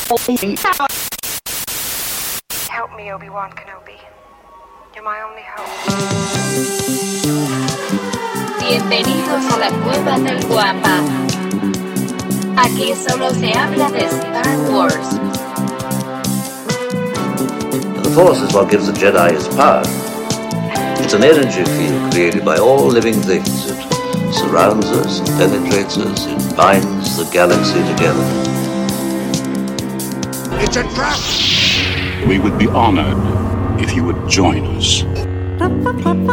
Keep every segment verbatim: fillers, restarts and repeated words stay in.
Help me, Obi-Wan Kenobi. You're my only hope. Bienvenidos a la Cueva del Guapa. Aquí solo se habla de Star Wars. The Force is what gives the Jedi his power. It's an energy field created by all living things. It surrounds us, it penetrates us, it binds the galaxy together. It's a trap! We would be honored if you would join us. Ya me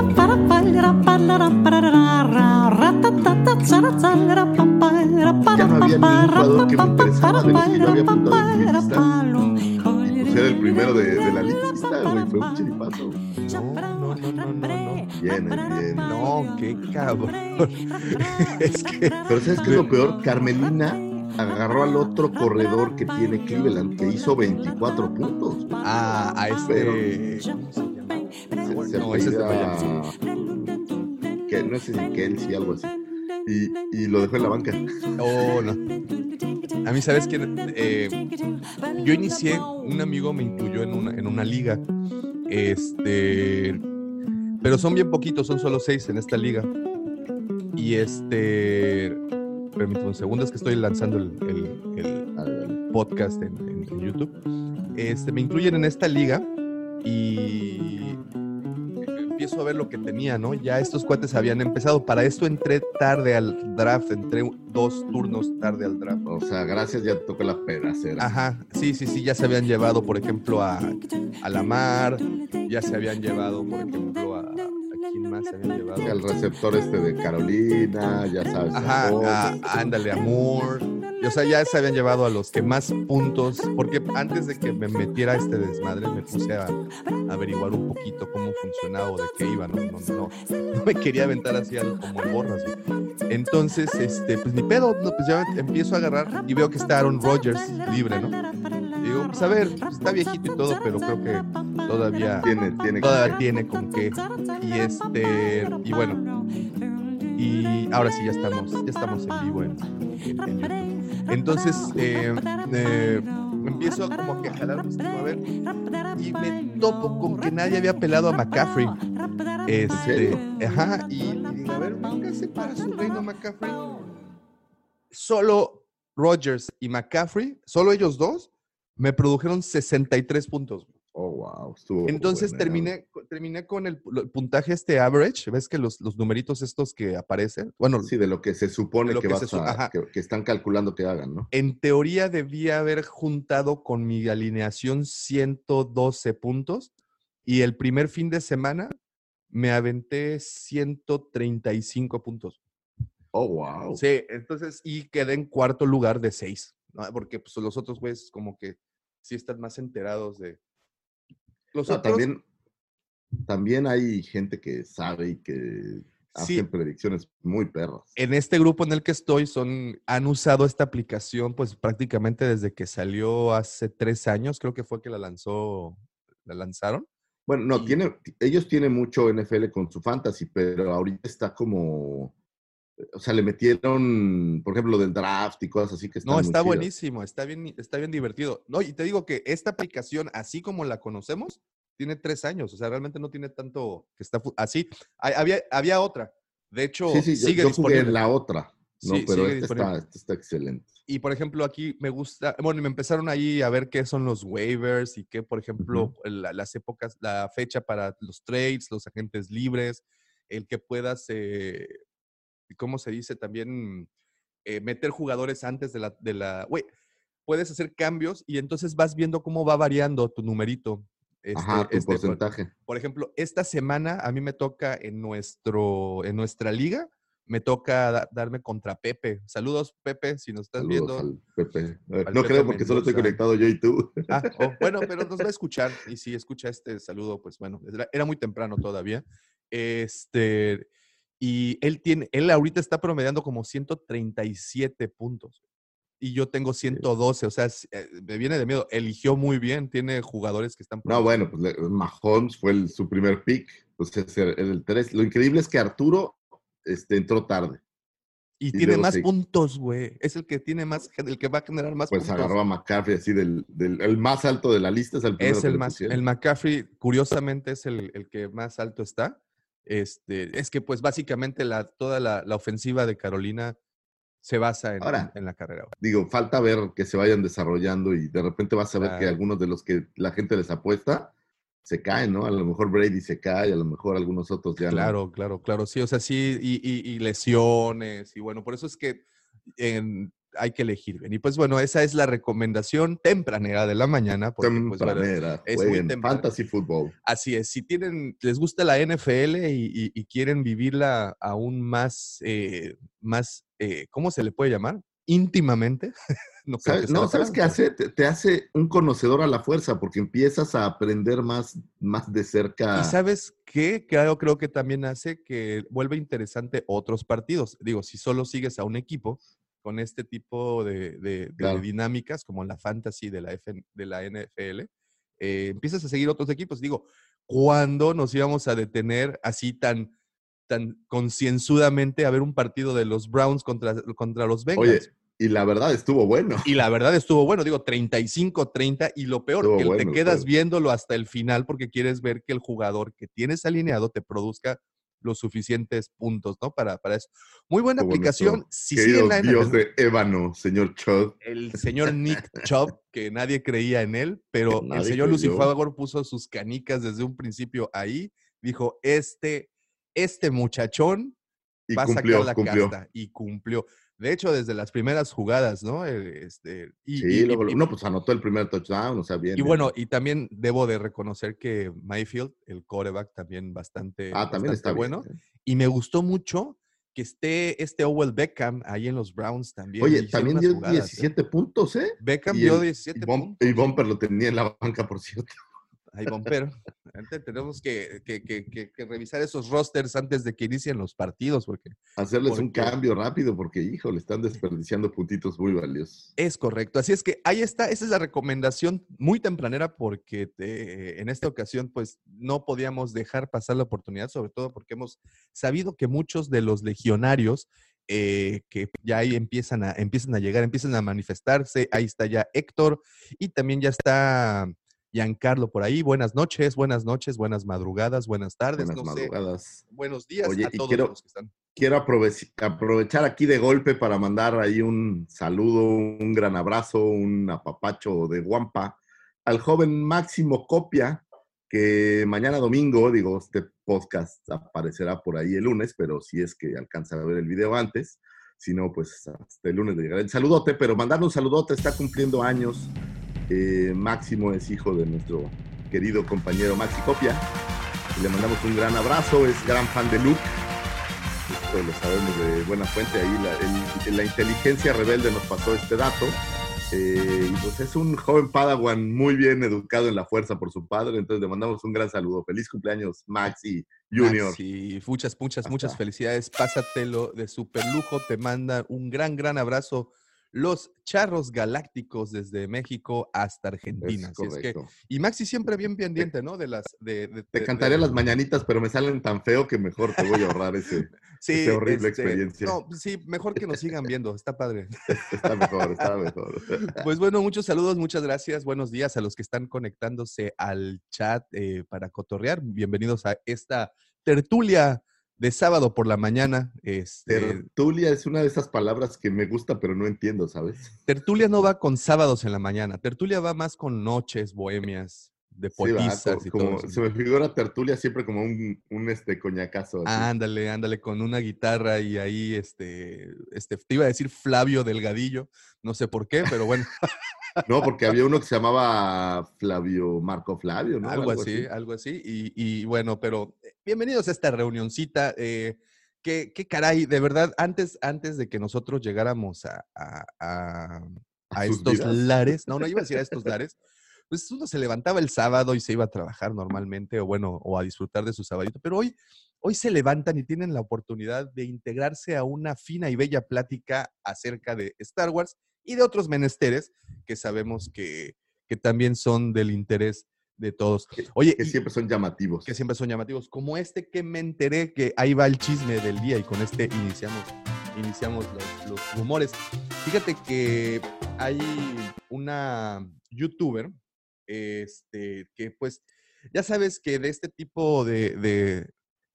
había ningún jugador que me interesaba de los que yo había apuntado en mi lista. Y pues era el primero de, de la lista, güey. Fue un chiripazo. No, no, no, no, no, no. Bien, bien. No, qué cabrón. Es que... Pero ¿sabes qué es lo peor? Carmelina agarró al otro corredor que tiene Cleveland, que hizo veinticuatro puntos. Ah, a este... Se, se no, ese es de apellida... que no sé si Kelsey, algo así. Y, y lo dejó en la banca. Oh, no. A mí, ¿sabes qué? Eh, yo inicié, un amigo me incluyó en una, en una liga. Este... Pero son bien poquitos, son solo seis en esta liga. Y este... Permítame un segundo, es que estoy lanzando el, el, el podcast en, en, en YouTube. Este, me incluyen en esta liga y empiezo a ver lo que tenía, ¿no? Ya estos cuates habían empezado. Para esto entré tarde al draft, entré dos turnos tarde al draft. O sea, gracias, ya te tocó la pedacera. Ajá, sí, sí, sí, ya se habían llevado, por ejemplo, a, a Lamar, ya se habían llevado, por ejemplo, a... ¿Quién más se habían llevado? El receptor este de Carolina, ya sabes. Ajá, a, ándale, a Moore. O sea, ya se habían llevado a los que más puntos, porque antes de que me metiera este desmadre, me puse a, a averiguar un poquito cómo funcionaba o de qué iba, ¿no? No, no, no me quería aventar así algo como el borras, ¿no? Entonces, este, pues ni pedo, no, pues ya empiezo a agarrar y veo que está Aaron Rodgers libre, ¿no? Y digo, pues a ver, pues está viejito y todo, pero creo que todavía tiene, tiene, todavía tiene con qué. Y este, y bueno, y ahora sí ya estamos, ya estamos en vivo en, en, en YouTube. Entonces, eh, eh, empiezo como que a jalar, a ver, y me topo con que nadie había pelado a McCaffrey. Este, ajá, y, y digo, a ver, véngase para su reino McCaffrey. Solo Rodgers y McCaffrey, solo ellos dos, me produjeron sesenta y tres puntos. Oh, wow. Estuvo Entonces buena. terminé, terminé con el, el puntaje este average. ¿Ves que los, los numeritos estos que aparecen? Bueno, sí, de lo que se supone que, que, vas se, a, que, que están calculando que hagan, ¿no? En teoría debía haber juntado con mi alineación ciento doce puntos y el primer fin de semana me aventé ciento treinta y cinco puntos. Oh, wow. Sí, entonces, y quedé en cuarto lugar de seis, ¿no? Porque pues, los otros güeyes como que sí están más enterados de... Los no, otros... también, también hay gente que sabe y que sí, hacen predicciones muy perras. En este grupo en el que estoy son, han usado esta aplicación pues prácticamente desde que salió hace tres años, creo que fue que la lanzó, la lanzaron. Bueno, no, y... tiene, ellos tienen mucho N F L con su fantasy, pero ahorita está como... O sea, le metieron, por ejemplo, lo del draft y cosas así que están No, está muy buenísimo, está bien, está bien divertido. No, y te digo que esta aplicación, así como la conocemos, tiene tres años. O sea, realmente no tiene tanto que está así. Hay, había, había otra. De hecho, sí, sí, sigue yo, yo disponible. jugué en la otra, ¿no? Sí, pero sigue esta está, esta está excelente. Y, por ejemplo, aquí me gusta, bueno, me empezaron ahí a ver qué son los waivers y qué, por ejemplo, uh-huh. la, las épocas, la fecha para los trades, los agentes libres, el que puedas... Eh, ¿cómo se dice? También eh, meter jugadores antes de la... De la güey, puedes hacer cambios y entonces vas viendo cómo va variando tu numerito. Este, Ajá, tu este, porcentaje. Por, por ejemplo, esta semana a mí me toca en, nuestro, en nuestra liga, me toca da, darme contra Pepe. Saludos, Pepe, si nos estás Saludos viendo. Al Pepe. Al no Pepe creo porque Mendoza. solo estoy conectado yo y tú. Ah, oh, bueno, pero nos va a escuchar. Y si escucha este saludo, pues bueno, era, era muy temprano todavía. Este... Y él tiene, él ahorita está promediando como ciento treinta y siete puntos. Y yo tengo ciento doce, o sea, me viene de miedo. Eligió muy bien, tiene jugadores que están... No, bueno, pues Mahomes fue el, su primer pick, pues es el, el tres. Lo increíble es que Arturo este, entró tarde. Y, Y tiene luego más sí. puntos, güey. Es el que tiene más, el que va a generar más Pues puntos. agarró a McCaffrey así del, del el más alto de la lista, es el primero Es que el le más, pusieron. el McCaffrey, curiosamente, es el, el que más alto está. Este, es que, pues, básicamente la, toda la, la ofensiva de Carolina se basa en, Ahora, en, en la carrera. güey. Digo, falta ver que se vayan desarrollando y de repente vas a ver que Claro. algunos de los que la gente les apuesta se caen, ¿no? A lo mejor Brady se cae, a lo mejor algunos otros ya Claro, no. claro, claro. Sí, o sea, sí, y, y- y lesiones, y bueno, por eso es que en- hay que elegir bien. Y pues bueno, esa es la recomendación tempranera de la mañana, porque pues bueno, Tempranera, es muy jueguen temprano. fantasy fútbol. Así es, si tienen, les gusta la N F L y, y- y quieren vivirla aún más, eh, más eh, ¿cómo se le puede llamar? Íntimamente. No creo que ¿Sabes? sea No, la ¿sabes palabra, qué pero- hace? Te, te hace un conocedor a la fuerza porque empiezas a aprender más, más de cerca. Y ¿sabes qué? Creo, creo que también hace que vuelva interesante otros partidos. Digo, si solo sigues a un equipo con este tipo de, de- de Claro. dinámicas como la fantasy de la, F- de la N F L, eh, empiezas a seguir otros equipos. Digo, ¿cuándo nos íbamos a detener así tan, tan concienzudamente a ver un partido de los Browns contra, contra los Bengals? Oye, y la verdad estuvo bueno. Y la verdad estuvo bueno, digo, treinta y cinco treinta, y lo peor, Estuvo que bueno te el quedas juego. viéndolo hasta el final porque quieres ver que el jugador que tienes alineado te produzca los suficientes puntos, ¿no? Para, para eso. Muy buena Como aplicación. nuestro Si querido sigue en la Dios N F L, de ébano, señor Chud. el señor Nick Chubb, que nadie creía en él, pero Que el nadie señor creyó. Lucifer puso sus canicas desde un principio ahí, dijo, este, este muchachón Y va a cumplió, sacar la cumplió. casta, y cumplió. De hecho, desde las primeras jugadas, ¿no? Eh, Este, y, Sí, y- luego, y- no, pues anotó el primer touchdown, o sea, bien. y bien. bueno, y también debo de reconocer que Mayfield, el quarterback, también bastante, Ah, también bastante está bueno. bien. ¿eh? Y me gustó mucho que esté este Owell Beckham ahí en los Browns también. Oye, hicieron también unas dio jugadas, ¿eh? diecisiete puntos, ¿eh? Beckham Y, dio el, diecisiete y, Bom- puntos. y sí. Bumper lo tenía en la banca, por cierto. Ahí, Bomper. Antes tenemos que, que- que- que- que revisar esos rosters antes de que inicien los partidos, porque Hacerles un Porque- cambio rápido, porque, hijo, le están desperdiciando puntitos muy valiosos. es correcto. Así es que ahí está, esa es la recomendación muy tempranera porque te- en esta ocasión pues no podíamos dejar pasar la oportunidad, sobre todo porque hemos sabido que muchos de los legionarios eh, que ya ahí empiezan a, empiezan a llegar, empiezan a manifestarse, ahí está ya Héctor y también ya está Giancarlo por ahí. Buenas noches, buenas noches, buenas madrugadas, buenas tardes, Buenas no sé. madrugadas. Buenos días Oye, a y todos quiero- los que están. Quiero aprove- aprovechar aquí de golpe para mandar ahí un saludo, un gran abrazo, un apapacho de guampa al joven Máximo Copia, que mañana domingo, digo, este podcast aparecerá por ahí el lunes, pero si es que alcanza a ver el video antes, si no, pues hasta el lunes le llegará el saludote, pero mandarle un saludote, está cumpliendo años. Eh, Máximo es hijo de nuestro querido compañero Maxi Copia, y le mandamos un gran abrazo, es gran fan de Luke. Esto lo sabemos de buena fuente, ahí la, el- la inteligencia rebelde nos pasó este dato. Eh, y pues es un joven Padawan muy bien educado en la fuerza por su padre, entonces le mandamos un gran saludo. Feliz cumpleaños, Maxi Junior. Maxi, muchas, muchas, Hasta. muchas felicidades. Pásatelo de super lujo. Te manda un gran, gran abrazo. Los Charros Galácticos desde México hasta Argentina. Es Así es que, correcto. y Maxi siempre bien pendiente, ¿no? De las, de, de- Te de- cantaré de- las mañanitas, pero me salen tan feo que mejor te voy a ahorrar ese, Sí, esa horrible este, experiencia. No, sí, mejor que nos sigan viendo. Está padre. Está mejor, está mejor. Pues bueno, muchos saludos, muchas gracias. Buenos días a los que están conectándose al chat eh, para cotorrear. Bienvenidos a esta tertulia de sábado por la mañana. Este, Tertulia es una de esas palabras que me gusta, pero no entiendo, ¿sabes? tertulia no va con sábados en la mañana. Tertulia va más con noches bohemias, de Sí, va, potizas co- y como, todo eso. se me figura tertulia siempre como un, un este coñacazo. así. Ándale, ándale, con una guitarra y ahí, este, este, te iba a decir Flavio Delgadillo, no sé por qué, pero bueno, No, porque había uno que se llamaba Flavio, Marco Flavio, ¿no? algo así, algo así. Y, y bueno, pero eh, bienvenidos a esta reunioncita. Eh, qué, qué caray, de verdad, antes, antes de que nosotros llegáramos a, a, a, A a sus estos vidas. lares, no, no iba a decir a estos lares, pues uno se levantaba el sábado y se iba a trabajar normalmente, o bueno, o a disfrutar de su sabadito, pero hoy, hoy se levantan y tienen la oportunidad de integrarse a una fina y bella plática acerca de Star Wars y de otros menesteres que sabemos que, que también son del interés de todos. Oye, Que y- siempre son llamativos. que siempre son llamativos, como este que me enteré que ahí va el chisme del día y con este iniciamos iniciamos los, los rumores. Fíjate que hay una youtuber, este, que pues, ya sabes que de este tipo de, de,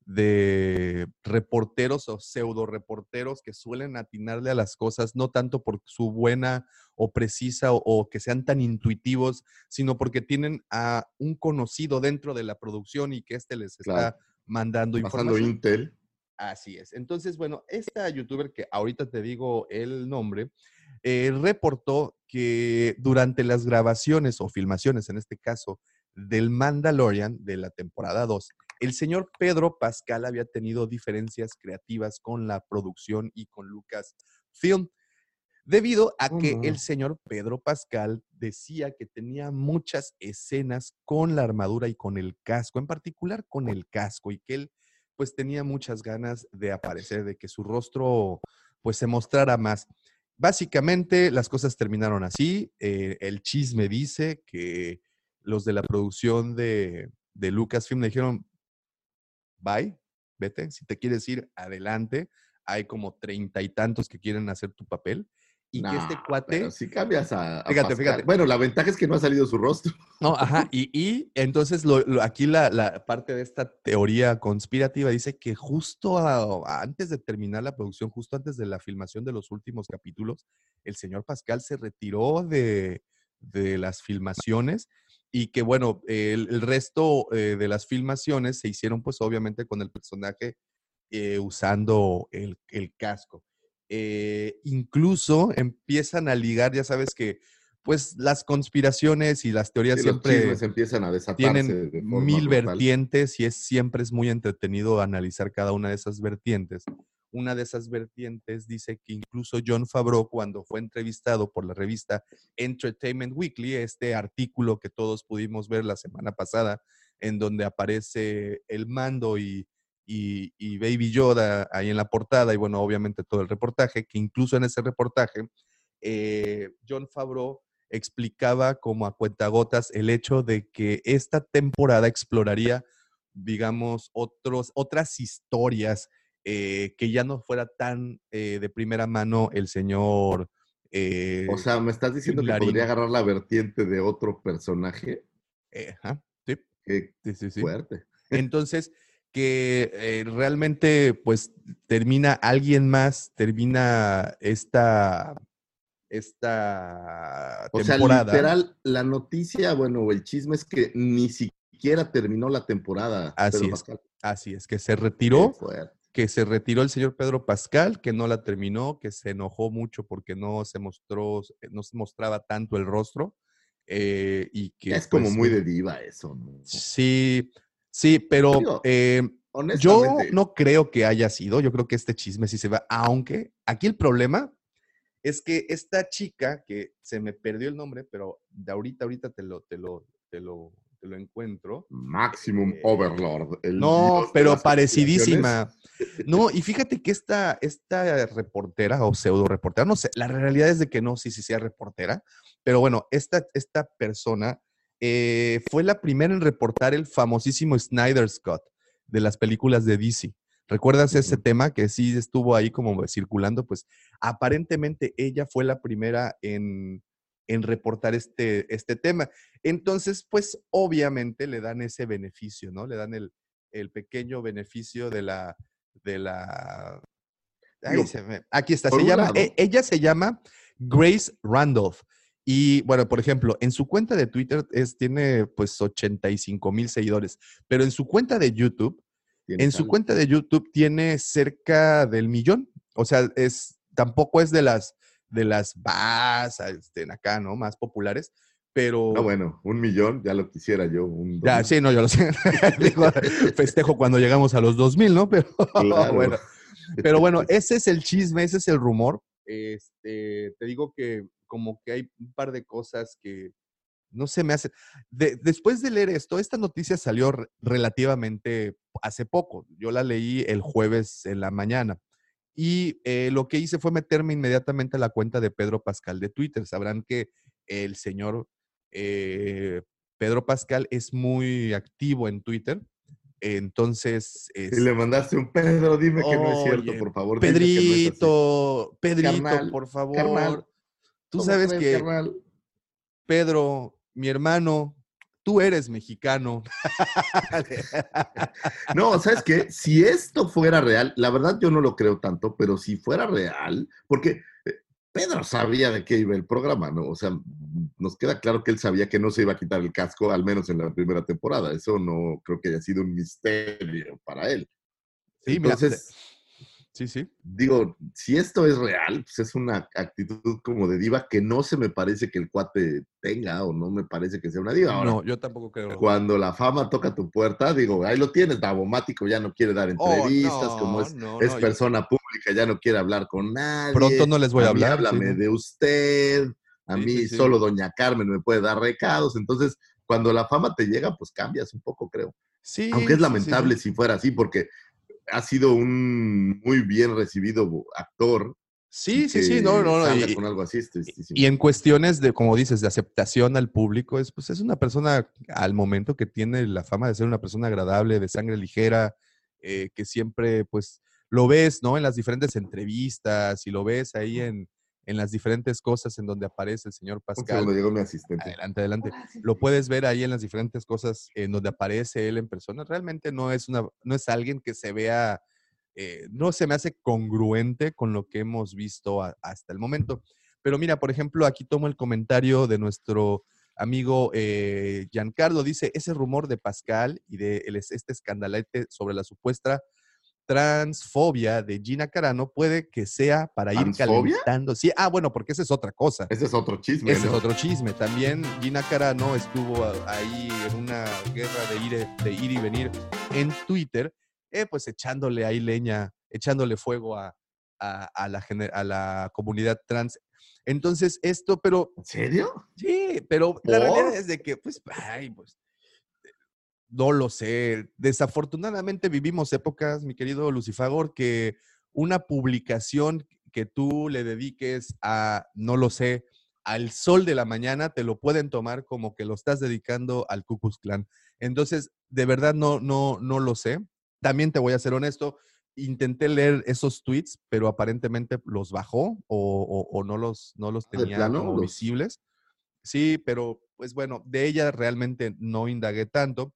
de reporteros o pseudo reporteros que suelen atinarle a las cosas, no tanto por su buena o precisa o, o que sean tan intuitivos, sino porque tienen a un conocido dentro de la producción y que éste les Claro. está mandando Pasando información. Intel. Así es. Entonces, bueno, esta youtuber que ahorita te digo el nombre, eh, reportó que durante las grabaciones o filmaciones, en este caso, del Mandalorian de la temporada dos, el señor Pedro Pascal había tenido diferencias creativas con la producción y con Lucasfilm, debido a Oh, que no. el señor Pedro Pascal decía que tenía muchas escenas con la armadura y con el casco, en particular con el casco, y que él pues tenía muchas ganas de aparecer, de que su rostro pues se mostrara más. Básicamente las cosas terminaron así. Eh, el chisme dice que los de la producción de, de Lucasfilm le dijeron, bye, vete, si te quieres ir, adelante. Hay como treinta y tantos que quieren hacer tu papel. Y que este Nah, cuate, pero si cambias a, a fíjate, Pascal. fíjate. Bueno, la ventaja es que no ha salido su rostro. No, ajá, y, y entonces lo, lo- aquí la, la parte de esta teoría conspirativa dice que justo a- antes de terminar la producción, justo antes de la filmación de los últimos capítulos, el señor Pascal se retiró de, de las filmaciones y que bueno, el, el resto eh, de las filmaciones se hicieron pues obviamente con el personaje eh, usando el, el casco. Eh, incluso empiezan a ligar, ya sabes que pues las conspiraciones y las teorías Sí, los siempre chismes empiezan a desatarse tienen de forma mil brutal. vertientes y es siempre es muy entretenido analizar cada una de esas vertientes. Una de esas vertientes dice que incluso Jon Favreau, cuando fue entrevistado por la revista Entertainment Weekly, este artículo que todos pudimos ver la semana pasada, en donde aparece el Mando y, y, y Baby Yoda ahí en la portada, y bueno, obviamente todo el reportaje, que incluso en ese reportaje, eh, Jon Favreau explicaba como a cuentagotas el hecho de que esta temporada exploraría, digamos, otros, otras historias eh, que ya no fuera tan eh, de primera mano el señor eh, O sea, ¿me estás diciendo que Larín. podría agarrar la vertiente de otro personaje? Eh, ajá, sí, Qué sí, sí, sí. fuerte. Entonces, que eh, realmente, pues, termina alguien más, termina esta, esta O sea, temporada. literal, la noticia, bueno, o el chisme es que ni siquiera terminó la temporada. Así Pedro es, Pascal. así es, que se Qué retiró, fuerte. que se retiró el señor Pedro Pascal, que no la terminó, que se enojó mucho porque no se mostró, no se mostraba tanto el rostro, eh, y que Ya es como pues muy eh, de diva eso, ¿no? sí, sí, pero Digo, eh, yo honestamente, no creo que haya sido, yo creo que este chisme sí se va, aunque aquí el problema es que esta chica, que se me perdió el nombre, pero de ahorita, ahorita te lo, te lo, te lo, te lo encuentro. Maximum Eh, Overlord, el no, dios de pero las conspiraciones. parecidísima. No, y fíjate que esta, esta reportera o pseudo reportera, no sé, la realidad es de que no sé si sea reportera, pero bueno, esta, esta persona eh, fue la primera en reportar el famosísimo Snyder's Cut de las películas de D C. ¿Recuerdas ese Ujú. tema que sí estuvo ahí como circulando? Pues aparentemente ella fue la primera en, en reportar este, este tema. Entonces, pues obviamente le dan ese beneficio, ¿no? Le dan el, el pequeño beneficio de la, de la, ay, Digo, se me, aquí está, por se un llama, lado, e- ella se llama Grace Randolph. Y bueno, por ejemplo, en su cuenta de Twitter es, tiene pues ochenta y cinco mil seguidores, pero en su cuenta de YouTube, tiene en su jale. cuenta de YouTube tiene cerca del millón. O sea, es, tampoco es de las, de las más, este, acá, ¿no? Más populares, pero No, bueno, un millón, ya lo quisiera yo, un ya, doble. sí, no, yo lo sé. Digo, festejo cuando llegamos a los dos mil, ¿no? Pero Claro. bueno, pero bueno, ese es el chisme, ese es el rumor. Este, te digo que como que hay un par de cosas que no se me hace. De- después de leer esto, esta noticia salió re- relativamente hace poco. Yo la leí el jueves en la mañana. Y eh, lo que hice fue meterme inmediatamente a la cuenta de Pedro Pascal de Twitter. Sabrán que el señor eh, Pedro Pascal es muy activo en Twitter. Entonces... Y es, le mandaste un Pedro, dime que no es cierto, oye, por favor. Pedrito, dime que no es así. Pedrito, Carnal, por favor. carnal, Tú ¿cómo sabes crees, que, carnal? Pedro, mi hermano, tú eres mexicano. No, ¿sabes qué? Si esto fuera real, la verdad yo no lo creo tanto, pero si fuera real, porque eh, Pedro sabía de qué iba el programa, ¿no? O sea, nos queda claro que él sabía que no se iba a quitar el casco, al menos en la primera temporada. Eso no creo que haya sido un misterio para él. Sí, mira, Entonces, sí, sí. digo, si esto es real, pues es una actitud como de diva que no se me parece que el cuate tenga, o no me parece que sea una diva. Ahora, No, yo tampoco creo. cuando la fama toca tu puerta, digo, ahí lo tienes, Davomático ya no quiere dar Oh, entrevistas, no, como es, no, es no. persona pública, ya no quiere hablar con nadie. Pronto no les voy a, a mí hablar. háblame sí, ¿no? de usted, a Sí, mí sí, sí. solo doña Carmen me puede dar recados. Entonces, cuando la fama te llega, pues cambias un poco, creo. Sí, Aunque es sí, lamentable sí, sí. si fuera así, porque ha sido un muy bien recibido actor. Sí, sí, sí, no, no, no. Salga Y, con algo así, es tristísimo. y en cuestiones de, como dices, de aceptación al público, es, pues es una persona al momento que tiene la fama de ser una persona agradable, de sangre ligera, eh, que siempre, pues, lo ves, ¿no? En las diferentes entrevistas y lo ves ahí en, en las diferentes cosas en donde aparece el señor Un Pascal. segundo, llegó mi asistente. Adelante, adelante. Lo puedes ver ahí en las diferentes cosas en donde aparece él en persona. Realmente no es, una, no es alguien que se vea... Eh, no se me hace congruente con lo que hemos visto a, hasta el momento. Pero mira, por ejemplo, aquí tomo el comentario de nuestro amigo eh, Giancarlo. Dice, ese rumor de Pascal y de el, este escandalete sobre la supuesta transfobia de Gina Carano puede que sea para ir ¿Transfobia? calentando. Sí, ah, bueno, porque esa es otra cosa. Ese es otro chisme, Ese ¿no? es otro chisme. También Gina Carano estuvo ahí en una guerra de ir, de ir y venir en Twitter, eh, pues echándole ahí leña, echándole fuego a, a, a, la, a la comunidad trans. Entonces, esto, pero... ¿En serio? Sí, pero ¿Por? la realidad es de que, pues, ay, pues, no lo sé. Desafortunadamente vivimos épocas, mi querido Lucifagor, que una publicación que tú le dediques a, no lo sé, al sol de la mañana, te lo pueden tomar como que lo estás dedicando al Ku Klux Klan. Entonces, de verdad no, no, no lo sé. También te voy a ser honesto, intenté leer esos tweets, pero aparentemente los bajó o, o, o no los, no los tenía plano, como los... visibles. Sí, pero pues bueno, de ella realmente no indagué tanto.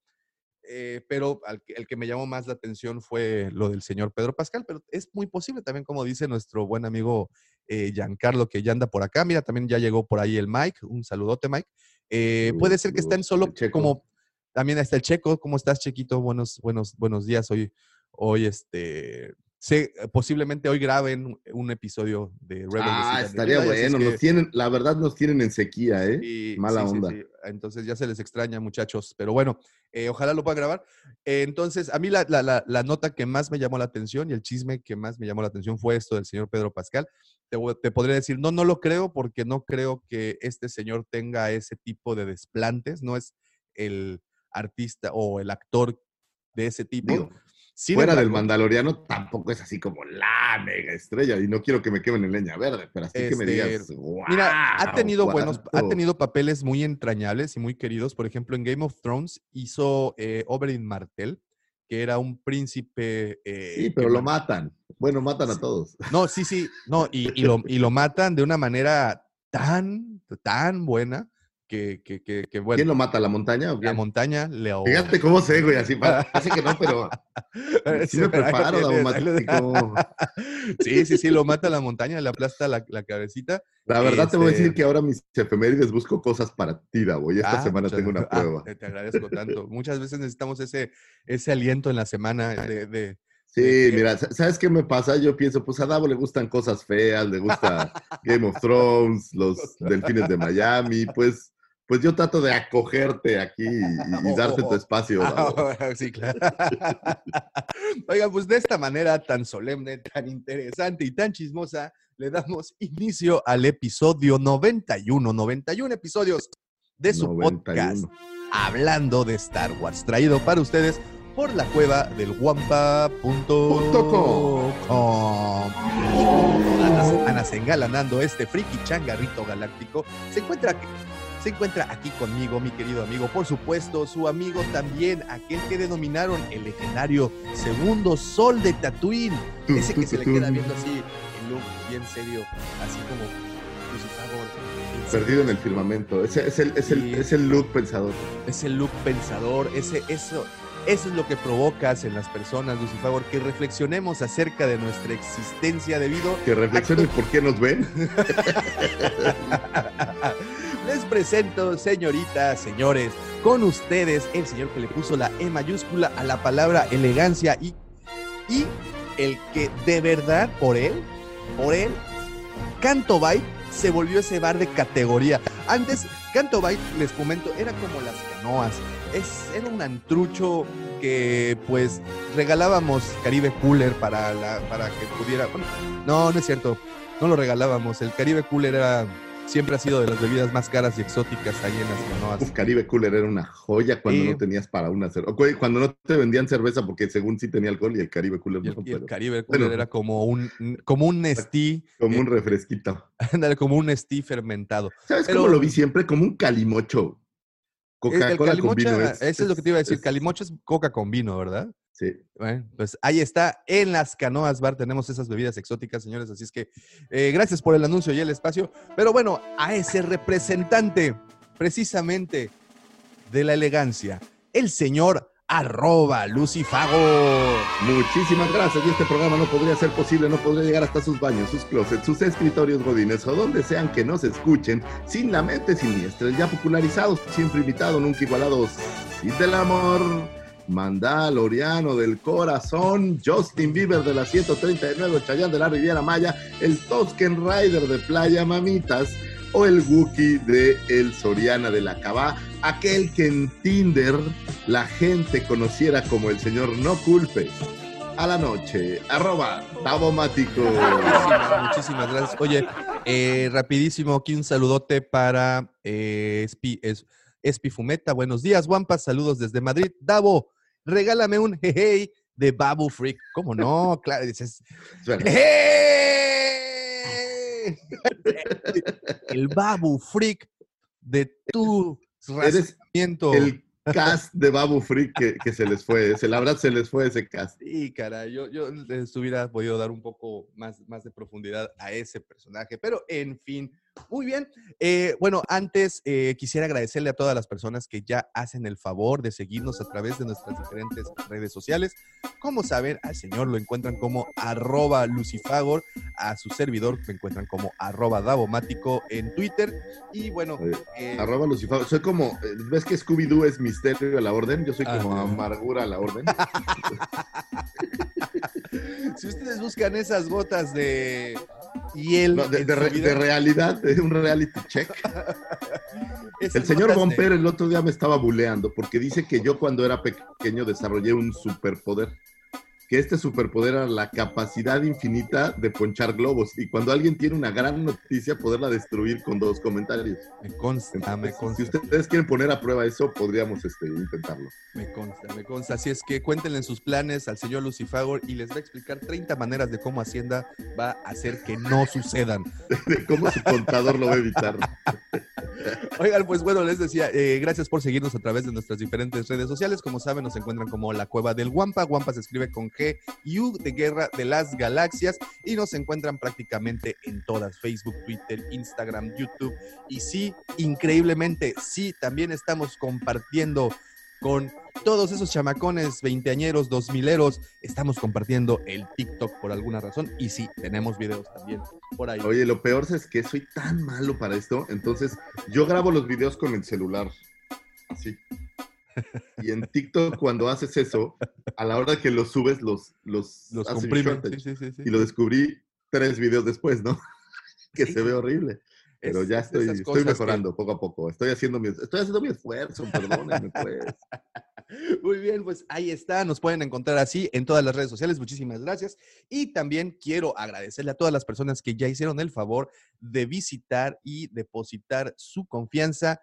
Eh, pero al, el que me llamó más la atención fue lo del señor Pedro Pascal, pero es muy posible también, como dice nuestro buen amigo eh, Giancarlo, que ya anda por acá. Mira, también ya llegó por ahí el Mike, un saludote, Mike. Eh, Saludos, puede ser que estén solo como, también está el Checo. ¿Cómo estás, Chequito? Buenos, buenos, buenos días. Hoy, hoy este, sé, posiblemente hoy graben un episodio de Rebel. Ah, de estaría Jedi, bueno. es que, nos tienen, la verdad nos tienen en sequía, ¿eh? y, Mala sí, onda. Sí, sí. Entonces ya se les extraña, muchachos. Pero bueno, eh, ojalá lo puedan grabar. Eh, entonces, a mí la, la, la, la nota que más me llamó la atención y el chisme que más me llamó la atención fue esto del señor Pedro Pascal. Te, te podría decir, no, no lo creo, porque no creo que este señor tenga ese tipo de desplantes. No es el artista o el actor de ese tipo. Digo, Sin fuera embargo, del Mandaloriano tampoco es así como la mega estrella, y no quiero que me quemen en leña verde, pero así este, que me digas, wow, mira, ha tenido ¿cuánto? buenos, ha tenido papeles muy entrañables y muy queridos. Por ejemplo, en Game of Thrones hizo eh, Oberyn Martell, que era un príncipe. Eh, sí, pero que, lo bueno, matan. Bueno, matan sí. a todos. No, sí, sí, no, y, y, lo, y lo matan de una manera tan, tan buena. Que, que, que, que, bueno. ¿Quién lo mata? ¿La montaña o quién? La montaña le ahogó. Fíjate cómo sé, güey, así parece que no, pero sí me preparo, Davomático. Sí, sí, sí, lo mata la montaña, le aplasta la, la cabecita. La verdad este... te voy a decir que ahora mis efemérides busco cosas para ti, Davo, y esta ah, semana muchas, tengo una prueba. Ah, te agradezco tanto. Muchas veces necesitamos ese, ese aliento en la semana de... de Sí, de que... mira, ¿sabes qué me pasa? Yo pienso, pues a Davo le gustan cosas feas, le gusta Game of Thrones, los Delfines de Miami, pues... Pues yo trato de acogerte aquí y, y darte tu espacio. Oh, sí, claro. Oiga, pues de esta manera tan solemne, tan interesante y tan chismosa, le damos inicio al episodio noventa y uno, noventa y uno episodios de su noventa y uno. Podcast Hablando de Star Wars, traído para ustedes por la cueva del guampa punto com. Y como todas las semanas engalanando este friki changarrito galáctico, se encuentra se encuentra aquí conmigo, mi querido amigo, por supuesto, su amigo también, aquel que denominaron el legendario segundo sol de Tatooine, ese que se le queda viendo así, el look bien serio, así como Lucifago. Perdido en el firmamento, ese es el, es el, Sí. es el look pensador. Ese look pensador, ese, eso, eso es lo que provocas en las personas, Lucifagor, que reflexionemos acerca de nuestra existencia debido Que reflexionen por qué nos ven. Les presento, señoritas, señores, con ustedes el señor que le puso la E mayúscula a la palabra elegancia y, y el que de verdad por él, por él, Canto Byte se volvió ese bar de categoría. Antes, Canto Byte, les comento, era como las canoas. Es, era un antrucho que pues regalábamos Caribe Cooler para, la, para que pudiera... Bueno, no, no es cierto, no lo regalábamos. El Caribe Cooler era... Siempre ha sido de las bebidas más caras y exóticas ahí en las canoas. Uf, Caribe Cooler era una joya cuando Sí. no tenías para una cerveza. Cuando no te vendían cerveza porque según sí tenía alcohol y el Caribe Cooler Y el, no. y el pero Caribe Cooler bueno. era como un, como un Nestí, como eh, un refresquito. ándale, como un Nestí fermentado. ¿Sabes pero- cómo lo vi siempre? Como un calimocho. El Coca-Cola con calimocha, vino. Es, eso es lo que te iba a decir. es- Calimocha es coca con vino, ¿verdad? Sí. Bueno, pues ahí está, en las Canoas Bar tenemos esas bebidas exóticas, señores, así es que eh, gracias por el anuncio y el espacio, pero bueno, a ese representante precisamente de la elegancia, el señor arroba Lucifago. Muchísimas gracias. Y este programa no podría ser posible, no podría llegar hasta sus baños, sus closets, sus escritorios godines o donde sean que nos escuchen, sin la mente siniestra, ya popularizados, siempre invitados, nunca igualados, sin del amor, Mandaloriano del corazón, Justin Bieber de la ciento treinta y nueve, Chayanne de la Riviera Maya, el Tusken Rider de Playa Mamitas, o el Wookiee de El Soriana de la Cabá, aquel que en Tinder la gente conociera como el señor No Culpes. A la noche, arroba Tabomático. Muchísimas, muchísimas gracias. Oye, eh, rapidísimo, aquí un saludote para eh, Espi, es, Espi Fumeta. Buenos días, Wampas. Saludos desde Madrid. Davo, regálame un jeje de Babu Freak. ¿Cómo no? Claro, dices. Suena. ¡Jeje! El Babu Freak de tu Eres razonamiento. el cast de Babu Freak que, que se les fue. Se, la verdad, se les fue ese cast. Sí, caray, yo, yo les hubiera podido dar un poco más, más de profundidad a ese personaje, pero en fin, muy bien. Eh, bueno, antes eh, quisiera agradecerle a todas las personas que ya hacen el favor de seguirnos a través de nuestras diferentes redes sociales. Como saben, al señor lo encuentran como arroba Lucifagor, a su servidor lo encuentran como arroba Davomático en Twitter, y bueno, Oye, eh, Arroba Lucifer. Soy como, eh, ¿ves que Scooby-Doo es misterio a la orden? Yo soy como Ajá. amargura a la orden. si ustedes buscan esas gotas de hiel No, de, en de su re- vida, de realidad, de un reality check. esas El señor gotas de- Bomper el otro día me estaba buleando porque dice que yo cuando era pequeño desarrollé un superpoder. Que este superpoder era la capacidad infinita de ponchar globos. Y cuando alguien tiene una gran noticia, poderla destruir con dos comentarios. Me consta, me Entonces, consta, si ustedes quieren poner a prueba eso, podríamos este, intentarlo. me consta, me consta. Así es que cuéntenle en sus planes al señor Lucifagor y les va a explicar treinta maneras de cómo Hacienda va a hacer que no sucedan. De cómo su contador lo va a evitar. Oigan, pues bueno, les decía, eh, gracias por seguirnos a través de nuestras diferentes redes sociales. Como saben, nos encuentran como La Cueva del Wampa. Wampa se escribe con G y U de Guerra de las Galaxias. Y nos encuentran prácticamente en todas: Facebook, Twitter, Instagram, YouTube. Y sí, increíblemente, sí, también estamos compartiendo con todos esos chamacones veinteañeros, dos mileros. Estamos compartiendo el TikTok por alguna razón. Y sí, tenemos videos también por ahí. Oye, lo peor es que soy tan malo para esto. Entonces, yo grabo los videos con el celular. Así. Y en TikTok, cuando haces eso, a la hora que los subes, los, los, Los hace comprimen. shortage. Sí, sí, sí, sí. Y lo descubrí tres videos después, ¿no? Que Sí. se ve horrible. Pero Es- ya es estoy, esas estoy cosas mejorando poco a poco. Estoy haciendo mi, estoy haciendo mi esfuerzo, perdónenme, pues. Muy bien, pues ahí está, nos pueden encontrar así en todas las redes sociales, muchísimas gracias. Y también quiero agradecerle a todas las personas que ya hicieron el favor de visitar y depositar su confianza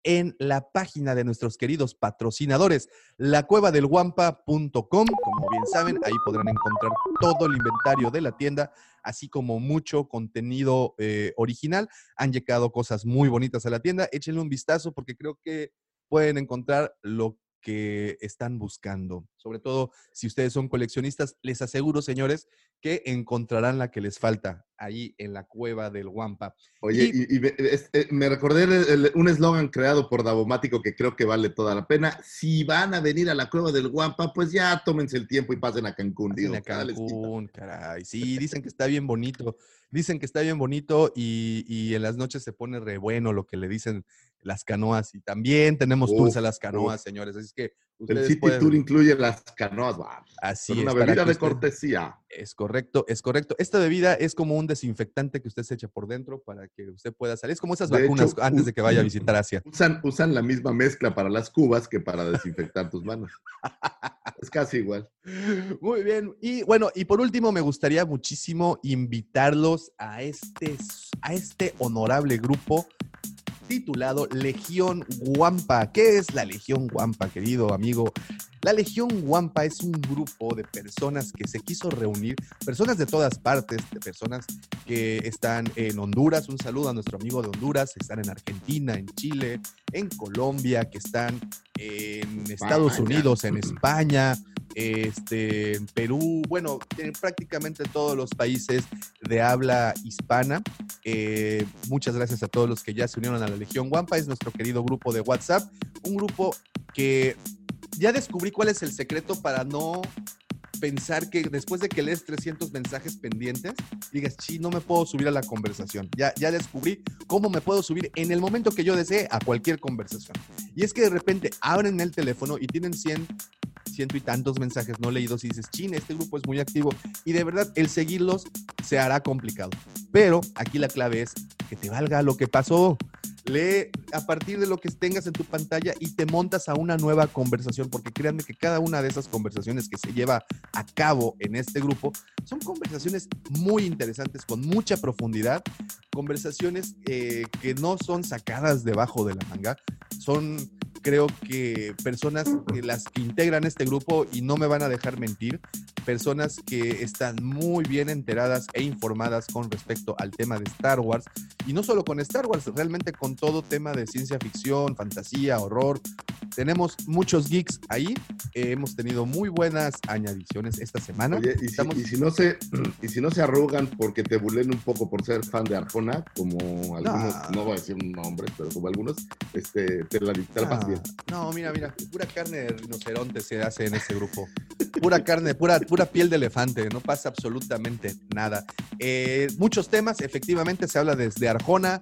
en la página de nuestros queridos patrocinadores, la cueva del guampa punto com. Como bien saben, ahí podrán encontrar todo el inventario de la tienda, así como mucho contenido eh, original. Han llegado cosas muy bonitas a la tienda. Échenle un vistazo porque creo que pueden encontrar lo que están buscando. Sobre todo, si ustedes son coleccionistas, les aseguro, señores, que encontrarán la que les falta ahí en la cueva del Guampa. Oye, y, y, y me, es, me recordé el, el, un eslogan creado por Davomático que creo que vale toda la pena. Si van a venir a la cueva del Guampa, pues ya tómense el tiempo y pasen a Cancún. Pasen Digo, a Cancún, caray. Sí, dicen que está bien bonito. Dicen que está bien bonito y, y en las noches se pone re bueno lo que le dicen las canoas. Y también tenemos tours a las canoas, uf. señores. Así es que el City pueden... Tour incluye las canoas. Wow. Así Con es. Una bebida de usted... cortesía. Es correcto, es correcto. Esta bebida es como un desinfectante que usted se echa por dentro para que usted pueda salir. Es como esas de vacunas hecho, antes de que vaya a visitar Asia. Usan, usan la misma mezcla para las cubas que para desinfectar tus manos. Es casi igual. Muy bien. Y bueno, y por último me gustaría muchísimo invitarlos a este, a este honorable grupo titulado Legión Guampa. ¿Qué es la Legión Guampa, querido amigo? La Legión Guampa es un grupo de personas que se quiso reunir, personas de todas partes, de personas que están en Honduras. Un saludo a nuestro amigo de Honduras, están en Argentina, en Chile, en Colombia, que están en Estados España. Unidos, en España, este, en Perú, bueno, en prácticamente todos los países de habla hispana. Eh, muchas gracias a todos los que ya se unieron a la Legión Guampa. Es nuestro querido grupo de WhatsApp, un grupo que ya descubrí cuál es el secreto para no pensar que después de que lees trescientos mensajes pendientes, digas, sí, no me puedo subir a la conversación. Ya, ya descubrí cómo me puedo subir en el momento que yo desee a cualquier conversación. Y es que de repente abren el teléfono y tienen cien, ciento y tantos mensajes no leídos y dices, chin, este grupo es muy activo. Y de verdad, el seguirlos se hará complicado. Pero aquí la clave es que te valga lo que pasó. Lee a partir de lo que tengas en tu pantalla y te montas a una nueva conversación, porque créanme que cada una de esas conversaciones que se lleva a cabo en este grupo son conversaciones muy interesantes, con mucha profundidad, conversaciones eh, que no son sacadas debajo de la manga, son, creo que, personas que las que integran este grupo, y no me van a dejar mentir, personas que están muy bien enteradas e informadas con respecto al tema de Star Wars, y no solo con Star Wars, realmente con todo tema de ciencia ficción, fantasía, horror. Tenemos muchos geeks ahí, eh, hemos tenido muy buenas añadiciones esta semana. Oye, y, Estamos... si, y, si no se, y si no se arrugan porque te bulen un poco por ser fan de Arjona, como algunos, no, no voy a decir un nombre, pero como algunos, este, te la dictarás no, bien. No, mira, mira, pura carne de rinoceronte se hace en este grupo. Pura carne, pura, pura piel de elefante, no pasa absolutamente nada. Eh, muchos temas, efectivamente, se habla desde Arjona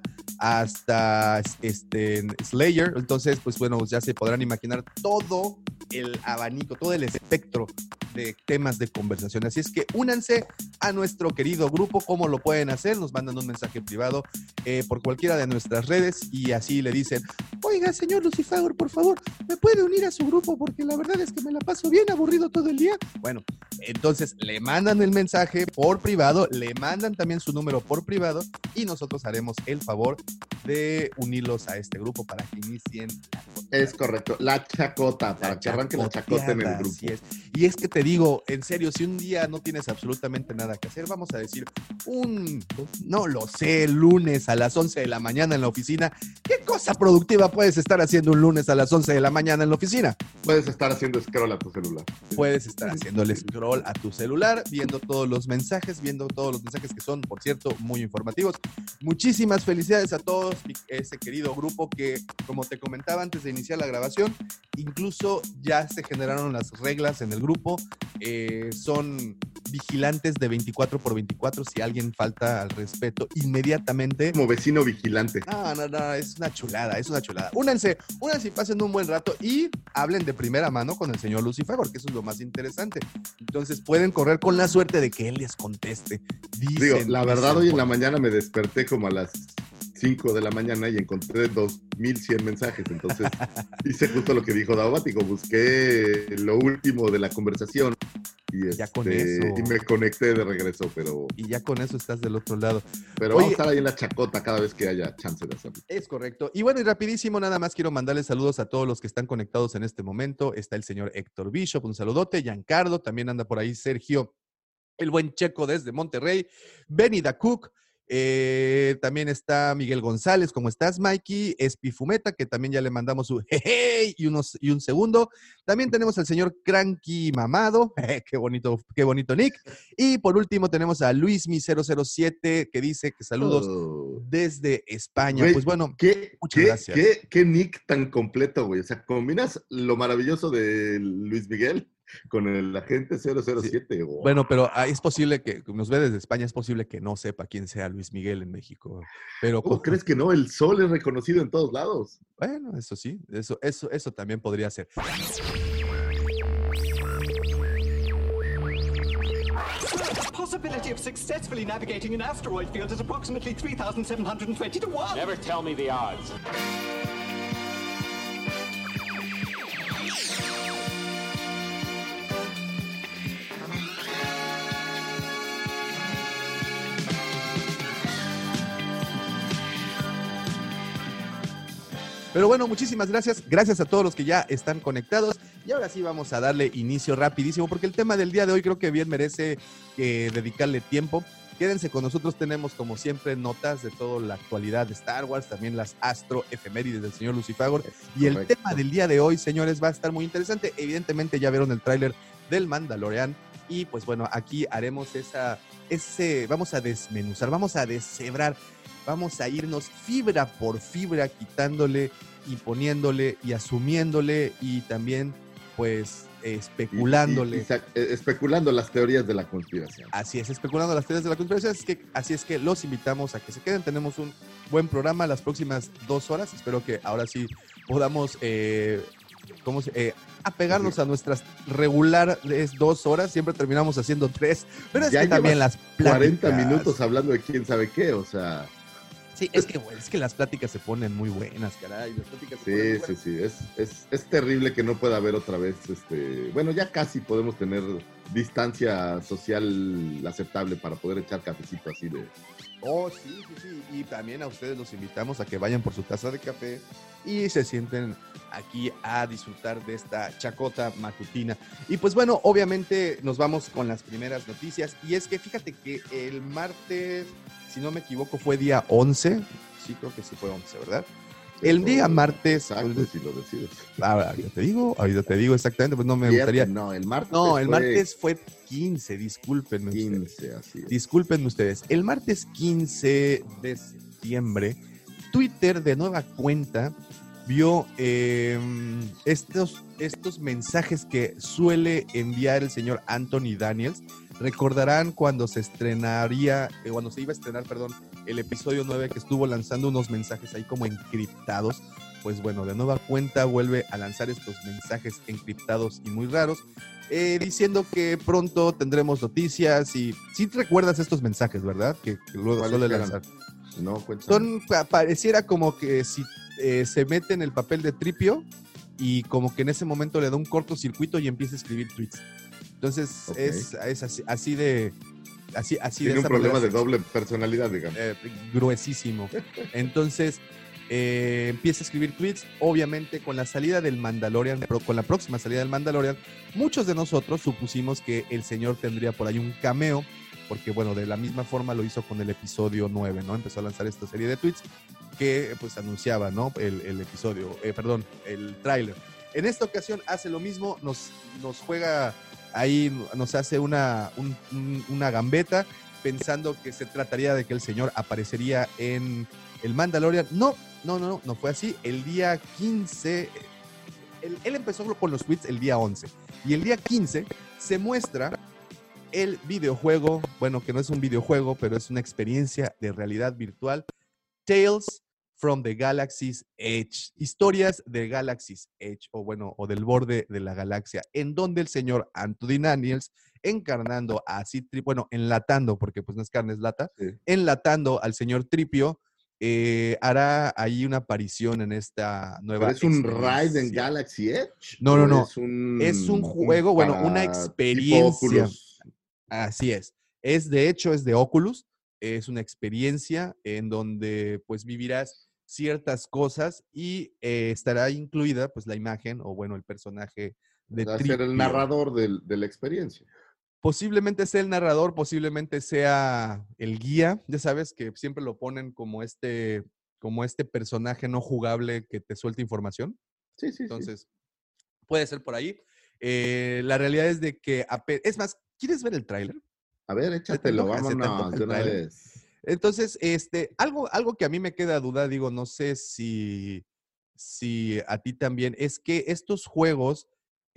hasta este, Slayer, entonces, pues bueno, ya se podrán imaginar todo el abanico, todo el espectro de temas de conversación. Así es que únanse a nuestro querido grupo. ¿Cómo lo pueden hacer? Nos mandan un mensaje privado eh, por cualquiera de nuestras redes y así le dicen, oiga, señor Lucifagor, por favor, ¿me puede unir a su grupo? Porque la verdad es que me la paso bien aburrido todo el día. Bueno, entonces le mandan el mensaje por privado, le mandan también su número por privado y nosotros haremos el favor de unirlos a este grupo para que inicien la chacota. Es correcto, la chacota, para la que arranque la chacota en el grupo. Es. Y es que te digo, en serio, si un día no tienes absolutamente nada que hacer, vamos a decir, un, no lo sé, lunes a las once de la mañana en la oficina, ¿qué cosa productiva puedes estar haciendo un lunes a las once de la mañana en la oficina? Puedes estar haciendo scroll a tu celular. Puedes estar haciendo el scroll a tu celular, viendo todos los mensajes, viendo todos los mensajes que son, por cierto, muy informativos. Muchísimas felicidades a todos ese querido grupo que, como te comentaba antes de iniciar la grabación, incluso ya se generaron las reglas en el grupo. Eh, son vigilantes de veinticuatro por veinticuatro. Si alguien falta al respeto, inmediatamente. Como vecino vigilante. No, no, no, es una chulada, es una chulada. Únanse, únanse y pasen un buen rato y hablen de primera mano con el señor Lucifagor, que eso es lo más interesante. Entonces pueden correr con la suerte de que él les conteste. Dicen, Digo, la verdad, dicen, hoy en la mañana me desperté como a las cinco de la mañana y encontré dos mil cien mensajes, entonces hice justo lo que dijo Davomático, busqué lo último de la conversación Y, Ya este, con eso. y me conecté de regreso, pero, Y ya con eso estás del otro lado. pero Oye, vamos a estar ahí en la chacota cada vez que haya chance de hacerlo. es correcto. Y bueno, y rapidísimo, nada más quiero mandarles saludos a todos los que están conectados en este momento. Está el señor Héctor Bishop, un saludote. Giancarlo, también anda por ahí Sergio, el buen Checo desde Monterrey. Benny Da Cook. Eh, también está Miguel González, ¿cómo estás, Mikey? Espifumeta, que también ya le mandamos su jeje y, unos, y un segundo. También tenemos al señor Cranky Mamado, qué bonito, qué bonito nick. Y por último tenemos a Luismi cero cero siete, que dice que saludos Oh. desde España. Güey, Pues bueno, ¿qué, muchas qué, gracias. Qué, qué nick tan completo, güey. O sea, combinas lo maravilloso de Luis Miguel con el agente cero cero siete. Sí. Wow. Bueno, pero ah, es posible que nos ve desde España, es posible que no sepa quién sea Luis Miguel en México. Pero ¿Cómo como, crees que no? El sol es reconocido en todos lados. bueno, eso sí, eso, eso, eso también podría ser. Possibility of successfully navigating an asteroid field is approximately three thousand seven hundred twenty to one. Never tell me the odds. Pero bueno, muchísimas gracias. Gracias a todos los que ya están conectados. Y ahora sí vamos a darle inicio rapidísimo, porque el tema del día de hoy creo que bien merece eh, dedicarle tiempo. Quédense con nosotros, tenemos como siempre notas de toda la actualidad de Star Wars, también las astro efemérides del señor Lucifagor. Y el tema del día de hoy, señores, va a estar muy interesante. Evidentemente ya vieron el tráiler del Mandalorian. Y pues bueno, aquí haremos esa, ese, vamos a desmenuzar, vamos a deshebrar, vamos a irnos fibra por fibra, quitándole y poniéndole y asumiéndole y también pues especulándole. Y, y, y, y, especulando las teorías de la conspiración. Así es, especulando las teorías de la conspiración. Así es que, así es que los invitamos a que se queden. Tenemos un buen programa las próximas dos horas. Espero que ahora sí podamos eh, ¿cómo se, eh, apegarnos a nuestras regulares dos horas. Siempre terminamos haciendo tres. Pero es ya que también las pláticas, cuarenta minutos hablando de quién sabe qué, o sea... Sí, es que, es que las pláticas se ponen muy buenas, caray. Las pláticas se sí, ponen muy sí, sí. Es, es, es terrible que no pueda haber otra vez, este, bueno, ya casi podemos tener distancia social aceptable para poder echar cafecito así de... Oh, sí, sí, sí. Y también a ustedes los invitamos a que vayan por su taza de café y se sienten aquí a disfrutar de esta chacota matutina. Y pues bueno, obviamente nos vamos con las primeras noticias. Y es que fíjate que el martes, si no me equivoco, fue día once. Sí, creo que sí fue once, ¿verdad? El día martes... Exacto, si lo decides. Ahora, ahorita te digo, ahorita te digo exactamente, pues no me Fíjate, gustaría... No, el martes No, el fue... martes fue quince, discúlpenme quince, ustedes. así es. Discúlpenme ustedes. El martes quince de septiembre, Twitter de nueva cuenta vio eh, estos, estos mensajes que suele enviar el señor Anthony Daniels. Recordarán cuando se estrenaría, eh, cuando se iba a estrenar, perdón, el episodio nueve, que estuvo lanzando unos mensajes ahí como encriptados. Pues bueno, de nueva cuenta vuelve a lanzar estos mensajes encriptados y muy raros, eh, diciendo que pronto tendremos noticias. Y sí te recuerdas estos mensajes, ¿verdad? Que, que luego suele lanzar. No, cuéntame. Son, pareciera como que si eh, se mete en el papel de Tripio y como que en ese momento le da un cortocircuito y empieza a escribir tweets. Entonces okay. es, es así, así de... Así, así Tiene de un problema de doble personalidad, digamos. Eh, gruesísimo. Entonces eh, empieza a escribir tweets, obviamente con la salida del Mandalorian, pero con la próxima salida del Mandalorian, muchos de nosotros supusimos que el señor tendría por ahí un cameo, porque bueno, de la misma forma lo hizo con el episodio nueve, ¿no? Empezó a lanzar esta serie de tweets que pues anunciaba, ¿no? El, el episodio, eh, perdón, el tráiler. En esta ocasión hace lo mismo, nos, nos juega... Ahí nos hace una, un, un, una gambeta pensando que se trataría de que el señor aparecería en el Mandalorian. No, no, no, no fue así. El día quince, él, él empezó con los tweets el día once. Y el día quince se muestra el videojuego, bueno, que no es un videojuego, pero es una experiencia de realidad virtual, Tales from the Galaxy's Edge, historias de Galaxy's Edge, o bueno, o del borde de la galaxia, en donde el señor Anthony Daniels, encarnando a Citri, bueno, enlatando, porque pues no es carne, es lata, sí. enlatando al señor Tripio, eh, hará ahí una aparición en esta nueva ¿Pero es un ride en experiencia. Galaxy Edge? No, no, ¿O no. es un, Es un un juego, bueno, una para tipo experiencia. Oculus? Así es. Es, de hecho, es de Oculus. Es una experiencia en donde, pues, vivirás ciertas cosas y eh, estará incluida, pues, la imagen o, bueno, el personaje O de sea, ser el Tripio. narrador del- de la experiencia. Posiblemente sea el narrador, posiblemente sea el guía. Ya sabes que siempre lo ponen como este, como este personaje no jugable que te suelta información. Sí, sí, sí. Entonces, puede ser por ahí. Eh, la realidad es de que, ape- es más, ¿quieres ver el tráiler? A ver, ¿Se te échatelo, antoja? ¿Se te antoja vámonos el de una tráiler? vez. Entonces, este, algo, algo que a mí me queda duda, digo, no sé si, si a ti también, es que estos juegos,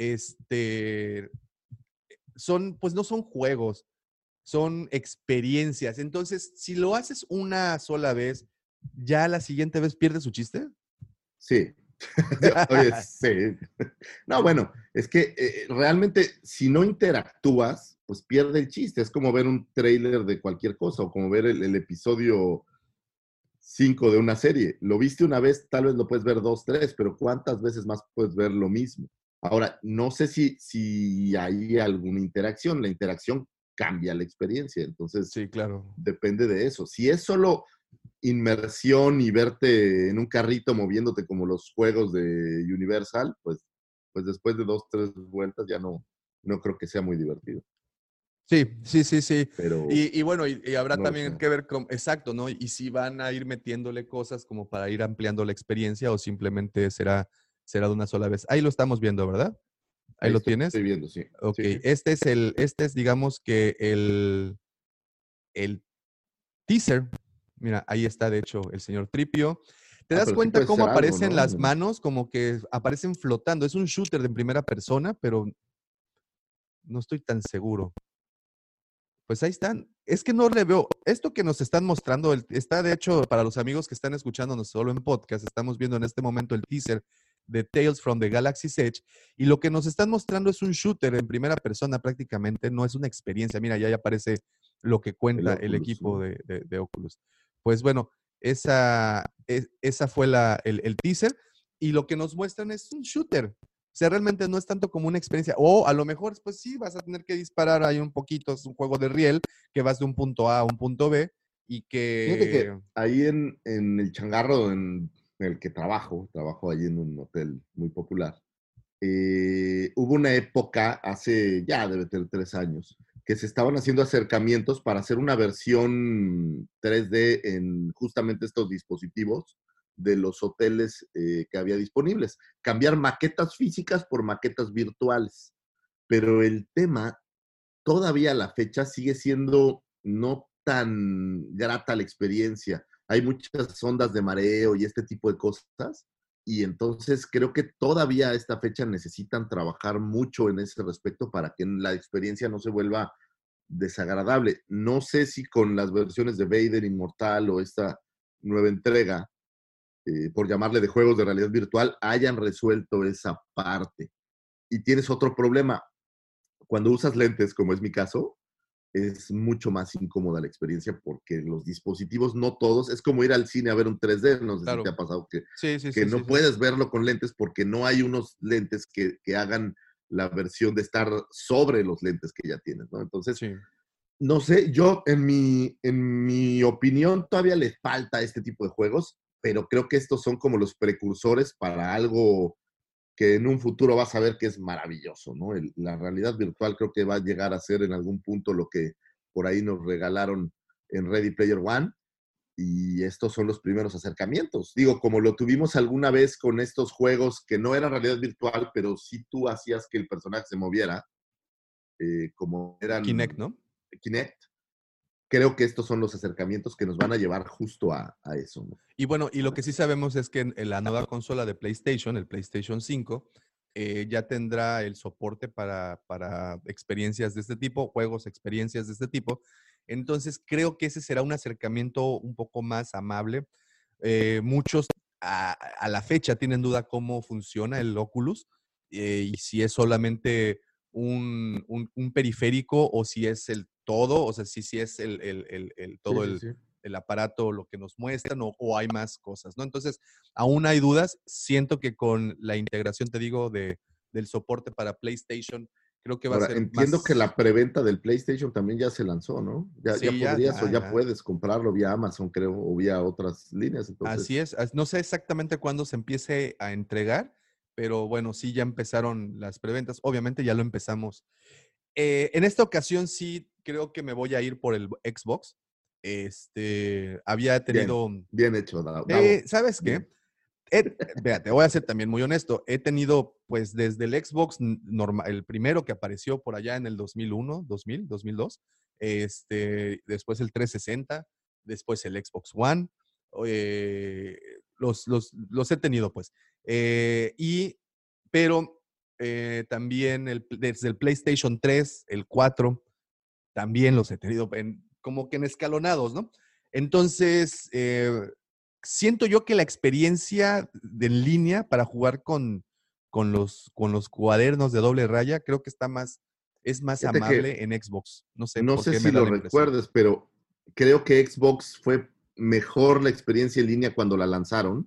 este, son, pues no son juegos, son experiencias. Entonces, si lo haces una sola vez, ¿ya la siguiente vez pierde su chiste? Sí. Oye, sí. No, bueno, es que eh, realmente si no interactúas, pues pierde el chiste. Es como ver un tráiler de cualquier cosa o como ver el, el episodio cinco de una serie. Lo viste una vez, tal vez lo puedes ver dos, tres, pero ¿cuántas veces más puedes ver lo mismo? Ahora, no sé si, si hay alguna interacción. La interacción cambia la experiencia, entonces Sí, claro. depende de eso. Si es solo inmersión y verte en un carrito moviéndote como los juegos de Universal, pues, pues después de dos, tres vueltas ya no, no creo que sea muy divertido. Sí, sí, sí, sí. Pero Y, y bueno, y, y habrá no lo también sé. que ver con, exacto, ¿no? Y si van a ir metiéndole cosas como para ir ampliando la experiencia o simplemente será, será de una sola vez. Ahí lo estamos viendo, ¿verdad? Ahí Ahí lo estoy, tienes. estoy viendo, sí. Ok, Sí, sí. este es el, este es, digamos que el, el teaser. Mira, ahí está, de hecho, el señor Tripio. ¿Te Ah, das pero sí cuenta puede cómo ser algo, aparecen ¿no? las manos? Como que aparecen flotando. Es un shooter de primera persona, pero no estoy tan seguro. Pues ahí están. Es que no le veo. Esto que nos están mostrando, el- está de hecho para los amigos que están escuchándonos solo en podcast, estamos viendo en este momento el teaser de Tales from the Galaxy's Edge y lo que nos están mostrando es un shooter en primera persona prácticamente, no es una experiencia. Mira, ya ahí aparece lo que El cuenta el Oculus, equipo ¿no? de, de- de Oculus. Pues bueno, esa, es- esa fue la, el, el teaser y lo que nos muestran es un shooter. O sea, realmente no es tanto como una experiencia. O a lo mejor, pues sí, vas a tener que disparar ahí un poquito. Es un juego de riel que vas de un punto A a un punto B y Fíjate que... que ahí en, en el changarro en el que trabajo, trabajo ahí en un hotel muy popular, eh, hubo una época, hace ya debe tener tres años, que se estaban haciendo acercamientos para hacer una versión tres D en justamente estos dispositivos de los hoteles eh, que había disponibles. Cambiar maquetas físicas por maquetas virtuales. Pero el tema todavía a la fecha sigue siendo no tan grata la experiencia. Hay muchas ondas de mareo y este tipo de cosas. Y entonces creo que todavía a esta fecha necesitan trabajar mucho en ese respecto para que la experiencia no se vuelva desagradable. No sé si con las versiones de Vader Inmortal o esta nueva entrega, eh, por llamarle de juegos de realidad virtual, hayan resuelto esa parte. Y tienes otro problema. Cuando usas lentes, como es mi caso, es mucho más incómoda la experiencia porque los dispositivos, no todos, es como ir al cine a ver un tres D, no sé si te Claro. ha pasado que, Sí, sí, que sí, sí, no sí. puedes verlo con lentes porque no hay unos lentes que, que hagan la versión de estar sobre los lentes que ya tienes, ¿no? Entonces, Sí. no sé, yo en mi, en mi opinión todavía le falta este tipo de juegos, pero creo que estos son como los precursores para algo que en un futuro vas a ver que es maravilloso, ¿no? El, la realidad virtual creo que va a llegar a ser en algún punto lo que por ahí nos regalaron en Ready Player One, y estos son los primeros acercamientos. Digo, como lo tuvimos alguna vez con estos juegos que no eran realidad virtual, pero sí tú hacías que el personaje se moviera, eh, como Kinect, eran ¿no? Kinect. Creo que estos son los acercamientos que nos van a llevar justo a, a eso, ¿no? Y bueno, y lo que sí sabemos es que en, en la nueva consola de PlayStation, el PlayStation cinco, eh, ya tendrá el soporte para, para experiencias de este tipo, juegos, experiencias de este tipo. Entonces, creo que ese será un acercamiento un poco más amable. Eh, muchos a, a la fecha tienen duda cómo funciona el Oculus eh, y si es solamente un, un- un periférico o si es el todo, o sea, si, si es el, el- el- el- Sí, todo sí, el, sí. el aparato lo que nos muestran o, o hay más cosas, ¿no? Entonces, aún hay dudas. Siento que con la integración, te digo, de, del soporte para PlayStation, creo que va Ahora, a ser entiendo más... que la preventa del PlayStation también ya se lanzó, ¿no? Ya, Sí, ya ya, podrías ya, o ya, ya. puedes comprarlo vía Amazon, creo, o vía otras líneas. Entonces, Así es. No sé exactamente cuándo se empiece a entregar, pero bueno, sí, ya empezaron las preventas. Obviamente ya lo empezamos. Eh, en esta ocasión sí creo que me voy a ir por el Xbox. Este, había bien, tenido... bien hecho, Da- Eh, Davo. ¿sabes qué? Bien. He- vea, te voy a ser también muy honesto. He tenido, pues, desde el Xbox normal, el primero que apareció por allá en el dos mil uno, dos mil, dos mil dos, este, después el trescientos sesenta, después el Xbox One, eh, los, los, los he tenido, pues. Eh, y, pero eh, también el, desde el PlayStation tres, el cuatro, también los he tenido en, como que en escalonados, ¿no? Entonces, eh, siento yo que la experiencia de en línea para jugar con, con, los, con los cuadernos de doble raya, creo que está más, es más Fíjate que amable en Xbox. No sé no por sé qué si me da lo la impresión. recuerdes, pero creo que Xbox fue mejor la experiencia en línea cuando la lanzaron,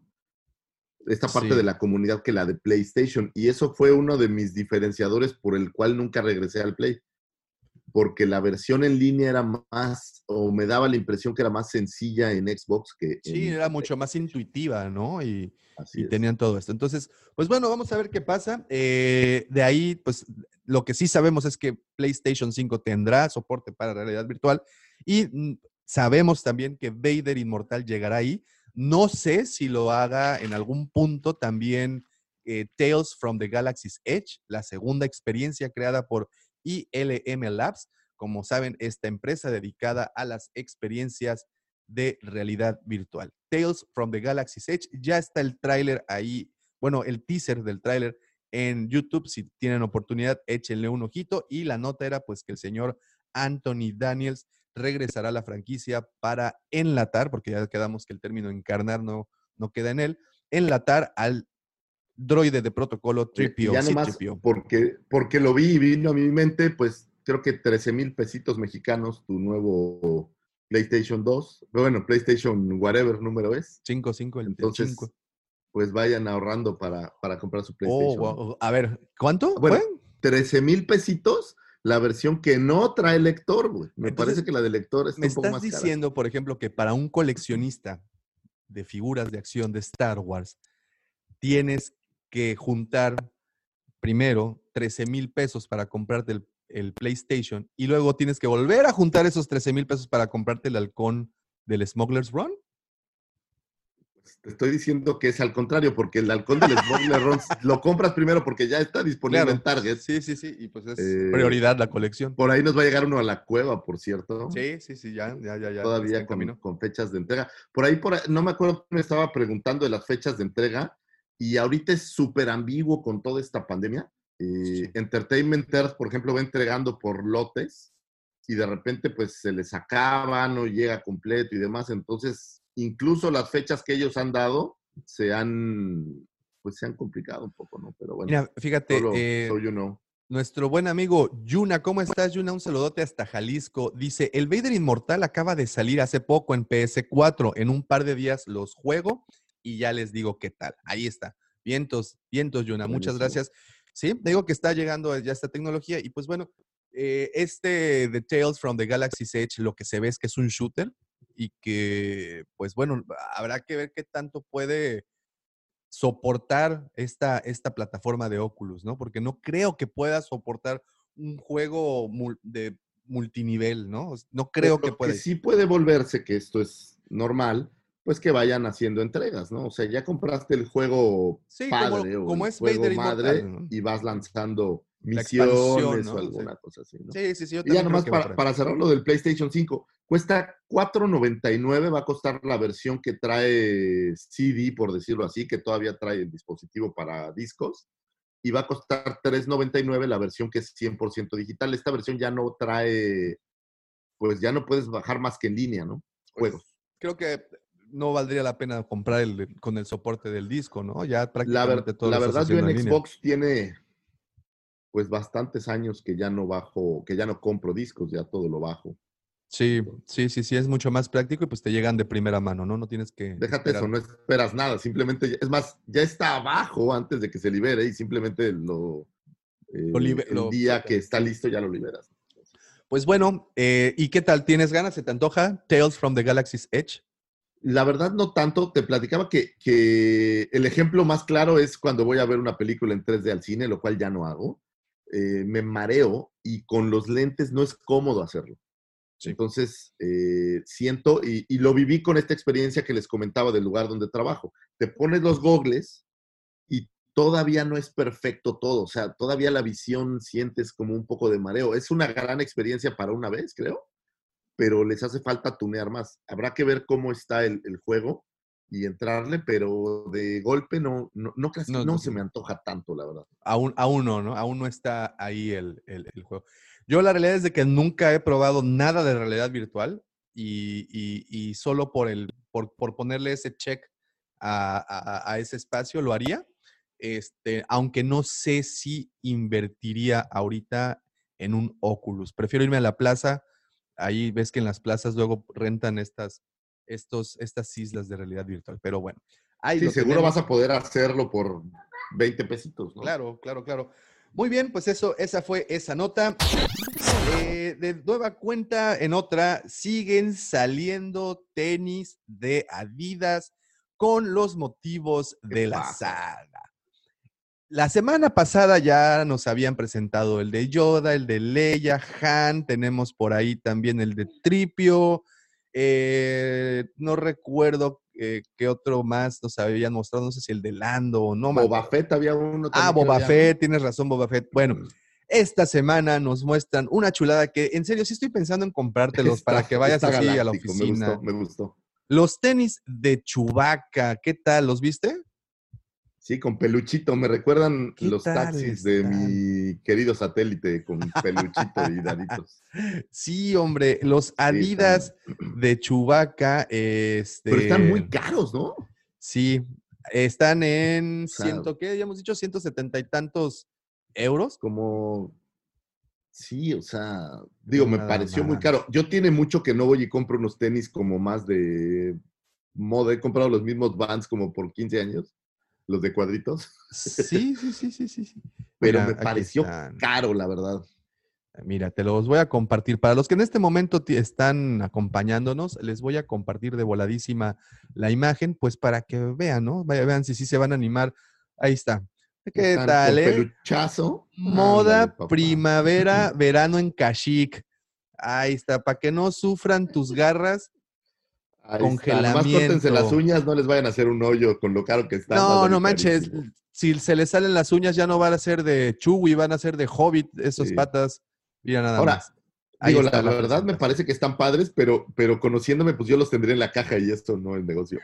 esta parte de Sí, la comunidad, que la de PlayStation. Y eso fue uno de mis diferenciadores por el cual nunca regresé al Play. Porque la versión en línea era más, o me daba la impresión que era más sencilla en Xbox que sí, en, era en mucho más PlayStation. intuitiva, ¿no? Y, Así y es. tenían todo esto. Entonces, pues bueno, vamos a ver qué pasa. Eh, de ahí, pues lo que sí sabemos es que PlayStation cinco tendrá soporte para realidad virtual y mm, sabemos también que Vader Inmortal llegará ahí. No sé si lo haga en algún punto también eh, Tales from the Galaxy's Edge, la segunda experiencia creada por I L M Labs. Como saben, esta empresa dedicada a las experiencias de realidad virtual. Tales from the Galaxy's Edge, ya está el tráiler ahí, bueno, el teaser del tráiler en YouTube. Si tienen oportunidad, échenle un ojito. Y la nota era pues que el señor Anthony Daniels regresará a la franquicia para enlatar, porque ya quedamos que el término encarnar no, no queda en él, enlatar al droide de protocolo Oye, y tres P O, ya nomás C tres P O. porque, porque lo vi y vino a mi mente, pues creo que trece mil pesitos mexicanos tu nuevo PlayStation dos. Bueno, PlayStation whatever número es. cinco, cinco, el, el Entonces, cinco. pues vayan ahorrando para, para comprar su Oh, PlayStation. wow. A ver, ¿cuánto Bueno, fue? trece mil pesitos la versión que no trae lector, güey. Me Entonces, parece que la de lector está me un poco estás más cara. diciendo, por ejemplo, que para un coleccionista de figuras de acción de Star Wars, tienes que juntar primero trece mil pesos para comprarte el, el PlayStation y luego tienes que volver a juntar esos trece mil pesos para comprarte el halcón del Smuggler's Run. Te estoy diciendo que es al contrario, porque el halcón del Smuggler Run lo compras primero porque ya está disponible en Claro, Target. sí, sí, sí, y pues es Eh, prioridad la colección. por ahí nos va a llegar uno a la cueva, por cierto. Sí, sí, sí, ya, ya, ya, ya, está Todavía en con, camino. con fechas de entrega. Por ahí, por ahí, no me acuerdo, me estaba preguntando de las fechas de entrega y ahorita es súper ambiguo con toda esta pandemia. Eh, Sí. Entertainment Earth, por ejemplo, va entregando por lotes y de repente pues se les acaba, no llega completo y demás. Entonces, incluso las fechas que ellos han dado se han, pues se han complicado un poco, ¿no? Pero bueno, Mira, fíjate, solo, eh, so you know. nuestro buen amigo Yuna, ¿cómo estás, Yuna? Un saludote hasta Jalisco. Dice, el Vader Inmortal acaba de salir hace poco en P S cuatro. En un par de días los juego y ya les digo qué tal. Ahí está. Vientos, vientos, Yuna. Muchas Buenísimo. gracias. Sí, te digo que está llegando ya esta tecnología y pues bueno, eh, este The Tales from the Galaxy's Edge, lo que se ve es que es un shooter y que, pues bueno, habrá que ver qué tanto puede soportar esta, esta plataforma de Oculus, ¿no? Porque no creo que pueda soportar un juego mul- de multinivel, ¿no? No creo que Pero que pueda. sí puede volverse, que esto es normal, pues que vayan haciendo entregas, ¿no? O sea, ya compraste el juego Sí, como, padre o como el es juego Vader madre Inmortal, ¿no? y vas lanzando La expansión, misiones o ¿no? Sí. alguna cosa así, ¿no? Sí, sí, sí, yo Y ya también creo nomás que va por para, ahí. para cerrar lo del PlayStation cinco, cuesta cuatro noventa y nueve, va a costar la versión que trae C D, por decirlo así, que todavía trae el dispositivo para discos, y va a costar tres noventa y nueve la versión que es cien por ciento digital. Esta versión ya no trae, pues ya no puedes bajar más que en línea, ¿no? Pues Juegos. creo que no valdría la pena comprar el, con el soporte del disco, ¿no? Ya La, ver, prácticamente todo lo la estás verdad, yo haciendo en en línea. Xbox tiene pues bastantes años que ya no bajo, que ya no compro discos, ya todo lo bajo. Sí, sí, sí, sí, es mucho más práctico y pues te llegan de primera mano, ¿no? No tienes que Déjate esperar. eso, no esperas nada, simplemente, es más, ya está abajo antes de que se libere y simplemente lo, Lo eh, libe- el lo día que sueltan. está listo ya lo liberas. Pues bueno, eh, ¿y qué tal? ¿Tienes ganas? ¿Se te antoja Tales from the Galaxy's Edge? La verdad no tanto, te platicaba que, que el ejemplo más claro es cuando voy a ver una película en tres D al cine, lo cual ya no hago. Eh, me mareo y con los lentes no es cómodo hacerlo. Sí. Entonces, eh, siento, y, y lo viví con esta experiencia que les comentaba del lugar donde trabajo. Te pones los gogles y todavía no es perfecto todo, o sea, todavía la visión sientes como un poco de mareo. Es una gran experiencia para una vez, creo, pero les hace falta tunear más. Habrá que ver cómo está el, el juego y entrarle, pero de golpe no, no, no, creas que No, no no, se me antoja tanto, la verdad. aún, aún no, ¿no? Aún no está ahí el, el- el juego. Yo la realidad es de que nunca he probado nada de realidad virtual y, y- y solo por, el, por, por ponerle ese check a, a- a ese espacio lo haría, este, aunque no sé si invertiría ahorita en un Oculus. Prefiero irme a la plaza. Ahí ves que en las plazas luego rentan estas, estos, estas islas de realidad virtual. Pero bueno, ahí Sí, lo seguro vas tenemos. a poder hacerlo por veinte pesitos, ¿no? Claro, claro, claro. Muy bien, pues eso, esa fue esa nota. Eh, de nueva cuenta, en otra, siguen saliendo tenis de Adidas con los motivos ¿Qué de la pasa? saga. La semana pasada ya nos habían presentado el de Yoda, el de Leia, Han, tenemos por ahí también el de Tripio, eh, no recuerdo eh, qué otro más nos habían mostrado, no sé si el de Lando o no me Boba acuerdo. Fett había uno Ah, también, creo Boba ya, Fett, ¿no? tienes razón, Boba Fett. Bueno, esta semana nos muestran una chulada que, en serio, sí estoy pensando en comprártelos para Está, que vayas está así a la galáctico, me oficina. gustó, me gustó. Los tenis de Chewbacca, ¿qué tal? ¿Los viste? Sí, con peluchito, me recuerdan ¿Qué los tal taxis de están? mi querido satélite con peluchito y daditos. Sí, hombre, los Sí, están, Adidas de Chewbacca, pero están muy este, caros, ¿no? sí, están en O sea, ciento, ¿qué habíamos dicho? Ciento setenta y tantos euros. como, sí, o sea, digo, Ve me nada pareció muy caro. más. Yo tiene mucho que no voy y compro unos tenis como más de moda. He comprado los mismos Vans como por quince años, los de cuadritos, Sí, sí, sí, sí, sí, sí. pero Mira, me aquí pareció están. caro, la verdad. Mira, te los voy a compartir. Para los que en este momento ti- están acompañándonos, les voy a compartir de voladísima la imagen, pues para que vean, ¿no? Vaya, vean si sí se van a animar. Ahí está. ¿Qué Están tal, con eh? peluchazo. Ándale, Moda papá. primavera, verano en Kashik. Ahí está, para que no sufran tus garras, Ahí está. Nomás córtense las congelamiento. uñas, no les vayan a hacer un hoyo con lo caro que está, va a No, no salir manches. carísimo. Si se les salen las uñas, ya no van a ser de Chewie, van a ser de Hobbit, esos Sí. patas. Mira nada Ahora, más. Ahí digo, la está la verdad me presentación. parece que están padres, pero, pero conociéndome, pues yo los tendré en la caja y esto no es negocio.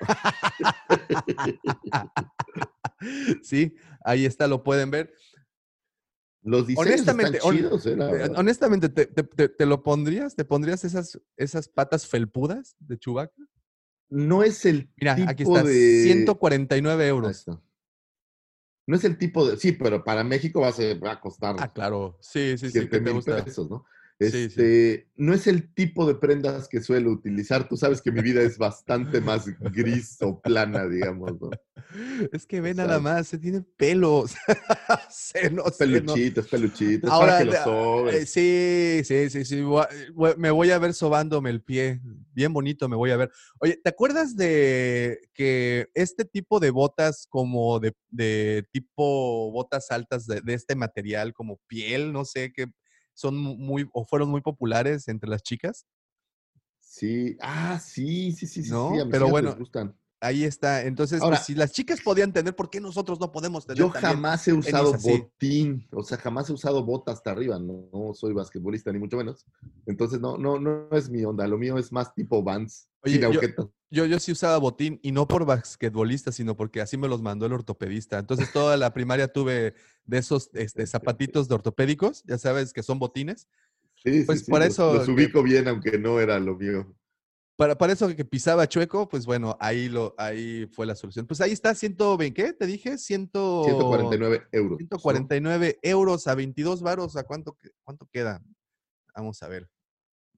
Sí, ahí está, lo pueden ver. Los diseños están Honestamente, hon- chidos, eh, la te- verdad. honestamente, ¿te, te- te- te lo pondrías? ¿Te pondrías esas, esas patas felpudas de Chewbacca? No es el Mira, aquí tipo está, ciento de... cuarenta y nueve Ahí euros. está. No es el tipo de... Sí, pero para México va a, ser, va a costar Ah, claro. Sí, sí, sí, ¿qué siete te mil gusta? pesos, ¿no? Sí, sí. Este, no es el tipo de prendas que suelo utilizar. Tú sabes que mi vida es bastante más gris o plana, digamos, ¿no? Es que O ve sea, nada más, se tiene pelos. Seno, es seno. peluchito, es peluchito, es para Ahora, que lo eh, sobes. sí, sí, sí, sí. voy a- voy- Me voy a ver sobándome el pie. Bien bonito me voy a ver. Oye, ¿te acuerdas de que este tipo de botas, como de, de tipo botas altas de, de este material, como piel, no sé, que son muy, o fueron muy populares entre las chicas? Sí, ah, sí, sí, sí, sí, sí, a ¿No? mis Pero hijas les bueno, gustan. ahí está. Entonces, pues Ahora, si las chicas podían tener, ¿por qué nosotros no podemos tener yo también jamás he tenis usado así? botín, o sea, jamás he usado bota hasta arriba, no, no soy basquetbolista ni mucho menos. Entonces, no, no, no es mi onda, lo mío es más tipo Vans, sin Oye, yo, agujetas. yo, yo sí usaba botín y no por basquetbolista, sino porque así me los mandó el ortopedista. Entonces, toda la primaria tuve de esos este, zapatitos de ortopédicos, ya sabes que son botines. Sí, sí, Pues sí, por los, los eso que, ubico bien, aunque no era lo mío. para, para eso que pisaba chueco, pues bueno, ahí lo, ahí fue la solución. Pues ahí está, ciento veinte, ¿qué? Te dije, cien, ciento cuarenta y nueve euros, ciento ¿no? cuarenta y nueve euros a veintidós varos. ¿A cuánto, que- cuánto queda? Vamos a ver.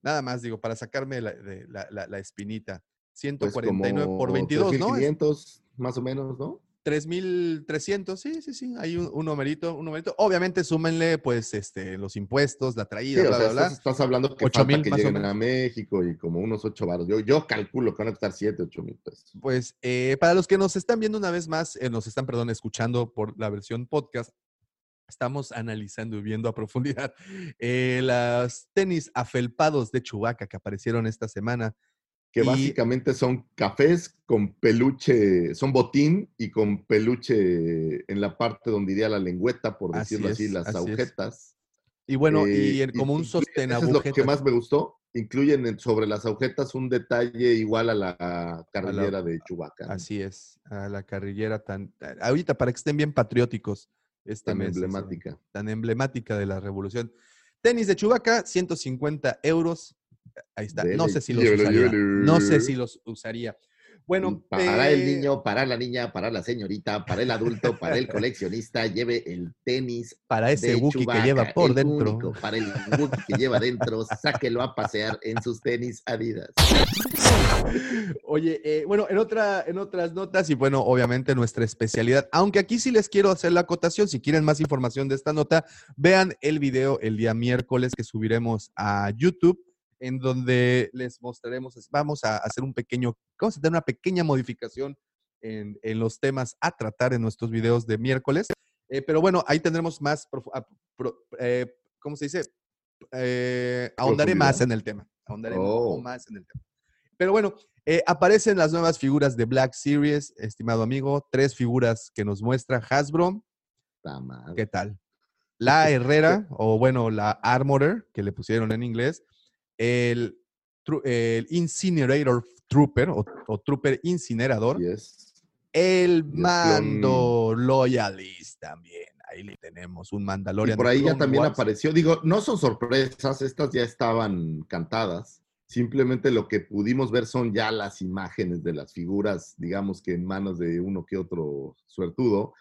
Nada más, digo, para sacarme la, de, la, la, la espinita. ciento Pues cuarenta y nueve como por veintidós, tres mil ¿no? quinientos, más o menos, ¿no? tres mil trescientos, sí, sí, sí, hay un, un numerito, un numerito. Obviamente súmenle, pues, este, los impuestos, la Sí, traída, o bla, sea, bla, estás, bla. estás hablando que ocho falta mil que más o lleguen a menos. México y como unos ocho varos. Yo, yo calculo que van a costar siete, ocho mil pesos. Pues, eh, para los que nos están viendo una vez más, eh, nos están, perdón, escuchando por la versión podcast, estamos analizando y viendo a profundidad eh, las tenis afelpados de Chewbacca que aparecieron esta semana. Que Y básicamente son cafés con peluche, son botín y con peluche en la parte donde iría la lengüeta, por así decirlo así, es, las así es. agujetas. Y bueno, y Eh, en, y como un incluyen, sostén eso es lo que agujetas. más me gustó, incluyen en- sobre las agujetas un detalle igual a la A la, carrillera de Chewbacca, ¿no? así es, a la carrillera tan, ahorita para que estén bien patrióticos este Tan mes, así, emblemática. tan emblemática de la revolución. Tenis de Chewbacca, ciento cincuenta euros. Ahí está. No sé Dele, si los llévelo, usaría. No sé llévelo. si los usaría. Bueno, Para el eh, niño, para la niña, para la señorita, para el adulto, para el coleccionista, lleve el tenis para ese de Wookiee que lleva Chewbacca, por el dentro. único, para el Wookiee que lleva dentro, sáquelo a pasear en sus tenis Adidas. Oye, eh, bueno, en, otra, en otras notas y bueno, obviamente nuestra especialidad, aunque aquí sí les quiero hacer la acotación, si quieren más información de esta nota, vean el video el día miércoles que subiremos a YouTube, en donde les mostraremos, vamos a hacer un pequeño, vamos a tener una pequeña modificación en, en los temas a tratar en nuestros videos de miércoles, eh, pero bueno, ahí tendremos más, a, pro, eh, ¿cómo se dice? Eh, ahondaré más en el tema, ahondaré oh. un poco más en el tema. Pero bueno, eh, aparecen las nuevas figuras de Black Series, estimado amigo. Tres figuras que nos muestra Hasbro. ¿Qué tal? La Herrera, o bueno, la Armorer, que le pusieron en inglés. El, el Incinerator Trooper, o, o Trooper Incinerador. Yes. El Mando clon... Loyalist también. Ahí le tenemos un Mandalorian. Y por ahí ya también Wars. Apareció. Digo, no son sorpresas, estas ya estaban cantadas. Simplemente lo que pudimos ver son ya las imágenes de las figuras, digamos que en manos de uno que otro suertudo.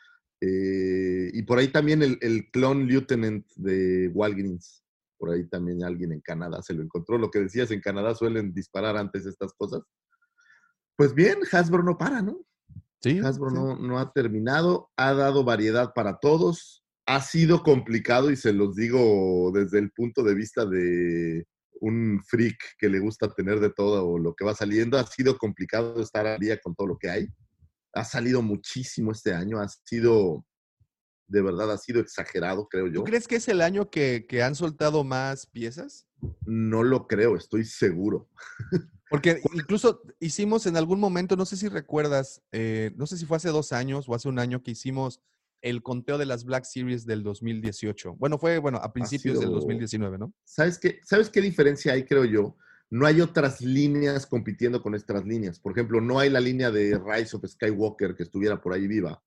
Eh, y por ahí también el, el clon Lieutenant de Walgreens. Por ahí también alguien en Canadá se lo encontró. Lo que decías, en Canadá suelen disparar antes estas cosas. Pues bien, Hasbro no para, ¿no? Sí. Hasbro sí. No, no ha terminado, ha dado variedad para todos. Ha sido complicado y se los digo desde el punto de vista de un freak que le gusta tener de todo o lo que va saliendo. Ha sido complicado estar al día con todo lo que hay. Ha salido muchísimo este año. Ha sido, de verdad, ha sido exagerado, creo yo. ¿Tú crees que es el año que, que han soltado más piezas? No lo creo, estoy seguro. Porque incluso hicimos en algún momento, no sé si recuerdas, eh, no sé si fue hace dos años o hace un año que hicimos el conteo de las Black Series del dos mil dieciocho. Bueno, fue bueno a principios sido, del dos mil diecinueve, ¿no? ¿Sabes qué? ¿Sabes qué diferencia hay, creo yo? No hay otras líneas compitiendo con estas líneas. Por ejemplo, no hay la línea de Rise of Skywalker que estuviera por ahí viva.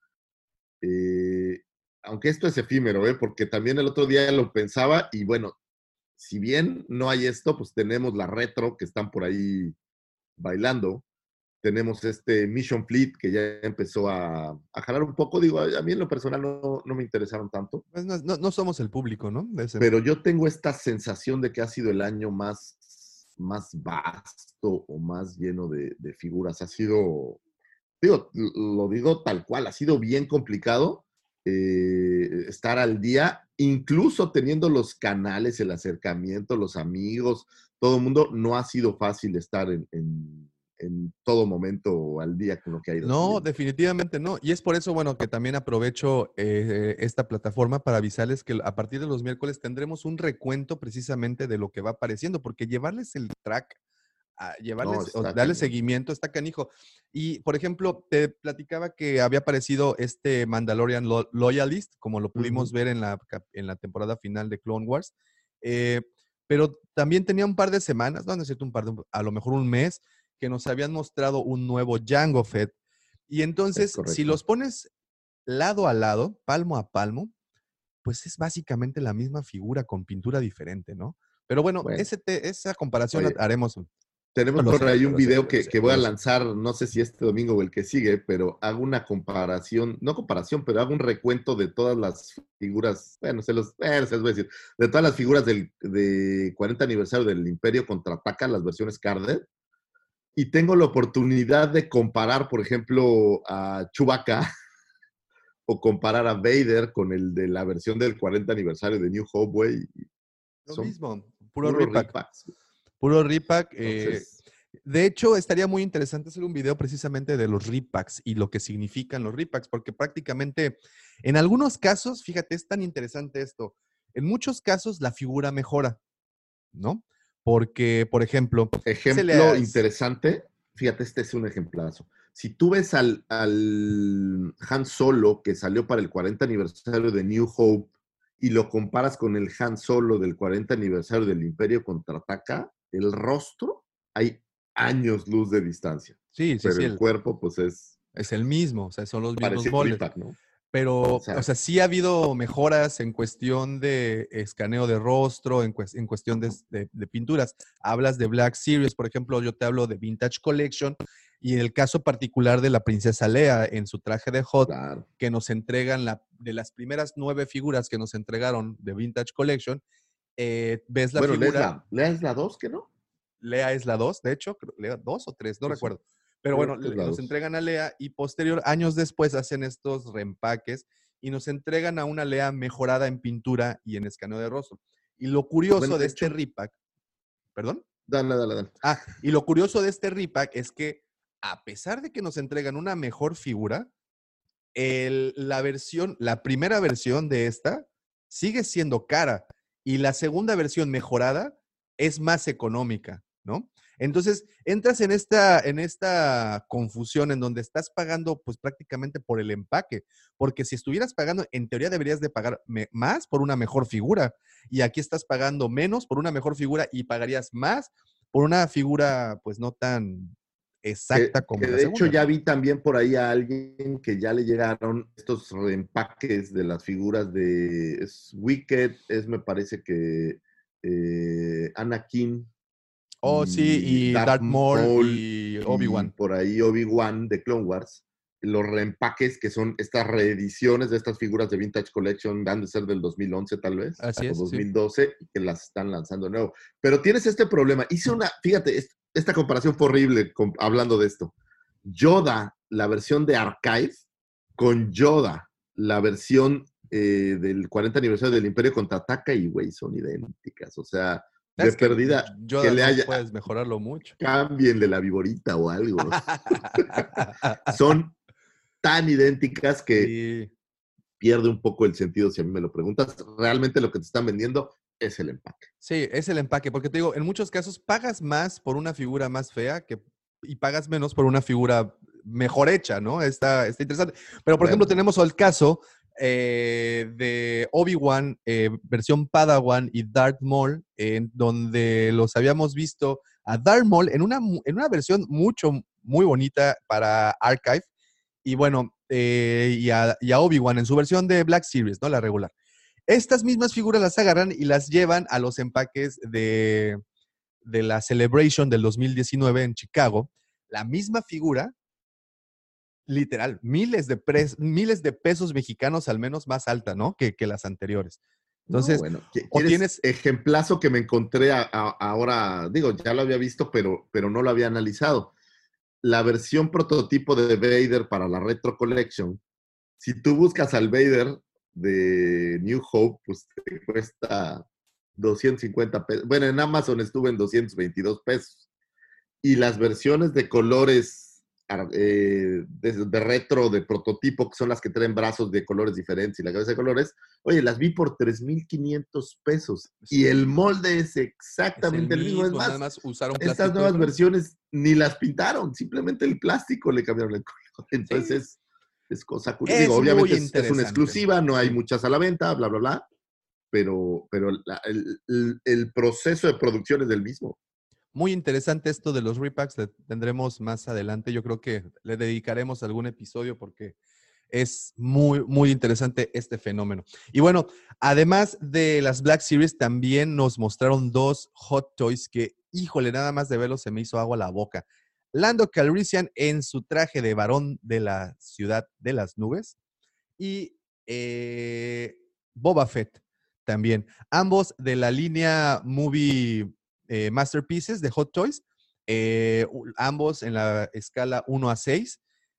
Eh, aunque esto es efímero, ¿eh? Porque también el otro día lo pensaba y bueno, si bien no hay esto, pues tenemos la retro que están por ahí bailando. Tenemos este Mission Fleet que ya empezó a, a jalar un poco. Digo, a mí en lo personal no, no me interesaron tanto. Pues no, no, no somos el público, ¿no? Pero yo tengo esta sensación de que ha sido el año más, más vasto o más lleno de, de figuras. Ha sido, digo, lo digo tal cual, ha sido bien complicado eh, estar al día, incluso teniendo los canales, el acercamiento, los amigos, todo el mundo, no ha sido fácil estar en, en en todo momento al día con lo que ha ido. No, saliendo. definitivamente no. Y es por eso, bueno, que también aprovecho eh, esta plataforma para avisarles que a partir de los miércoles tendremos un recuento precisamente de lo que va apareciendo, porque llevarles el track, a llevarles, no, o darle canijo. seguimiento está canijo. Y, por ejemplo, te platicaba que había aparecido este Mandalorian Lo Loyalist, como lo pudimos uh-huh. ver en la, en la temporada final de Clone Wars. Eh, pero también tenía un par de semanas, no necesito un par de, a lo mejor un mes, que nos habían mostrado un nuevo Jango Fett. Y entonces, si los pones lado a lado, palmo a palmo, pues es básicamente la misma figura con pintura diferente, ¿no? Pero bueno, bueno ese te, esa comparación oye, haremos. Tenemos No lo por sé, ahí no un lo sé, video no lo que, sé, que no voy a lo sé. lanzar, no sé si este domingo o el que sigue, pero hago una comparación, no comparación, pero hago un recuento de todas las figuras, bueno, se los, bueno, se los voy a decir, de todas las figuras del de cuarenta aniversario del Imperio Contraataca, las versiones Carded, y tengo la oportunidad de comparar, por ejemplo, a Chewbacca o comparar a Vader con el de la versión del cuarenta aniversario de New Hope, güey. Lo Son mismo, puro puros repack. repacks. Puro repack. Eh, Entonces, de hecho, estaría muy interesante hacer un video precisamente de los repacks y lo que significan los repacks, porque prácticamente, en algunos casos, fíjate, es tan interesante esto. En muchos casos la figura mejora, ¿no? Porque, por ejemplo, ¿qué se le ejemplo hace? interesante, fíjate, este es un ejemplazo. Si tú ves al, al Han Solo que salió para el cuarenta aniversario de New Hope y lo comparas con el Han Solo del cuarenta aniversario del Imperio Contraataca, el rostro, hay años luz de distancia, Sí, sí, pero sí, el el- cuerpo, pues es es el mismo, o sea, son los mismos parecido moldes. repack, ¿no? O Pero, o sea, sea, sí ha habido mejoras en cuestión de escaneo de rostro, en, cues- en cuestión de, de- de pinturas. Hablas de Black Series, por ejemplo, yo te hablo de Vintage Collection, y en el caso particular de la princesa Leia en su traje de Hot, claro. que nos entregan la, de las primeras nueve figuras que nos entregaron de Vintage Collection, eh, ves la Bueno, Lea es figura. la, Lea es la dos, ¿que no? Lea es la dos, de hecho, creo- Lea dos o tres, no Pues sí, recuerdo. Pero bueno, creo que es le- la nos dos. entregan a Lea y posterior, años después, hacen estos reempaques y nos entregan a una Lea mejorada en pintura y en escaneo de rostro. Y lo Bueno, curioso de de este hecho, repack, ¿perdón? dale, dale, dale. Ah, y lo curioso de este repack es que a pesar de que nos entregan una mejor figura, el- la versión, la primera versión de esta sigue siendo cara y la segunda versión mejorada es más económica, ¿no? Entonces, entras en esta, en esta confusión en donde estás pagando pues prácticamente por el empaque, porque si estuvieras pagando, en teoría deberías de pagar me- más por una mejor figura y aquí estás pagando menos por una mejor figura y pagarías más por una figura pues no tan Que, exacta que como la de hecho segunda, ya ¿no? vi también por ahí a alguien que ya le llegaron estos reempaques de las figuras de es Wicked, es me parece que eh, Anakin Oh, sí, y y Darth Darth Maul Maul y y Obi-Wan. por ahí Obi-Wan de Clone Wars, los reempaques que son estas reediciones de estas figuras de Vintage Collection, han de ser del dos mil once tal vez, Así o es, sí. dos mil doce, y que las están lanzando de nuevo. Pero tienes este problema. Hice una, fíjate, es- esta comparación fue horrible con- hablando de esto. Yoda, la versión de Archive, con Yoda, la versión eh, del cuarenta aniversario del Imperio Contraataca, y güey, son idénticas. O sea, de Es que perdida, que Yoda le no haya, puedes mejorarlo mucho. cámbienle la viborita o algo. Son tan idénticas que Sí, pierde un poco el sentido si a mí me lo preguntas. Realmente lo que te están vendiendo es el empaque. sí, es el empaque, porque te digo, en muchos casos pagas más por una figura más fea que, y pagas menos por una figura mejor hecha, ¿no? Está, está interesante. Pero, por ejemplo, Bueno, tenemos el caso eh, de Obi-Wan, eh, versión Padawan y Darth Maul, en donde los habíamos visto a Darth Maul en una, mu- en una versión mucho, muy bonita para Archive, y bueno, eh, y a, y a Obi-Wan en su versión de Black Series, ¿no? La regular. Estas mismas figuras las agarran y las llevan a los empaques de, de la Celebration del dos mil diecinueve en Chicago. La misma figura, literal, miles de, pres- miles de pesos mexicanos al menos más alta, ¿no? Que, que las anteriores. no, Entonces, bueno. ¿qui- o ¿Quieres tienes, ejemplazo que me encontré a- a- ahora? Digo, ya lo había visto, pero, pero no lo había analizado. La versión prototipo de Vader para la Retro Collection. Si tú buscas al Vader de New Hope, pues te cuesta doscientos cincuenta pesos. Bueno, en Amazon estuvo en doscientos veintidós pesos. Y las versiones de colores eh, de, de retro, de prototipo, que son las que traen brazos de colores diferentes y la cabeza de colores, oye, las vi por tres mil quinientos pesos. Y el sí, molde es es el exactamente el mismo. Es mismo, nada más, más usaron estas plástico nuevas diferente. versiones ni las pintaron, simplemente el plástico le cambiaron el color. Sí, Entonces, es cosa curiosa. Digo, es muy obviamente es, es una interesante. exclusiva, no hay Sí. muchas a la venta, bla, bla, bla, pero, pero la, el, el, el proceso de producción es del mismo. Muy interesante esto de los repacks, le tendremos más adelante. Yo creo que le dedicaremos algún episodio porque es muy, muy interesante este fenómeno. Y bueno, además de las Black Series, también nos mostraron dos Hot Toys que, híjole, nada más de verlos se me hizo agua a la boca. Lando Calrissian en su traje de varón de la ciudad de las nubes y eh, Boba Fett también. Ambos de la línea Movie eh, Masterpieces de Hot Toys, eh, ambos en la escala uno a seis.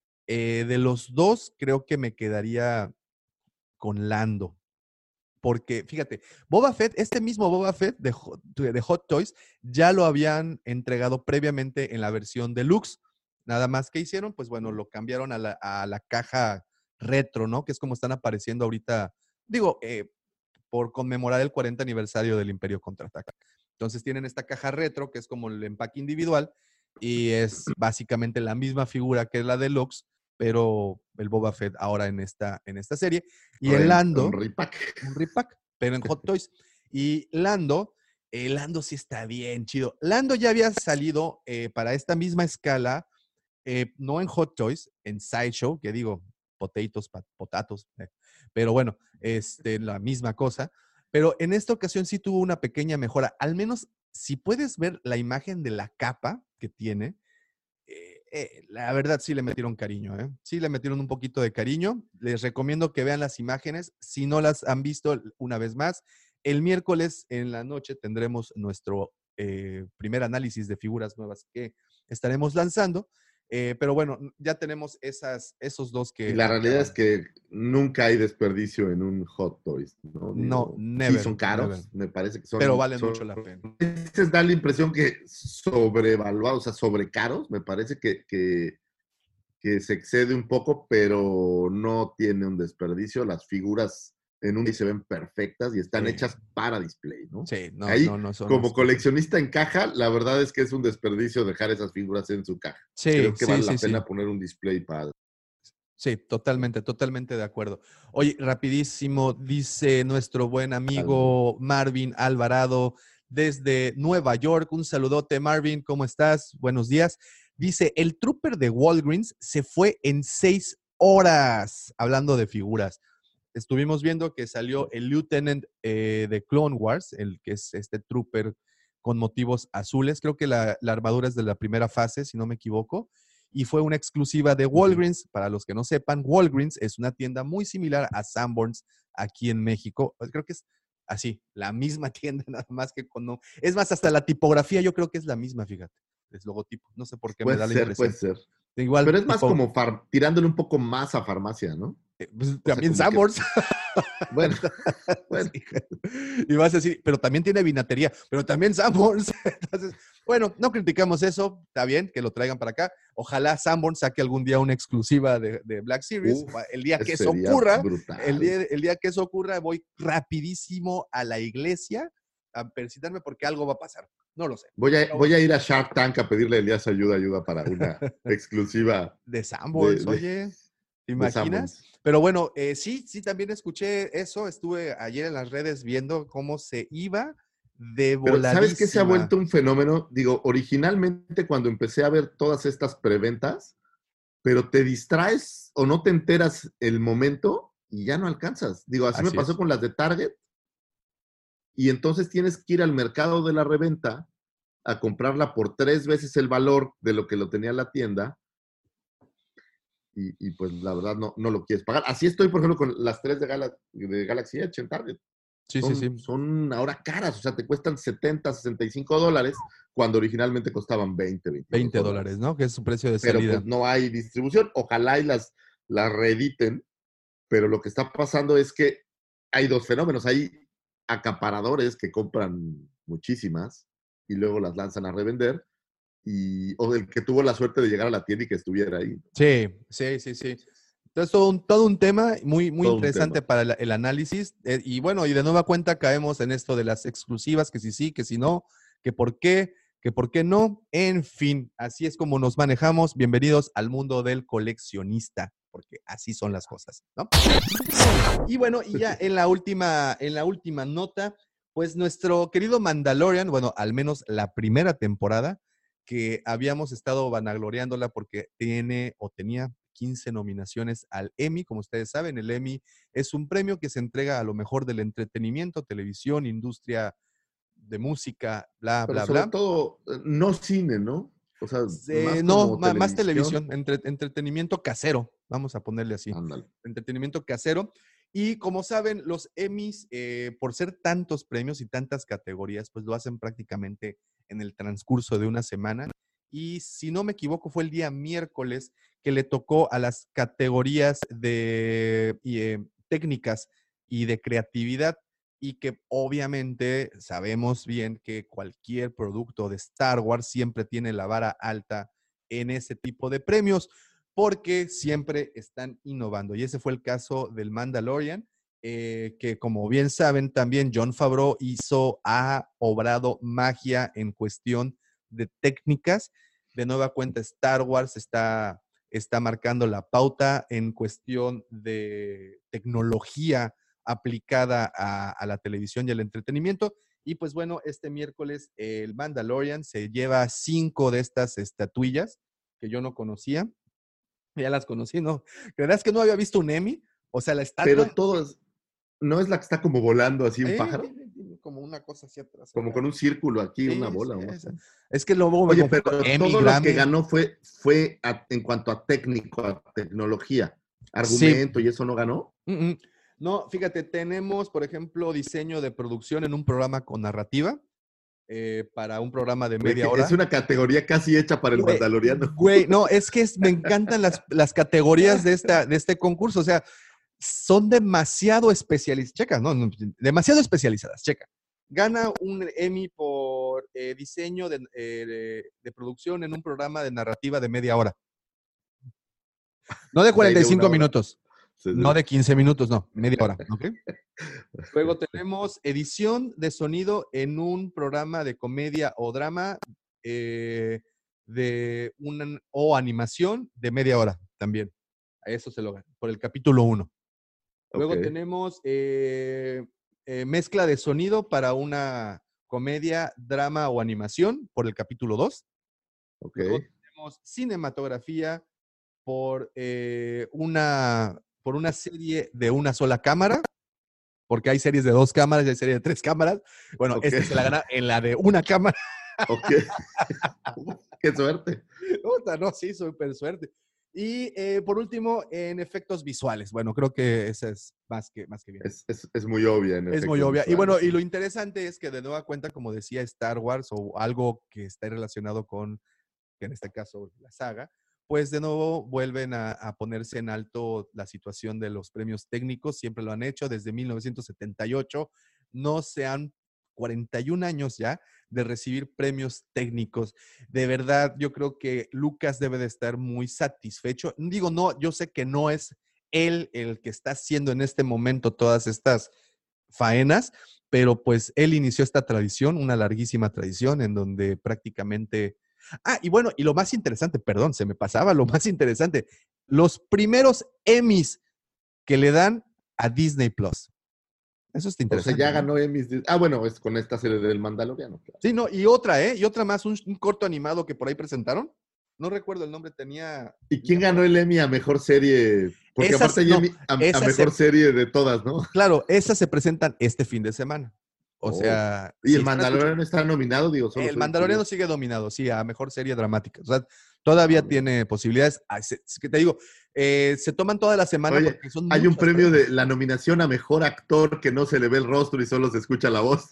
Eh, de los dos, creo que me quedaría con Lando. Porque, fíjate, Boba Fett, este mismo Boba Fett de, de Hot Toys, ya lo habían entregado previamente en la versión deluxe. Nada más que hicieron, pues bueno, lo cambiaron a la, a la caja retro, ¿no? Que es como están apareciendo ahorita, digo, eh, por conmemorar el cuarenta aniversario del Imperio Contraataca. Entonces tienen esta caja retro, que es como el empaque individual, y es básicamente la misma figura que la deluxe, pero el Boba Fett ahora en esta, en esta serie. Y el Lando... Un repack. Un repack, pero en Hot Toys. Y Lando, eh, Lando sí está bien chido. Lando ya había salido eh, para esta misma escala, eh, no en Hot Toys, en Sideshow, que digo, potatoes, potatos, eh, pero bueno, este, la misma cosa. Pero en esta ocasión sí tuvo una pequeña mejora. Al menos si puedes ver la imagen de la capa que tiene, eh, eh, la verdad sí le metieron cariño, ¿eh? Sí le metieron un poquito de cariño. Les recomiendo que vean las imágenes. Si no las han visto, una vez más, el miércoles en la noche tendremos nuestro eh, primer análisis de figuras nuevas que estaremos lanzando. Eh, pero bueno, ya tenemos esas, esos dos que... Y la realidad es que nunca hay desperdicio en un Hot Toys, ¿no? Digo, no, never. Sí, son caros, never. me parece que son... Pero valen son, mucho la pena. A veces da la impresión que sobrevaluados, o sea, sobrecaros, me parece que, que, que se excede un poco, pero no tiene un desperdicio. Las figuras en un día se ven perfectas y están sí. hechas para display, ¿no? Sí, no, Ahí, no, no son como las... coleccionista en caja, la verdad es que es un desperdicio dejar esas figuras en su caja. Sí, Creo que sí, vale sí, la pena sí. poner un display padre. Sí, totalmente, totalmente de acuerdo. Oye, rapidísimo, dice nuestro buen amigo Marvin Alvarado desde Nueva York. Un saludote, Marvin, ¿cómo estás? Buenos días. Dice, el Trooper de Walgreens se fue en seis horas, hablando de figuras. Estuvimos viendo que salió el Lieutenant eh, de Clone Wars, el que es este Trooper con motivos azules. Creo que la, la armadura es de la primera fase, si no me equivoco. Y fue una exclusiva de Walgreens. Uh-huh. Para los que no sepan, Walgreens es una tienda muy similar a Sanborns aquí en México. Creo que es así, la misma tienda, nada más que con... No, es más, hasta la tipografía yo creo que es la misma, fíjate. Es logotipo. No sé por qué puede me da ser, la impresión. Puede ser, Igual, pero es tipo, más como far, tirándole un poco más a farmacia, ¿no? Eh, pues, también Sanborns. Que... Bueno, bueno. Y vas a decir, pero también tiene vinatería, pero también Sanborns. Entonces, bueno, no criticamos eso, está bien que lo traigan para acá. Ojalá Sanborns saque algún día una exclusiva de, de Black Series. Uf, el día que eso ocurra, el día, el día que eso ocurra, voy rapidísimo a la iglesia a felicitarme porque algo va a pasar. No lo sé. Voy a, voy a ir a Shark Tank a pedirle a Elías ayuda, ayuda para una exclusiva. De Sanborns, de, de, oye. ¿Te imaginas? Pero bueno, eh, sí, sí, también escuché eso. Estuve ayer en las redes viendo cómo se iba de voladísima. Pero ¿sabes qué se ha vuelto un fenómeno? Digo, originalmente cuando empecé a ver todas estas preventas, pero te distraes o no te enteras el momento y ya no alcanzas. Digo, así, así me pasó es. con las de Target. Y entonces tienes que ir al mercado de la reventa a comprarla por tres veces el valor de lo que lo tenía la tienda. Y, y pues la verdad no, no lo quieres pagar. Así estoy, por ejemplo, con las tres de, Gala, de Galaxy Edge en Target. Sí, son, sí, sí. Son ahora caras, o sea, te cuestan setenta, sesenta y cinco dólares cuando originalmente costaban veinte, veinte dólares, ¿no? Que es su precio de pero salida. Pues no hay distribución. Ojalá y las, las reediten, pero lo que está pasando es que hay dos fenómenos. Hay acaparadores que compran muchísimas y luego las lanzan a revender. Y, o el que tuvo la suerte de llegar a la tienda y que estuviera ahí. Sí, sí, sí, sí. Entonces, todo un, todo un tema muy, muy todo interesante para el, el análisis. Eh, y bueno, y de nueva cuenta caemos en esto de las exclusivas, que si sí, que si no, que por qué, que por qué no. En fin, así es como nos manejamos. Bienvenidos al mundo del coleccionista, porque así son las cosas, ¿no? Y bueno, y ya en la última, en la última nota, pues nuestro querido Mandalorian, bueno, al menos la primera temporada, que habíamos estado vanagloriándola porque tiene o tenía, quince nominaciones al Emmy. Como ustedes saben, el Emmy es un premio que se entrega a lo mejor del entretenimiento, televisión, industria de música, bla, Pero bla, sobre bla. todo, eh, no cine, ¿no? O sea, Eh, más no, como ma- más televisión. televisión, entre- entretenimiento casero, vamos a ponerle así. Ándale. Entretenimiento casero. Y como saben, los Emmys, eh, por ser tantos premios y tantas categorías, pues lo hacen prácticamente en el transcurso de una semana. Y si no me equivoco, fue el día miércoles que le tocó a las categorías de y, eh, técnicas y de creatividad, y que obviamente sabemos bien que cualquier producto de Star Wars siempre tiene la vara alta en ese tipo de premios, porque siempre están innovando. Y ese fue el caso del Mandalorian, eh, que como bien saben, también Jon Favreau hizo, ha obrado magia en cuestión de técnicas. De nueva cuenta, Star Wars está, está marcando la pauta en cuestión de tecnología aplicada a, a la televisión y al entretenimiento. Y pues bueno, este miércoles el Mandalorian se lleva cinco de estas estatuillas que yo no conocía. Ya las conocí, ¿no? ¿Verdad es que no había visto un Emmy? O sea, la estatua. Pero todos, ¿no es la que está como volando así un Eh, pájaro? tiene- tiene como una cosa así atrás. Como acá. con un círculo aquí, Sí, una sí, bola. o esa. así. Es que luego me Oye, confundo, pero Emmy, todo lo que Grammy. ganó fue, fue a- en cuanto a técnico, a tecnología, Sí. argumento, y eso no ganó. Mm, mm. No, fíjate, tenemos, por ejemplo, diseño de producción en un programa con narrativa, eh, para un programa de Güey, media que hora. es una categoría casi hecha para el Güey, Mandaloriano. Güey, no, es que es- me encantan las, las categorías de, esta, de este concurso. O sea, son demasiado especializadas. Checa, no, no, demasiado especializadas. Checa. Gana un Emmy por eh, diseño de, eh, de, de producción en un programa de narrativa de media hora. No de O sea, cuarenta y de una cinco hora. minutos. Sí, sí. No de quince minutos, no, media hora. ¿Ok? Luego tenemos edición de sonido en un programa de comedia o drama, eh, de una, o animación de media hora también. A eso se lo gana, por el capítulo uno. Luego Ok. tenemos eh, eh, mezcla de sonido para una comedia, drama o animación por el capítulo dos. Ok. Luego tenemos cinematografía por, eh, una, por una serie de una sola cámara, porque hay series de dos cámaras y hay series de tres cámaras. Bueno, Ok. este se la gana en la de una cámara. Ok. Qué suerte. Puta, no, sí, súper suerte. Y eh, por último, en efectos visuales. Bueno, creo que esa es más que, más que bien. Es, es, es muy obvia, en Es efectos muy obvia. Y visuales, bueno, y sí. lo interesante es que de nueva cuenta, como decía, Star Wars o algo que está relacionado con, que en este caso, la saga, pues de nuevo vuelven a, a ponerse en alto la situación de los premios técnicos. Siempre lo han hecho desde mil novecientos setenta y ocho. No se han cuarenta y un años ya de recibir premios técnicos. De verdad, yo creo que Lucas debe de estar muy satisfecho. Digo, no, yo sé que no es él el que está haciendo en este momento todas estas faenas, pero pues él inició esta tradición, una larguísima tradición en donde prácticamente... Ah, y bueno, y lo más interesante, perdón, se me pasaba lo más interesante, los primeros Emmys que le dan a Disney Plus. Eso está O sea, interesante. ya ¿no? ganó Emmys. de- Ah, bueno, es con esta serie del Mandaloriano. Claro. Sí, no, y otra, ¿eh? Y otra más, un, un corto animado que por ahí presentaron. No recuerdo el nombre, tenía... ¿Y quién tenía por ganó ahí- el Emmy a mejor serie? Porque Esas- aparte hay no, Emmy a, a esas mejor se- serie de todas, ¿no? Claro, esas se presentan este fin de semana. O Oh. sea... Y si el están Mandaloriano está nominado, digo, solo El soy Mandaloriano curioso. sigue dominado, sí, a mejor serie dramática. O sea, todavía Ah, mira. tiene posibilidades. Ay, se- es que te digo, eh, se toman toda la semana Oye, porque son hay un muchos premio premios. de la nominación a mejor actor que no se le ve el rostro y solo se escucha la voz.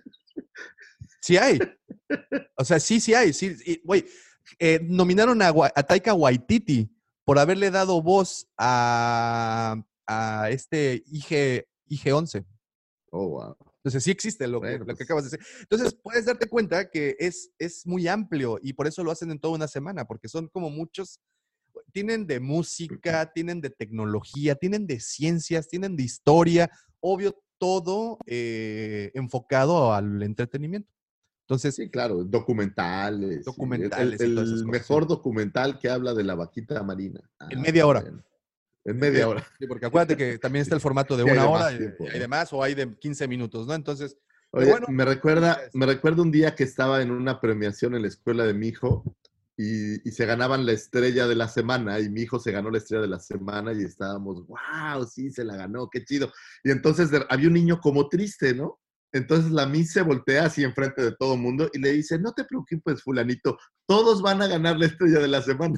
Sí hay. O sea, sí, sí hay. Sí, y, güey, eh, nominaron a, Wa- a Taika Waititi por haberle dado voz a, a este I G, I G once. Oh, wow. Entonces sí existe lo, que, Bueno, lo que pues. acabas de decir. Entonces puedes darte cuenta que es, es muy amplio y por eso lo hacen en toda una semana, porque son como muchos, tienen de música, tienen de tecnología, tienen de ciencias, tienen de historia, obvio, todo eh, enfocado al entretenimiento. Entonces, Sí, claro, documentales. sí. documentales El, y todas esas el cosas, mejor sí. documental que habla de la vaquita marina. Ah, En media hora. bueno. En En media media- hora. Sí, porque acuérdate que también está el formato de Sí, hay una de hora más y, tiempo, y hay ¿no? de más o hay de quince minutos, ¿no? Entonces, pero Oye, bueno, me recuerda, felicidades. me recuerda un día que estaba en una premiación en la escuela de mi hijo y, y se ganaban la estrella de la semana, y mi hijo se ganó la estrella de la semana, y estábamos, wow, sí, se la ganó, qué chido. Y entonces de, había un niño como triste, ¿no? Entonces la Miss se voltea así enfrente de todo el mundo y le dice, no te preocupes, fulanito, todos van a ganar la estrella de la semana.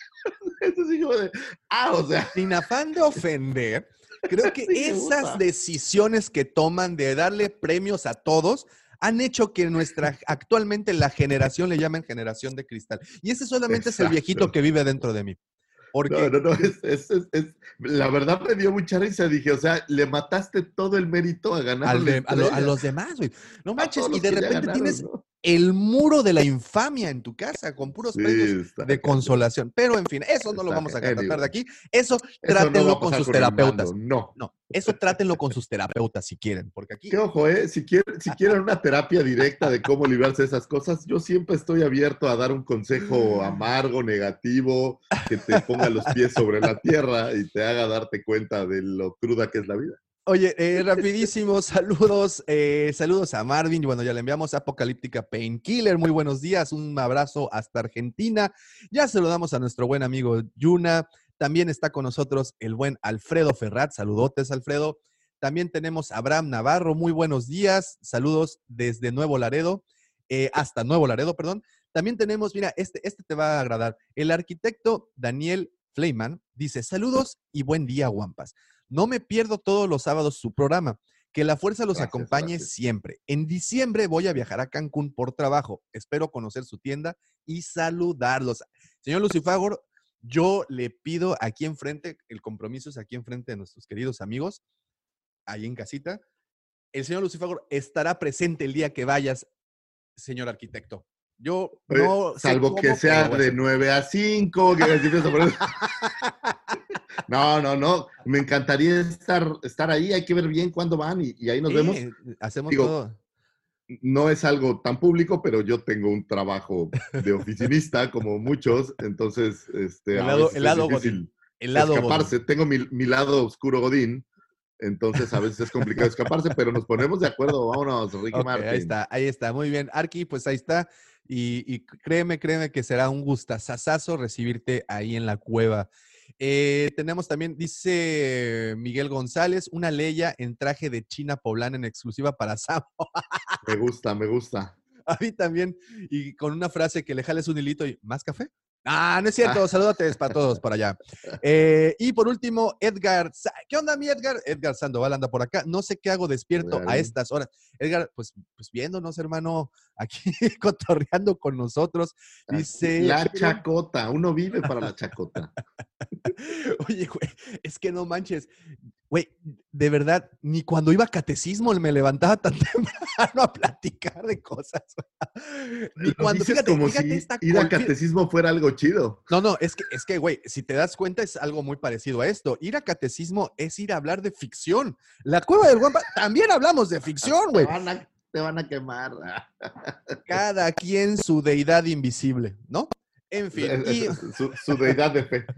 Entonces yo de, ah, o sea. Sin afán de ofender, creo que Sí, esas decisiones que toman de darle premios a todos han hecho que nuestra, actualmente la generación le llamen generación de cristal. Y ese solamente Exacto. es el viejito que vive dentro de mí. Porque, no, no, no, es, es, es, es, la verdad me dio mucha risa, dije, o sea, le mataste todo el mérito a ganar al de, a, lo, a los demás, güey. No manches, y de repente ganaron, tienes ¿no? el muro de la infamia en tu casa con puros sí, premios de consolación. Pero, en fin, eso no lo vamos a tratar de aquí. Eso, eso trátenlo no con sus con terapeutas. No. No, eso trátenlo con sus terapeutas si quieren, porque aquí... Que ojo, ¿eh? Si quieren, si quieren una terapia directa de cómo librarse de esas cosas, yo siempre estoy abierto a dar un consejo amargo, negativo, que te ponga los pies sobre la tierra y te haga darte cuenta de lo cruda que es la vida. Oye, eh, rapidísimo, saludos, eh, saludos a Marvin, y bueno, ya le enviamos Apocalíptica Painkiller, muy buenos días, un abrazo hasta Argentina, ya saludamos a nuestro buen amigo Yuna, también está con nosotros el buen Alfredo Ferrat, saludotes Alfredo, también tenemos a Abraham Navarro, muy buenos días, saludos desde Nuevo Laredo, eh, hasta Nuevo Laredo, perdón, también tenemos, mira, este, este te va a agradar, el arquitecto Daniel Fleiman dice, saludos y buen día, guampas. No me pierdo todos los sábados su programa. Que la fuerza los gracias, acompañe gracias. Siempre. En diciembre voy a viajar a Cancún por trabajo. Espero conocer su tienda y saludarlos. Señor Lucifagor, yo le pido aquí enfrente, el compromiso es aquí enfrente de nuestros queridos amigos, ahí en casita. El señor Lucifagor estará presente el día que vayas, señor arquitecto. Yo Oye, no salvo cómo, que sea de nueve a cinco. Que no, no, no. Me encantaría estar, estar ahí. Hay que ver bien cuándo van y, y ahí nos sí, vemos. Hacemos Digo, todo. No es algo tan público, pero yo tengo un trabajo de oficinista como muchos. Entonces, este, el lado, a veces el lado es difícil Godín. El lado escaparse. Godín. Tengo mi, mi lado oscuro Godín. Entonces, a veces es complicado escaparse, pero nos ponemos de acuerdo. Vámonos, Ricky okay, Martin. Ahí está, ahí está. Muy bien. Arqui, pues ahí está. Y, y créeme, créeme que será un gustazazazo recibirte ahí en la cueva. Eh, tenemos también, dice Miguel González, una Leia en traje de China poblana en exclusiva para Samo. Me gusta, me gusta. A mí también. Y con una frase que le jales un hilito y, ¿más café? Ah, no es cierto, salúdate para todos por allá. Eh, y por último, Edgar, ¿qué onda mi Edgar? Edgar Sandoval anda por acá, no sé qué hago despierto a estas horas. Edgar, pues, pues viéndonos, hermano, aquí cotorreando con nosotros. Dice... La chacota, uno vive para la chacota. Oye, güey, es que no manches, güey, de verdad, ni cuando iba a catecismo me levantaba tan temprano a platicar de cosas. Y cuando, fíjate, como fíjate si esta ir a catecismo fuera algo chido. No, no, es que, es que, güey, si te das cuenta es algo muy parecido a esto. Ir a catecismo es ir a hablar de ficción. La Cueva del Guampa, también hablamos de ficción, güey. Te van a, te van a quemar. Cada quien su deidad invisible, ¿no? En fin. Y... Su, su deidad de fe.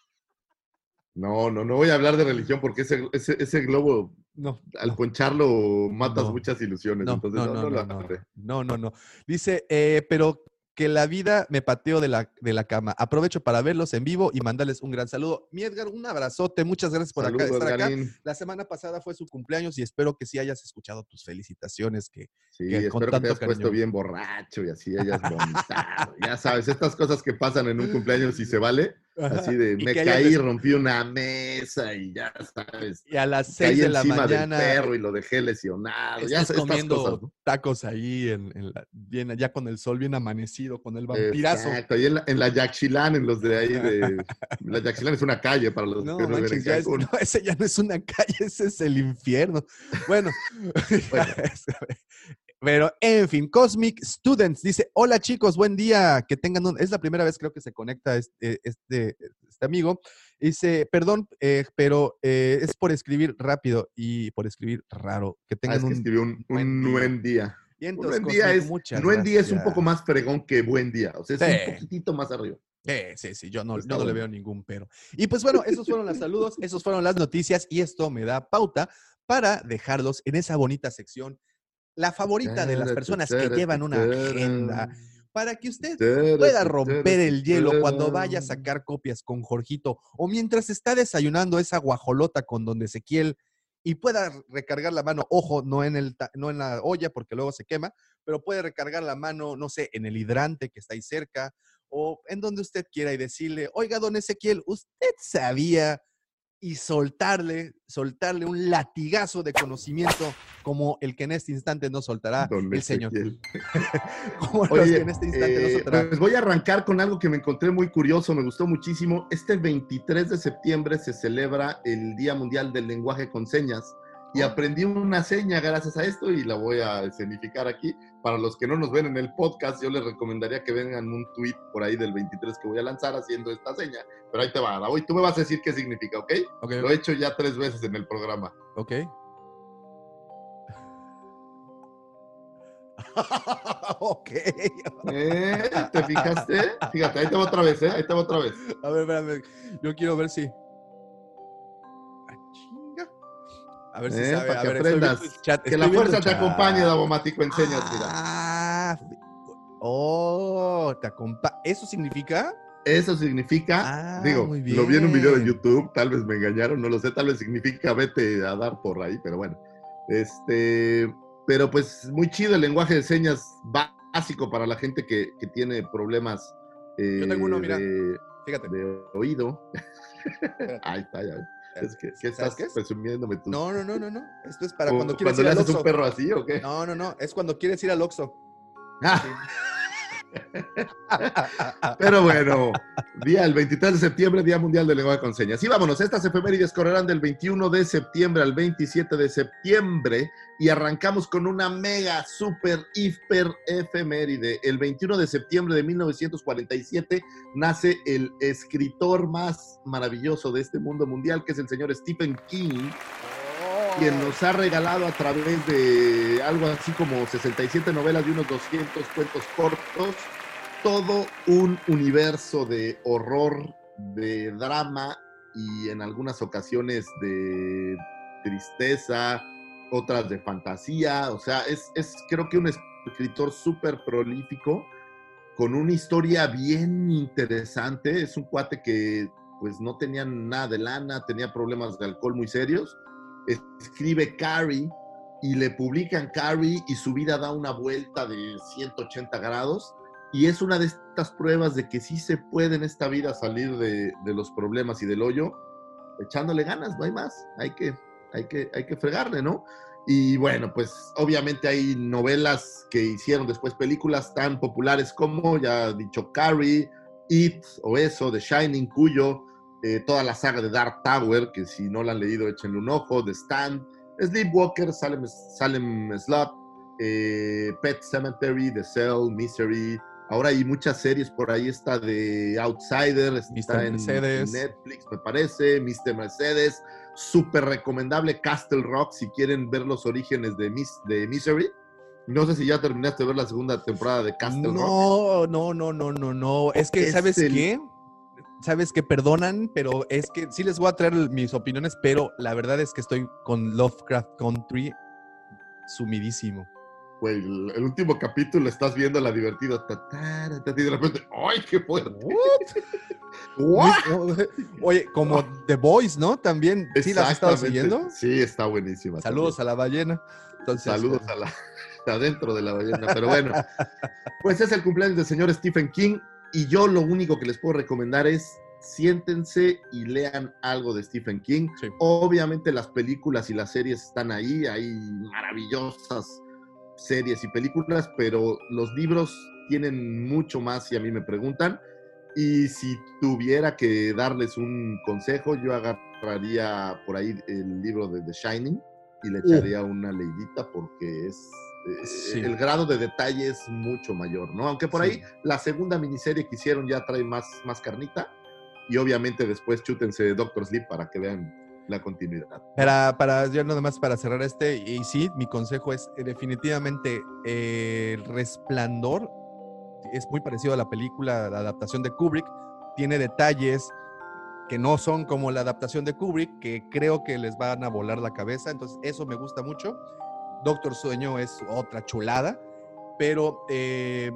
No, no, no voy a hablar de religión porque ese, ese, ese globo, no, al no, poncharlo, matas no, muchas ilusiones. No, entonces, no, no, no, no, no, no, no, no, no, no. Dice, eh, pero que la vida me pateó de la, de la cama. Aprovecho para verlos en vivo y mandarles un gran saludo. Mi Edgar, un abrazote. Muchas gracias por Saludos, acá, estar Edgarín. acá. La semana pasada fue su cumpleaños y espero que sí hayas escuchado tus felicitaciones. Que, sí, que espero que te hayas puesto bien borracho y así hayas vomitado. Ya sabes, estas cosas que pasan en un cumpleaños y se vale. Así de, me caí, des... rompí una mesa y ya sabes. Y a las seis de la mañana. Del perro y lo dejé lesionado. Ya sabes, comiendo cosas, ¿no? tacos ahí, en, en la, bien, ya con el sol bien amanecido, con el vampirazo. Exacto, ahí en la, en la Yaxchilán, en los de ahí de... La Yaxchilán es una calle para los no, que no manches, ya es, no, ese ya no es una calle, ese es el infierno. Bueno. bueno. Pero, en fin, Cosmic Students dice, hola chicos, buen día, que tengan un... Es la primera vez creo que se conecta este, este, este amigo. Dice, perdón, eh, pero eh, es por escribir rápido y por escribir raro. Que tengan ah, es que un, escribió un, un buen día. Y entonces, un buen día Cosmic, es, muchas buen día es un gracias. poco más fregón que buen día. O sea, es sí. un poquitito más arriba. Sí, sí, sí, yo no, yo no bueno. le veo ningún pero. Y pues bueno, esos fueron los saludos, esos fueron las noticias y esto me da pauta para dejarlos en esa bonita sección. La favorita de las personas que llevan una agenda, para que usted pueda romper el hielo cuando vaya a sacar copias con Jorgito o mientras está desayunando esa guajolota con don Ezequiel y pueda recargar la mano, ojo, no en, el, no en la olla porque luego se quema, pero puede recargar la mano, no sé, en el hidrante que está ahí cerca o en donde usted quiera y decirle, oiga, don Ezequiel, ¿usted sabía? Y soltarle, soltarle un latigazo de conocimiento como el que en este instante no soltará Don el señor. como Oye, los que en este instante eh, no soltará. Pues voy a arrancar con algo que me encontré muy curioso, me gustó muchísimo. Este veintitrés de septiembre se celebra el Día Mundial del Lenguaje con Señas y aprendí una seña gracias a esto y la voy a escenificar aquí. Para los que no nos ven en el podcast, yo les recomendaría que vengan un tweet por ahí del veintitrés que voy a lanzar haciendo esta seña. Pero ahí te va, hoy tú me vas a decir qué significa, ¿ok? okay Lo he hecho ya tres veces en el programa. Ok. ok. ¿Eh? ¿Te fijaste? Fíjate, ahí te va otra vez, ¿eh? Ahí te va otra vez. A ver, espérame. Yo quiero ver si... A ver si eh, sabe. Para a que ver, aprendas. Chat, que la fuerza te acompañe, Davomático, enseñas, mira. Ah, oh, te acompaña. ¿Eso significa? Eso significa, ah, digo, lo vi en un video de YouTube, tal vez me engañaron, no lo sé, tal vez significa vete a dar por ahí, pero bueno. Este, pero pues muy chido el lenguaje de señas básico para la gente que, que tiene problemas eh, Yo tengo uno, mira, de, fíjate. de oído. Ahí está, ya ves. Es que, ¿qué estás qué es? presumiéndome tú? No, no, no, no, no. Esto es para cuando quieres cuando ir al Oxxo. ¿Cuando le haces un perro así o qué? No, no, no. Es cuando quieres ir al Oxxo. Ah. Pero bueno, día el veintitrés de septiembre, Día Mundial del Lenguaje con Señas. Y vámonos, estas efemérides correrán del veintiuno de septiembre al veintisiete de septiembre y arrancamos con una mega, super, hiper efeméride. El veintiuno de septiembre de mil novecientos cuarenta y siete nace el escritor más maravilloso de este mundo mundial, que es el señor Stephen King, quien nos ha regalado a través de algo así como sesenta y siete novelas y unos doscientos cuentos cortos, todo un universo de horror, de drama y en algunas ocasiones de tristeza, otras de fantasía. O sea, es, es creo que un escritor súper prolífico, con una historia bien interesante. Es un cuate que pues no tenía nada de lana, tenía problemas de alcohol muy serios. Escribe Carrie y le publican Carrie y su vida da una vuelta de ciento ochenta grados y es una de estas pruebas de que sí se puede en esta vida salir de, de los problemas y del hoyo echándole ganas, no hay más, hay que, hay que, hay que fregarle, ¿no? Y bueno, pues obviamente hay novelas que hicieron después películas tan populares como, ya he dicho, Carrie, It o eso, The Shining, Cuyo, Eh, toda la saga de Dark Tower, que si no la han leído, échenle un ojo, The Stand, Sleepwalker, Salem, Salem Slot, eh, Pet Sematary, The Cell, Misery. Ahora hay muchas series por ahí, está de Outsider, está en Netflix, me parece, mister Mercedes, súper recomendable, Castle Rock, si quieren ver los orígenes de, Mis, de Misery. No sé si ya terminaste de ver la segunda temporada de Castle no, Rock. No, no, no, no, no, es que, es ¿sabes el... qué? Sabes que perdonan, pero es que sí les voy a traer mis opiniones, pero la verdad es que estoy con Lovecraft Country sumidísimo. Güey, el, el último capítulo estás viendo la divertida, y de repente, ¡ay, qué fuerte! What? Oye, como The Boys, ¿no? También, ¿sí las has estado siguiendo? Sí, está buenísima. Saludos también. a la ballena. Entonces, Saludos a la, adentro de la ballena, pero bueno. Pues es el cumpleaños del señor Stephen King. Y yo lo único que les puedo recomendar es siéntense y lean algo de Stephen King. Sí. Obviamente las películas y las series están ahí, hay maravillosas series y películas, pero los libros tienen mucho más si a mí me preguntan. Y si tuviera que darles un consejo, yo agarraría por ahí el libro de The Shining y le echaría uh. una leidita porque es... Sí. El grado de detalle es mucho mayor, ¿no? Aunque por sí. ahí la segunda miniserie que hicieron ya trae más, más carnita y obviamente después chútense Doctor Sleep para que vean la continuidad. Para, para ya nada más para cerrar este, y sí, mi consejo es eh, definitivamente eh, El Resplandor es muy parecido a la película, la adaptación de Kubrick, tiene detalles que no son como la adaptación de Kubrick, que creo que les van a volar la cabeza, entonces eso me gusta mucho. Doctor Sueño es otra chulada, pero eh,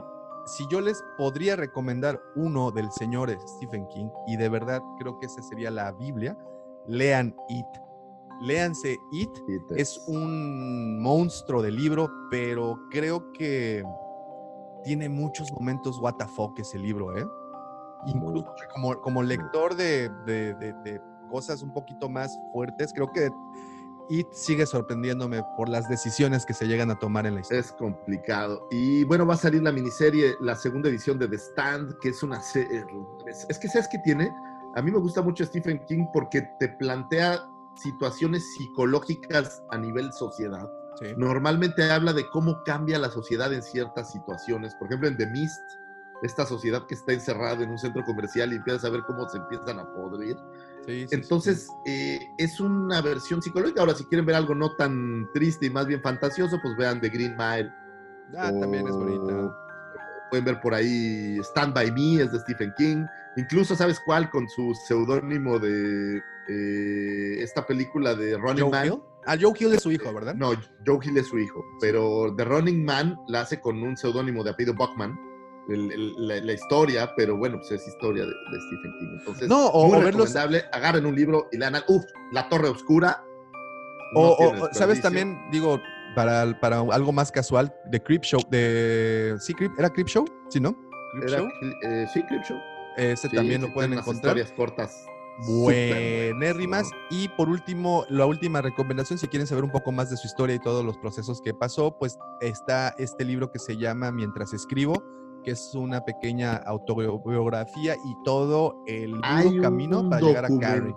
si yo les podría recomendar uno del señor Stephen King, y de verdad creo que esa sería la Biblia, lean It. Léanse It. It es un monstruo de libro, pero creo que tiene muchos momentos what the fuck ese libro, ¿eh? Incluso como, como lector de, de, de, de cosas un poquito más fuertes, creo que It sigue sorprendiéndome por las decisiones que se llegan a tomar en la historia. Es complicado. Y bueno, va a salir la miniserie, la segunda edición de The Stand, que es una serie... Es, es que, ¿sabes qué tiene? A mí me gusta mucho Stephen King porque te plantea situaciones psicológicas a nivel sociedad. Sí. Normalmente habla de cómo cambia la sociedad en ciertas situaciones. Por ejemplo, en The Mist, esta sociedad que está encerrada en un centro comercial y empiezas a ver cómo se empiezan a podrir. Sí, sí, Entonces, sí. Eh, es una versión psicológica. Ahora, si quieren ver algo no tan triste y más bien fantasioso, pues vean The Green Mile. Ah, o, también es bonita. Pueden ver por ahí Stand By Me, es de Stephen King. Incluso, ¿sabes cuál? Con su seudónimo de eh, esta película de Running Joe Man. Hill. Ah, Joe Hill es su hijo, ¿verdad? No, Joe Hill es su hijo. Pero The Running Man la hace con un seudónimo de apellido Buckman. El, el, la, la historia, pero bueno, pues es historia de, de Stephen King. Entonces, no, o, muy o recomendable. Verlos... Agarren un libro y lean. Uf, La Torre Oscura. No o, o ¿sabes también? Digo, para, para algo más casual, de Creep Show. De, ¿Sí, Creep? ¿Era Creep Show? ¿Sí, no? ¿Creep Era, Show? Eh, sí, Creep Show. Ese sí, también sí, lo pueden encontrar. Historias cortas. Buenérrimas. ¿No? Y por último, la última recomendación, si quieren saber un poco más de su historia y todos los procesos que pasó, pues está este libro que se llama Mientras escribo, que es una pequeña autobiografía y todo el duro camino para llegar a Carrie.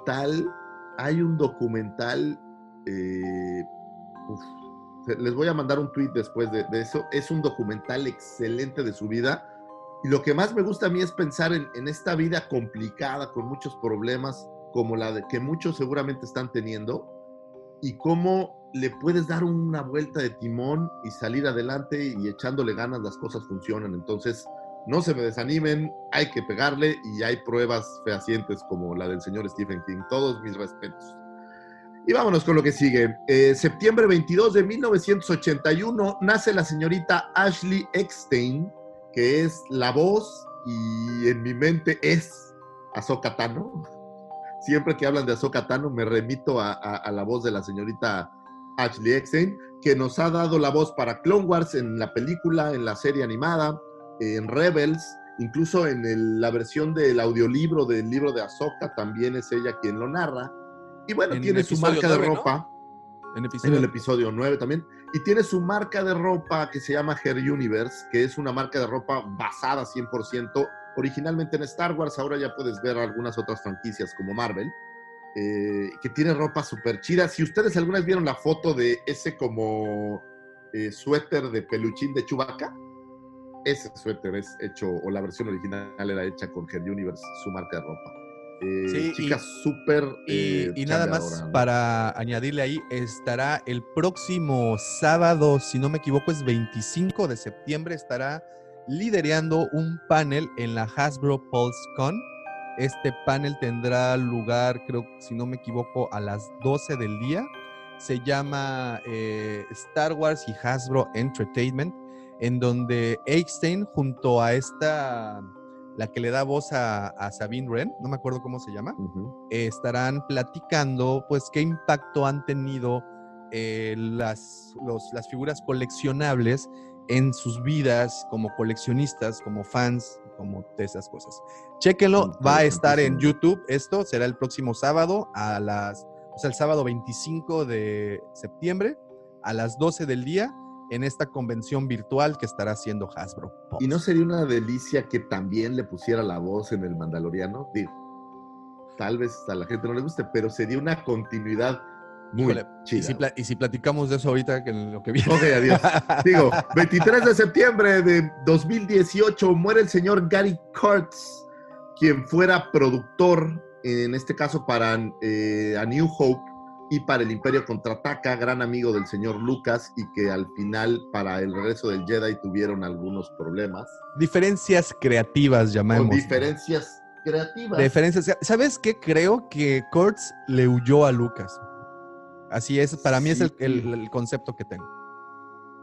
Hay un documental, eh, uf, les voy a mandar un tweet después de, de eso, es un documental excelente de su vida, y lo que más me gusta a mí es pensar en, en esta vida complicada, con muchos problemas, como la de que muchos seguramente están teniendo, y cómo le puedes dar una vuelta de timón y salir adelante, y echándole ganas las cosas funcionan. Entonces, no se me desanimen, hay que pegarle, y hay pruebas fehacientes como la del señor Stephen King. Todos mis respetos. Y vámonos con lo que sigue. Eh, septiembre veintidós de mil novecientos ochenta y uno nace la señorita Ashley Eckstein, que es la voz, y en mi mente es Ahsoka Tano. Siempre que hablan de Ahsoka Tano me remito a, a, a la voz de la señorita Ashley Eckstein, que nos ha dado la voz para Clone Wars en la película, en la serie animada, en Rebels, incluso en el, la versión del audiolibro del libro de Ahsoka, también es ella quien lo narra. Y bueno, en tiene su marca nueve, de ropa. ¿no? En, episodio... en el episodio nueve también. Y tiene su marca de ropa que se llama Her Universe, que es una marca de ropa basada cien por ciento originalmente en Star Wars. Ahora ya puedes ver algunas otras franquicias como Marvel, eh, que tiene ropa súper chida. Si ustedes alguna vez vieron la foto de ese como eh, suéter de peluchín de Chewbacca, ese suéter es hecho, o la versión original era hecha con Her Universe, su marca de ropa. Eh, sí, chica súper y, eh, y nada más, ¿no? Para añadirle ahí, estará el próximo sábado, si no me equivoco es veinticinco de septiembre, estará liderando un panel en la Hasbro PulseCon. Este panel tendrá lugar, creo, si no me equivoco, a las doce del día. Se llama eh, Star Wars y Hasbro Entertainment, en donde Eckstein, junto a esta... la que le da voz a, a Sabine Wren, no me acuerdo cómo se llama, uh-huh. eh, estarán platicando, pues, qué impacto han tenido eh, las, los, las figuras coleccionables en sus vidas como coleccionistas, como fans, como de esas cosas. Chéquenlo, va a estar en YouTube, esto será el próximo sábado, a las, o sea, el sábado veinticinco de septiembre, a las doce del día, en esta convención virtual que estará haciendo Hasbro. ¿Y no sería una delicia que también le pusiera la voz en el Mandaloriano? Digo, tal vez a la gente no le guste, pero sería una continuidad muy Híjole, chida. Y si, pla- y si platicamos de eso ahorita, que lo que viene. Ok, adiós. Digo, veintitrés de septiembre de dos mil dieciocho muere el señor Gary Kurtz, quien fuera productor, en este caso para eh, A New Hope, y para el Imperio Contraataca, gran amigo del señor Lucas, y que al final para el regreso del Jedi tuvieron algunos problemas. Diferencias creativas, llamamos. O diferencias creativas. Diferencias. ¿Sabes qué? Creo que Kurtz le huyó a Lucas. Así es, para mí sí. es el, el, el concepto que tengo.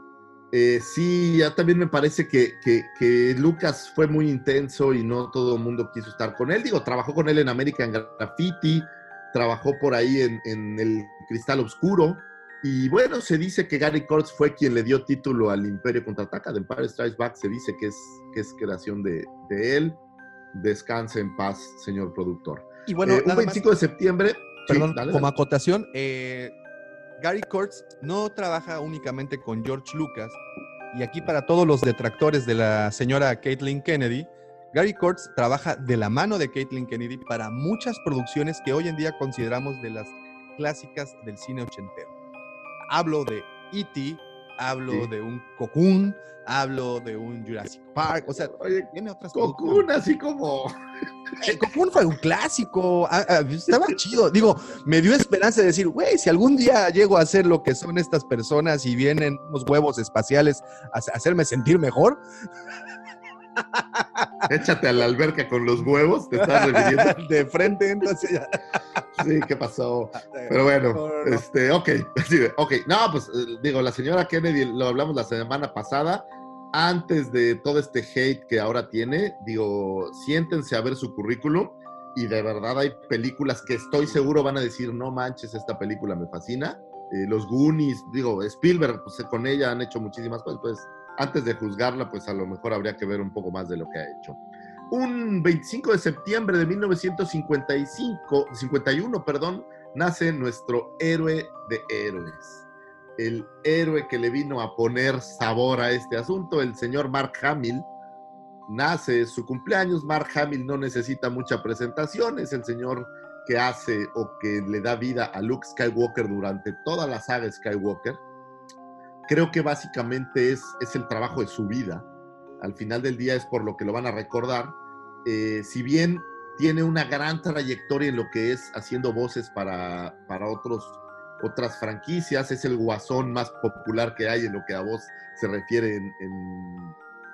Eh, sí, ya también me parece que, que, que Lucas fue muy intenso y no todo el mundo quiso estar con él. Digo, trabajó con él en American Graffiti, trabajó por ahí en, en El Cristal Oscuro. Y bueno, se dice que Gary Kurtz fue quien le dio título al Imperio Contraataca, de Empire Strikes Back. Se dice que es, que es creación de, de él. Descanse en paz, señor productor. Y bueno, eh, un veinticinco más, de septiembre. Perdón, sí, dale, como dale. acotación, eh, Gary Kurtz no trabaja únicamente con George Lucas, y aquí para todos los detractores de la señora Kathleen Kennedy, Gary Kurtz trabaja de la mano de Kathleen Kennedy para muchas producciones que hoy en día consideramos de las clásicas del cine ochentero. Hablo de E T, hablo sí. de un Cocoon, hablo de un Jurassic Park, o sea, oye, tiene otras Cocoon, así como... El Cocoon fue un clásico, ah, ah, estaba chido, digo, me dio esperanza de decir, güey, si algún día llego a hacer lo que son estas personas y vienen unos huevos espaciales a hacerme sentir mejor. Échate a la alberca con los huevos, te estás refiriendo. De frente, entonces ya. Sí, ¿qué pasó? Pero bueno, no, no, no. este, ok, sí, ok. No, pues digo, la señora Kennedy, lo hablamos la semana pasada, antes de todo este hate que ahora tiene, digo, siéntense a ver su currículum y de verdad hay películas que estoy seguro van a decir, no manches, esta película me fascina. Eh, los Goonies, digo, Spielberg, pues con ella han hecho muchísimas cosas, pues antes de juzgarla, pues a lo mejor habría que ver un poco más de lo que ha hecho. Un veinticinco de septiembre de mil novecientos cincuenta y cinco, cincuenta y uno, perdón, nace nuestro héroe de héroes. El héroe que le vino a poner sabor a este asunto, el señor Mark Hamill. Nace su cumpleaños, Mark Hamill no necesita mucha presentación, es el señor que hace o que le da vida a Luke Skywalker durante toda la saga Skywalker. Creo que básicamente es, es el trabajo de su vida. Al final del día es por lo que lo van a recordar. Eh, si bien tiene una gran trayectoria en lo que es haciendo voces para, para otros, otras franquicias, es el guasón más popular que hay en lo que a voz se refiere en, en,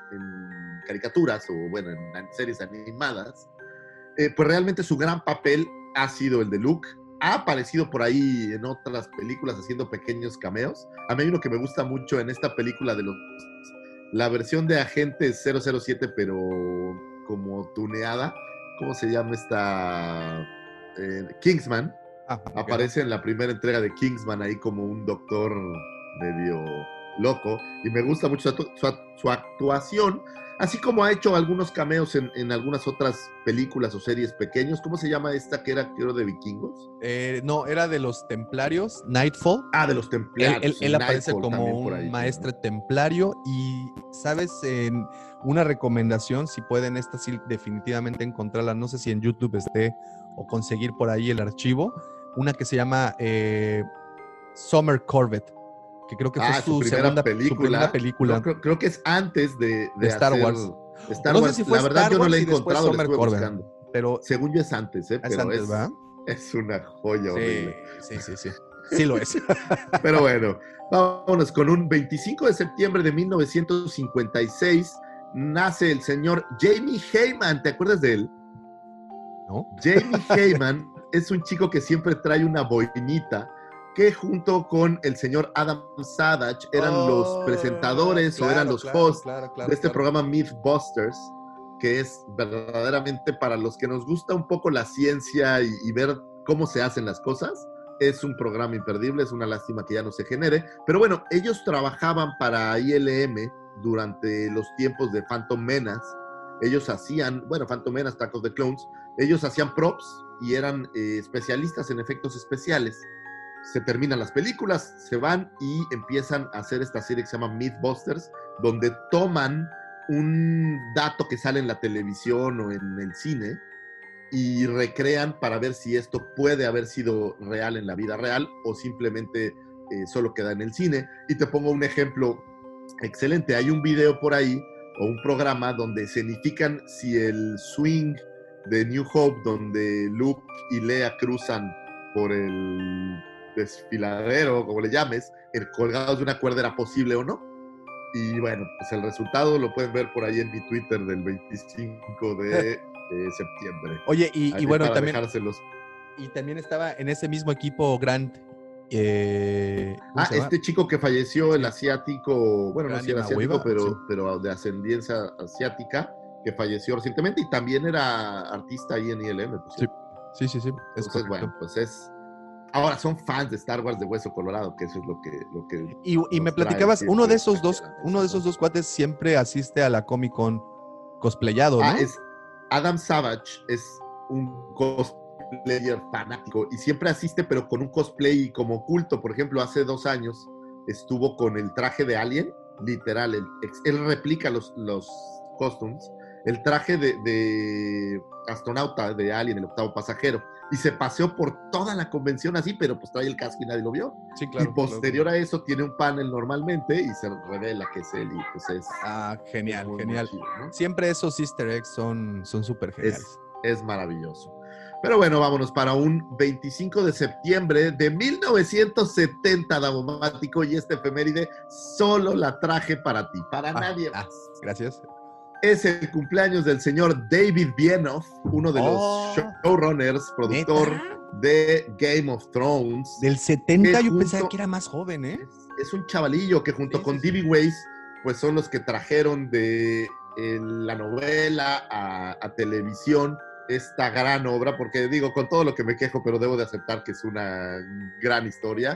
en caricaturas o bueno, en, en series animadas. Eh, pues realmente su gran papel ha sido el de Luke. Ha aparecido por ahí en otras películas haciendo pequeños cameos. A mí hay uno que me gusta mucho en esta película de los... La versión de Agente cero cero siete, pero como tuneada. ¿Cómo se llama esta? Eh, Kingsman. Ah, okay. Aparece en la primera entrega de Kingsman ahí como un doctor medio loco. Y me gusta mucho su, su, su actuación. Así como ha hecho algunos cameos en, en algunas otras películas o series pequeños. ¿Cómo se llama esta que era, creo, de vikingos? Eh, no, era de los templarios, Nightfall. Ah, de los templarios. Él, él, él aparece como un ahí, maestre ¿no? templario y, ¿sabes? En una recomendación, si pueden esta sí definitivamente encontrarla, no sé si en YouTube esté o conseguir por ahí el archivo, una que se llama eh, Summer Corvette. Que creo que fue ah, su, su, primera segunda, película. su primera película. No, creo, creo que es antes de, de, de Star hacer, Wars. De Star no Wars. sé si fue la verdad Star yo no Wars la he y encontrado, la estuve Corben, buscando. Pero según yo es antes, ¿eh? Es pero antes, es, ¿verdad? Es una joya sí, horrible. Sí, sí, sí. Sí lo es. Pero bueno, vámonos con un veinticinco de septiembre de mil novecientos cincuenta y seis nace el señor Jamie Hyneman. ¿Te acuerdas de él? No. Jamie Hyneman es un chico que siempre trae una boinita, que junto con el señor Adam Savage eran oh, los presentadores claro, o eran los claro, hosts claro, claro, de este claro. programa Mythbusters, que es verdaderamente para los que nos gusta un poco la ciencia y, y ver cómo se hacen las cosas. Es un programa imperdible, es una lástima que ya no se genere. Pero bueno, ellos trabajaban para I L M durante los tiempos de Phantom Menace. Ellos hacían, bueno, Phantom Menace, Attack of the Clones, ellos hacían props y eran eh, especialistas en efectos especiales. Se terminan las películas, se van y empiezan a hacer esta serie que se llama Mythbusters, donde toman un dato que sale en la televisión o en el cine y recrean para ver si esto puede haber sido real en la vida real o simplemente eh, solo queda en el cine. Y te pongo un ejemplo excelente. Hay un video por ahí o un programa donde escenifican si el swing de New Hope, donde Luke y Leia cruzan por el desfiladero, como le llames, el colgados de una cuerda era posible o no. Y bueno, pues el resultado lo pueden ver por ahí en mi Twitter del veinticinco de eh, septiembre. Oye, y, y bueno, también, dejárselos. y también estaba en ese mismo equipo Grant Eh, ¿cómo Ah, se llama? este chico que falleció, el asiático, bueno, no Randy sé si era asiático, Mawiba, pero, sí. pero de ascendencia asiática, que falleció recientemente y también era artista ahí en I L M. Por Sí, cierto. sí, sí, sí, es Entonces, correcto. bueno, pues es... Ahora son fans de Star Wars de Hueso Colorado, que eso es lo que... Lo que Y, y me nos trae platicabas, siempre uno de esos aquí dos, a la mesa, uno de ¿no? esos dos cuates siempre asiste a la Comic Con cosplayado, ¿no? Ah, es Adam Savage, es un cosplayer fanático y siempre asiste, pero con un cosplay como oculto. Por ejemplo, hace dos años estuvo con el traje de Alien, literal, él, él replica los, los costumes, el traje de, de astronauta de Alien, el octavo pasajero, y se paseó por toda la convención así, pero pues trae el casco y nadie lo vio. Sí, claro. Y posterior claro. a eso tiene un panel normalmente y se revela que es él y pues es... Ah, genial, muy, muy genial. chido, ¿no? Siempre esos easter eggs son son súper geniales. Es, es maravilloso. Pero bueno, vámonos para un veinticinco de septiembre de mil novecientos setenta, Davomático, y este efeméride solo la traje para ti, para Ah, nadie ah, más. gracias. Es el cumpleaños del señor David Benioff, uno de Oh, los showrunners, productor ¿neta? de Game of Thrones. Del setenta Que yo junto- pensaba que era más joven, ¿eh? Es un chavalillo que junto Sí, con sí, D B Weiss, pues son los que trajeron de eh, la novela a, a televisión esta gran obra, porque digo, con todo lo que me quejo, pero debo de aceptar que es una gran historia,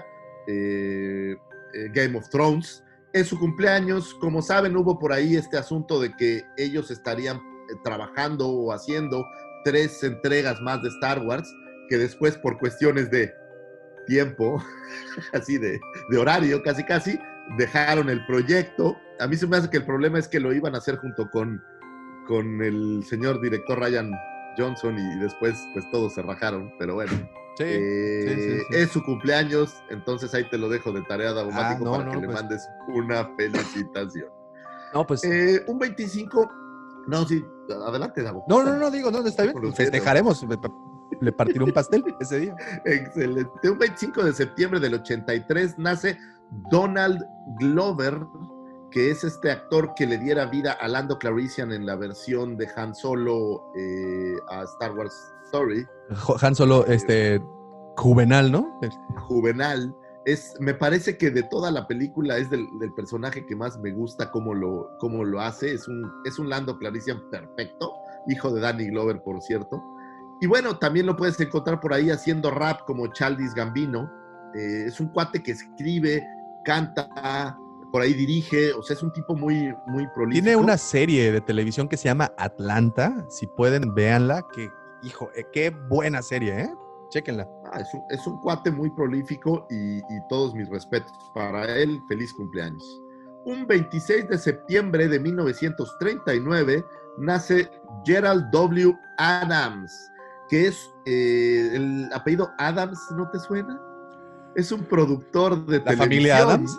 eh, eh, Game of Thrones. Es su cumpleaños, como saben, hubo por ahí este asunto de que ellos estarían eh, trabajando o haciendo tres entregas más de Star Wars, que después por cuestiones de tiempo, así de, de horario, casi casi, dejaron el proyecto. A mí se me hace que el problema es que lo iban a hacer junto con, con el señor director Ryan Johnson y después pues todos se rajaron, pero bueno. Sí, Eh, sí, sí, sí. Es su cumpleaños, entonces ahí te lo dejo de tarea, Davomático, Ah, no, para no, que le pues. mandes una felicitación. No, pues. Eh, un veinticinco, no, sí, adelante, Davo. No, no, no, digo, no, está bien. Conociendo. Festejaremos. Le- Le partiré un pastel ese día. Excelente. Un veinticinco de septiembre del ochenta y tres nace Donald Glover, que es este actor que le diera vida a Lando Calrissian en la versión de Han Solo eh, a Star Wars Story. Jo- Han Solo, este, juvenal, ¿no? Juvenal. Es, me parece que de toda la película es del, del personaje que más me gusta cómo lo, cómo lo hace. Es un, es un Lando Calrissian perfecto, hijo de Danny Glover, por cierto. Y bueno, también lo puedes encontrar por ahí haciendo rap como Childish Gambino. Eh, es un cuate que escribe, canta, por ahí dirige, o sea, es un tipo muy, muy prolífico. Tiene una serie de televisión que se llama Atlanta. Si pueden, véanla. Que, hijo, eh, qué buena serie, ¿eh? Chéquenla. Ah, es, un, es un cuate muy prolífico y, y todos mis respetos para él. Feliz cumpleaños. Un veintiséis de septiembre de mil novecientos treinta y nueve nace Gerald W. Adams, que es eh, el apellido Adams, ¿no te suena? Es un productor de ¿La televisión. familia Adams?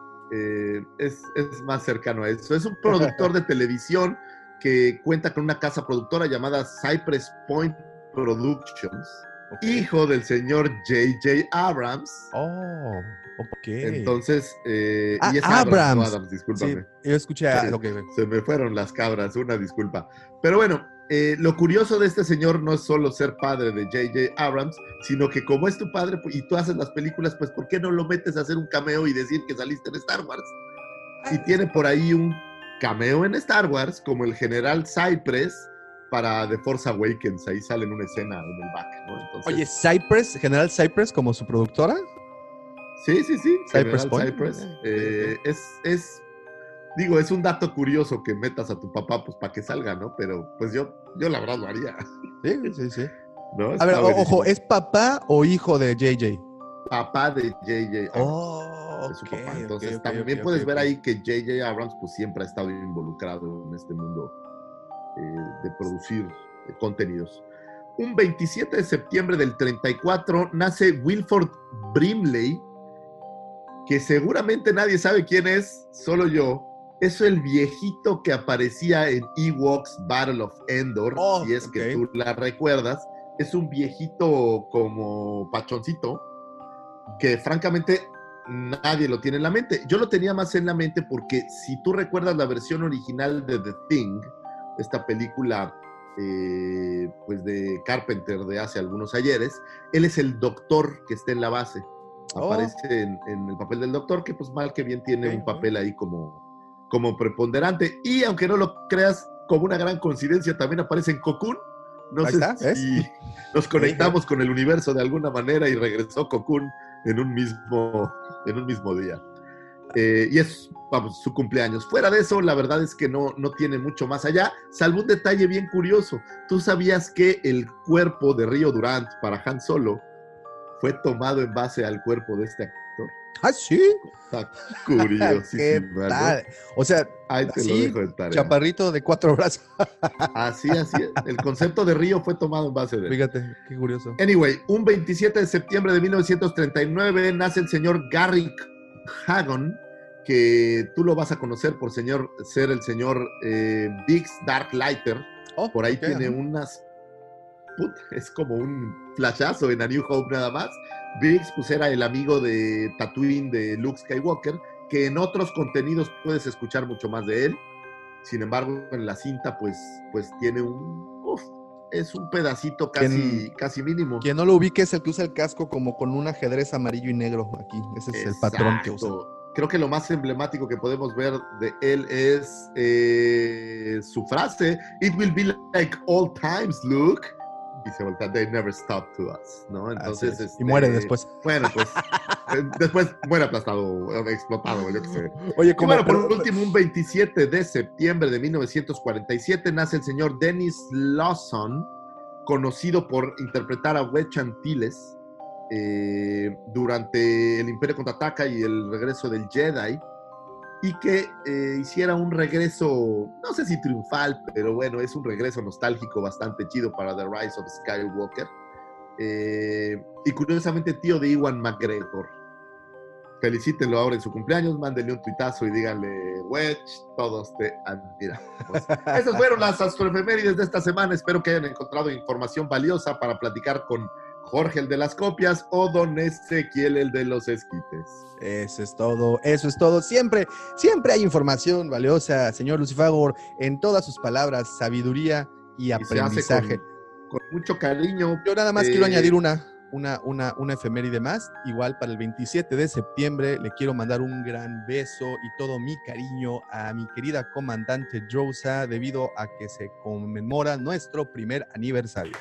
Eh, es, es más cercano a eso. Es un productor de televisión que cuenta con una casa productora llamada Cypress Point Productions, Okay. hijo del señor J J Abrams. Oh, ok. Entonces, eh, Ah, y es Abrams, Abrams. no Adams, discúlpame. Sí, yo escuché. a- Sí. ok, ok. Se me fueron las cabras, una disculpa. Pero bueno, eh, lo curioso de este señor no es solo ser padre de J J Abrams, sino que como es tu padre y tú haces las películas, pues ¿por qué no lo metes a hacer un cameo y decir que saliste en Star Wars? Y tiene por ahí un cameo en Star Wars, como el general Cypress para The Force Awakens. Ahí sale en una escena en el back, ¿no? Entonces, Oye, Cypress, General Cypress como su productora. sí, sí, sí, Cypress General Point. Cypress. Ok, Eh, es, es, digo, es un dato curioso que metas a tu papá, pues, para que salga, ¿no? Pero, pues, yo, yo la verdad lo haría, Sí, sí, sí. ¿no? A Está ver, o- buenísimo. ojo, ¿es papá o hijo de J J? Papá de J J Abrams. Oh, Es su ok, papá. Entonces, ok, ok, también ok, puedes ok, ver ok. ahí que J J Abrams, pues, siempre ha estado involucrado en este mundo eh, de producir eh, contenidos. Un veintisiete de septiembre del treinta y cuatro nace Wilford Brimley, que seguramente nadie sabe quién es, solo yo. Es el viejito que aparecía en Ewoks Battle of Endor, Oh, si es que ok. tú la recuerdas. Es un viejito como pachoncito, que francamente nadie lo tiene en la mente. Yo lo tenía más en la mente porque si tú recuerdas la versión original de The Thing, esta película eh, pues de Carpenter de hace algunos ayeres, él es el doctor que está en la base. Oh. Aparece en, en el papel del doctor, que pues mal que bien tiene okay. un papel ahí como, como preponderante. Y aunque no lo creas, como una gran coincidencia, también aparece en Cocoon. No ahí sé está, si ¿ves? nos conectamos con el universo de alguna manera y regresó Cocoon en un mismo, en un mismo día. Eh, y es vamos, su cumpleaños. Fuera de eso, la verdad es que no, no tiene mucho más allá, salvo un detalle bien curioso. ¿Tú sabías que el cuerpo de Rio Durant para Han Solo fue tomado en base al cuerpo de este actor? ¿Ah, sí? Está curiosísimo. ¿Qué tal? O sea, ahí te así, lo dejo de tarea. Chaparrito de cuatro brazos. Así, así es. El concepto de Río fue tomado en base de él. Fíjate, qué curioso. Anyway, un veintisiete de septiembre de mil novecientos treinta y nueve nace el señor Garrick Hagon, que tú lo vas a conocer por señor, ser el señor eh, Biggs Darklighter. Oh, por ahí okay, tiene uh-huh. unas... Put, es como un flashazo en A New Hope nada más. Biggs pues era el amigo de Tatooine de Luke Skywalker, que en otros contenidos puedes escuchar mucho más de él. Sin embargo, en la cinta pues, pues tiene un... Uf, es un pedacito casi, ¿Quién, casi mínimo. Quien no lo ubique es el que usa el casco como con un ajedrez amarillo y negro aquí. Ese es Exacto. el patrón que usa. Creo que lo más emblemático que podemos ver de él es eh, su frase, "It will be like old times, Luke." Y se voltea, "They never stop to us", ¿no? Entonces, es. Este, y muere después. Bueno, pues, después muere aplastado, explotado, yo qué sé. Oye, como, y bueno, pero, por último, un veintisiete de septiembre de mil novecientos cuarenta y siete nace el señor Dennis Lawson, conocido por interpretar a Wedge Antilles eh, durante el Imperio Contraataca y el regreso del Jedi, y que eh, hiciera un regreso, no sé si triunfal, pero bueno, es un regreso nostálgico bastante chido para The Rise of Skywalker. Eh, y curiosamente tío de Ewan McGregor. Felicítenlo ahora en su cumpleaños, mándenle un tuitazo y díganle, Wedge, todos te admiramos. Esas fueron las astroefemérides de esta semana. Espero que hayan encontrado información valiosa para platicar con Jorge, el de las copias, o don Ezequiel, el de los esquites. Eso es todo, eso es todo. Siempre, siempre hay información valiosa, señor Lucifagor, en todas sus palabras, sabiduría y aprendizaje. Y se hace con, con mucho cariño. Yo nada más eh, quiero añadir una, una, una, una efeméride más. Igual para el veintisiete de septiembre le quiero mandar un gran beso y todo mi cariño a mi querida comandante Drosa, debido a que se conmemora nuestro primer aniversario.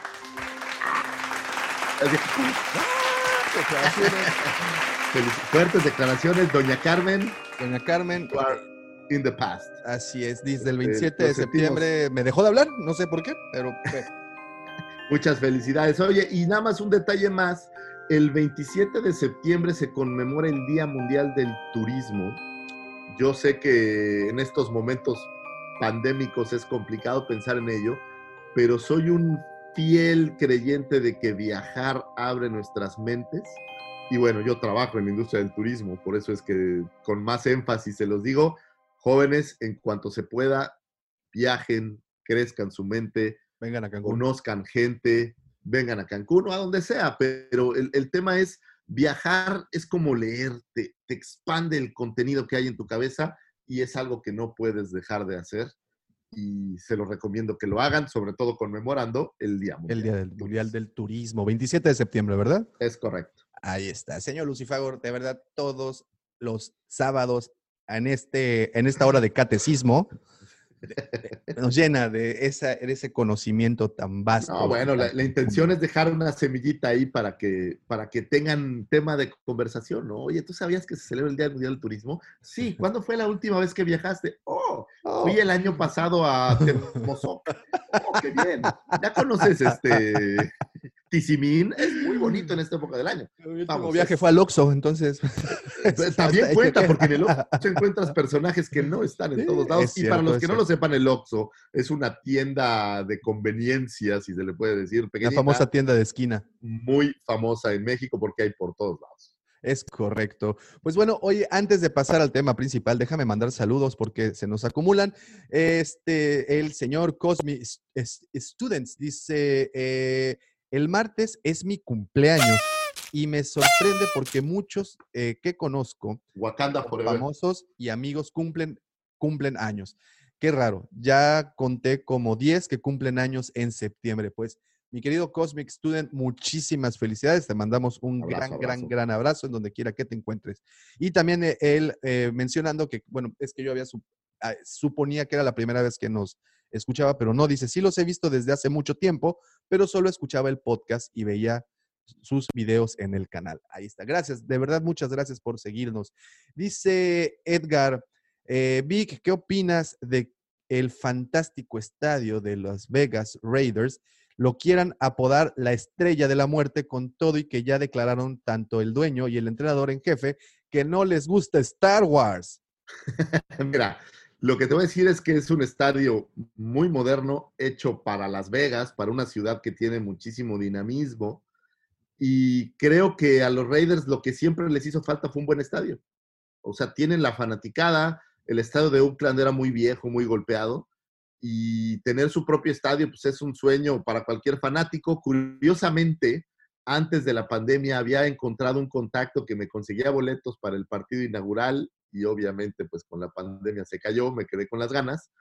Declaraciones. Fuertes declaraciones, doña Carmen. Doña Carmen. In the past. Así es, desde el veintisiete de septiembre me dejó de hablar, no sé por qué, pero... Muchas felicidades. Oye, y nada más un detalle más. El veintisiete de septiembre se conmemora el Día Mundial del Turismo. Yo sé que en estos momentos pandémicos es complicado pensar en ello, pero soy un fiel creyente de que viajar abre nuestras mentes. Y bueno, yo trabajo en la industria del turismo, por eso es que con más énfasis se los digo, jóvenes, en cuanto se pueda, viajen, crezcan su mente, vengan a Cancún, conozcan gente, vengan a Cancún o a donde sea, pero el, el tema es, viajar es como leer, te, te expande el contenido que hay en tu cabeza y es algo que no puedes dejar de hacer. Y se los recomiendo que lo hagan, sobre todo conmemorando el Día Mundial. El Día del Mundial del Turismo, veintisiete de septiembre, ¿verdad? Es correcto. Ahí está. Señor Lucifagor, de verdad, todos los sábados en, este, en esta hora de catecismo, de, de, nos llena de, esa, de ese conocimiento tan vasto. No, bueno, la, la intención es dejar una semillita ahí para que, para que tengan tema de conversación, ¿no? Oye, ¿tú sabías que se celebra el Día Mundial del Turismo? Sí, ¿cuándo fue la última vez que viajaste? Oh, oh. fui el año pasado a Temozoc. Oh, qué bien. Ya conoces este Tizimín, es muy bonito en esta época del año. Mi último Vamos, viaje es... fue al Oxxo, entonces. También cuenta, porque en el Oxxo encuentras personajes que no están en todos lados. Sí, y cierto, para los que no lo sepan, el Oxxo es una tienda de conveniencia, si se le puede decir, pequeñita. La famosa tienda de esquina. Muy famosa en México porque hay por todos lados. Es correcto. Pues bueno, oye, antes de pasar al tema principal, déjame mandar saludos porque se nos acumulan. Este, el señor Cosmi Students dice, eh, el martes es mi cumpleaños y me sorprende porque muchos eh, que conozco, Wakanda Forever, famosos y amigos cumplen, cumplen años. Qué raro, ya conté como diez que cumplen años en septiembre. Pues Mi querido Cosmic Student, muchísimas felicidades. Te mandamos un Abrazo, gran, abrazo. gran, gran abrazo en donde quiera que te encuentres. Y también eh, él eh, mencionando que, bueno, es que yo había sup- ah, suponía que era la primera vez que nos escuchaba, pero no, dice, sí los he visto desde hace mucho tiempo, pero solo escuchaba el podcast y veía sus videos en el canal. Ahí está. Gracias, de verdad, muchas gracias por seguirnos. Dice Edgar, eh, Vic, ¿qué opinas de el fantástico estadio de Las Vegas Raiders lo quieran apodar la estrella de la muerte con todo y que ya declararon tanto el dueño y el entrenador en jefe que no les gusta Star Wars? Mira, lo que te voy a decir es que es un estadio muy moderno, hecho para Las Vegas, para una ciudad que tiene muchísimo dinamismo. Y creo que a los Raiders lo que siempre les hizo falta fue un buen estadio. O sea, tienen la fanaticada, el estadio de Oakland era muy viejo, muy golpeado, y tener su propio estadio pues es un sueño para cualquier fanático. Curiosamente, antes de la pandemia había encontrado un contacto que me conseguía boletos para el partido inaugural y obviamente pues con la pandemia se cayó, me quedé con las ganas.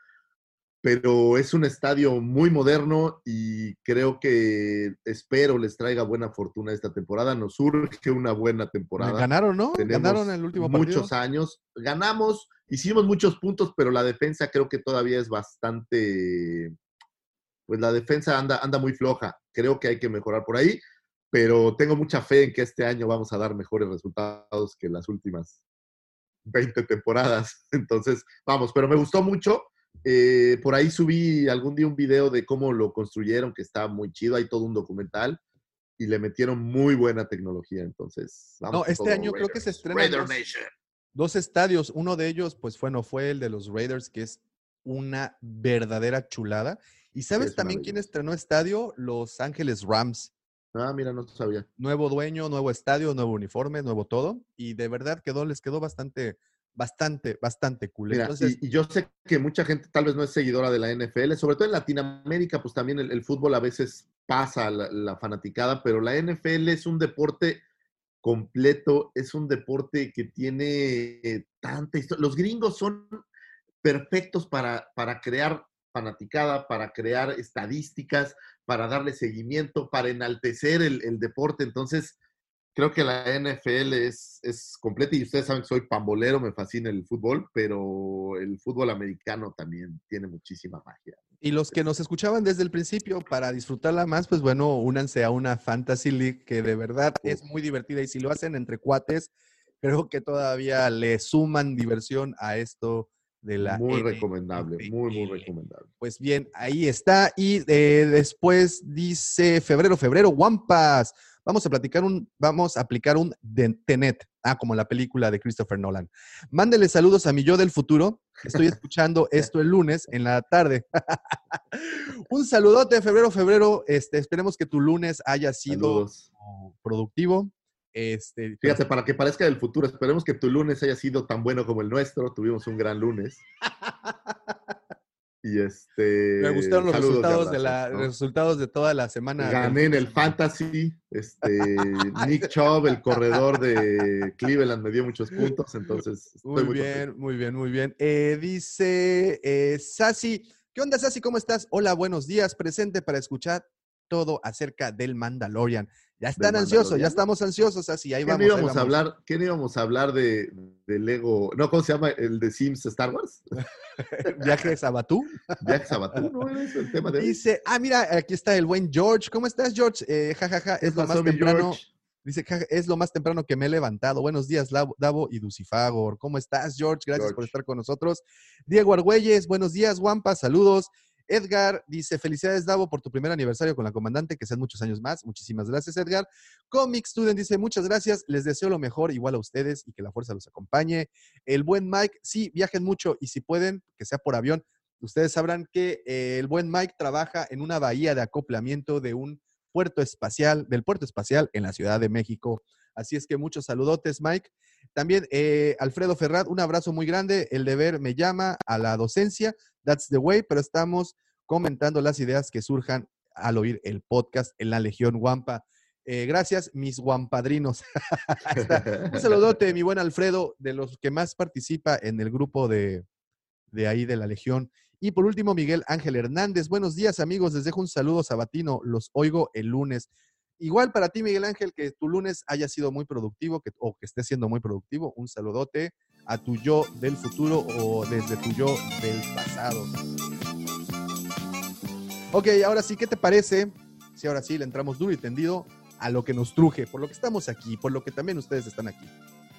Pero es un estadio muy moderno y creo que espero les traiga buena fortuna esta temporada. Nos surge una buena temporada. Ganaron, ¿no? Tenemos Ganaron el último muchos partido. años. Ganamos, hicimos muchos puntos, pero la defensa creo que todavía es bastante, pues la defensa anda, anda muy floja. Creo que hay que mejorar por ahí, pero tengo mucha fe en que este año vamos a dar mejores resultados que las últimas veinte temporadas. Entonces, vamos, pero me gustó mucho. Eh, por ahí subí algún día un video de cómo lo construyeron, que está muy chido, hay todo un documental y le metieron muy buena tecnología, entonces vamos No, con este todo, año creo que se Raiders. estrenan Raider dos, Nation. dos estadios. Uno de ellos, pues bueno, fue el de los Raiders, que es una verdadera chulada. ¿Y Sí, sabes es una también quién belleza. estrenó estadio? Los Ángeles Rams. Ah, mira, no sabía. Nuevo dueño, nuevo estadio, nuevo uniforme, nuevo todo. Y de verdad quedó, les quedó bastante, bastante, bastante cool. Mira, Entonces, y, y yo sé que mucha gente tal vez no es seguidora de la N F L, sobre todo en Latinoamérica, pues también el, el fútbol a veces pasa la, la fanaticada, pero la N F L es un deporte completo, es un deporte que tiene eh, tanta historia. Los gringos son perfectos para, para crear fanaticada, para crear estadísticas, para darle seguimiento, para enaltecer el, el deporte. Entonces, creo que la N F L es, es completa y ustedes saben que soy pambolero, me fascina el fútbol, pero el fútbol americano también tiene muchísima magia. y los que nos escuchaban desde el principio, para disfrutarla más, pues bueno, únanse a una Fantasy League que de verdad es muy divertida. Y si lo hacen entre cuates, creo que todavía le suman diversión a esto de la Muy N recomendable, F L. muy, muy recomendable. Pues bien, ahí está. Y eh, después dice febrero, febrero, Wampas. Vamos a platicar un, vamos a aplicar un de- Tenet. Ah, como la película de Christopher Nolan. Mándele saludos a mi yo del futuro. Estoy escuchando esto el lunes en la tarde. Un saludote, febrero, febrero. Este, esperemos que tu lunes haya sido Saludos. productivo. Este, Fíjate, para que parezca del futuro, esperemos que tu lunes haya sido tan bueno como el nuestro. Tuvimos un gran lunes. Y este. me gustaron los saludos y resultados, de abrazos, la, ¿no? resultados de toda la semana. Gané en el Fantasy. Este, Nick Chubb, el corredor de Cleveland, me dio muchos puntos. Entonces, estoy Muy muy, bien, contento. muy bien, muy bien. Eh, dice eh, Sasi, ¿qué onda, Sasi? ¿Cómo estás? Hola, buenos días. Presente para escuchar todo acerca del Mandalorian. Ya están ¿Del ansiosos, ya Mandalorian? estamos ansiosos, Sasi. Ahí ¿Qué no vamos, ahí íbamos a vamos. hablar? ¿Qué no íbamos a hablar de, de Lego? No, ¿cómo se llama? ¿El de Sims Star Wars? Viajes a Batú. Viajes a Batú, ¿no? ¿Es el tema de hoy? Dice, ah, mira, aquí está el buen George. ¿Cómo estás, George? Eh, ja, ja, ja, ¿Qué es lo más pasó, mi temprano. George? Dice, "Ja, es lo más temprano que me he levantado. Buenos días, Lavo- Davo y Dulcifagor. ¿Cómo estás, George? Gracias por George. estar con nosotros. Diego Argüelles, buenos días, Wampa, saludos. Edgar dice, felicidades, Davo, por tu primer aniversario con la comandante, que sean muchos años más. Muchísimas gracias, Edgar. Comic Student dice, muchas gracias, les deseo lo mejor, igual a ustedes, y que la fuerza los acompañe. El buen Mike, sí, viajen mucho, y si pueden, que sea por avión. Ustedes sabrán que eh, el buen Mike trabaja en una bahía de acoplamiento de un puerto espacial, del puerto espacial en la Ciudad de México. Así es que muchos saludotes, Mike. También eh, Alfredo Ferrat, un abrazo muy grande. El deber me llama a la docencia. That's the way, pero estamos comentando las ideas que surjan al oír el podcast en la Legión Wampa. Eh, gracias, mis guampadrinos. Ahí está. Un saludote, mi buen Alfredo, de los que más participa en el grupo de, de ahí de la Legión. Y por último, Miguel Ángel Hernández. Buenos días, amigos. Les dejo un saludo sabatino. Los oigo el lunes. Igual para ti, Miguel Ángel, que tu lunes haya sido muy productivo que, o que esté siendo muy productivo. Un saludote a tu yo del futuro o desde tu yo del pasado. Ok, ahora sí, ¿qué te parece? Si ahora sí le entramos duro y tendido a lo que nos truje, por lo que estamos aquí, por lo que también ustedes están aquí.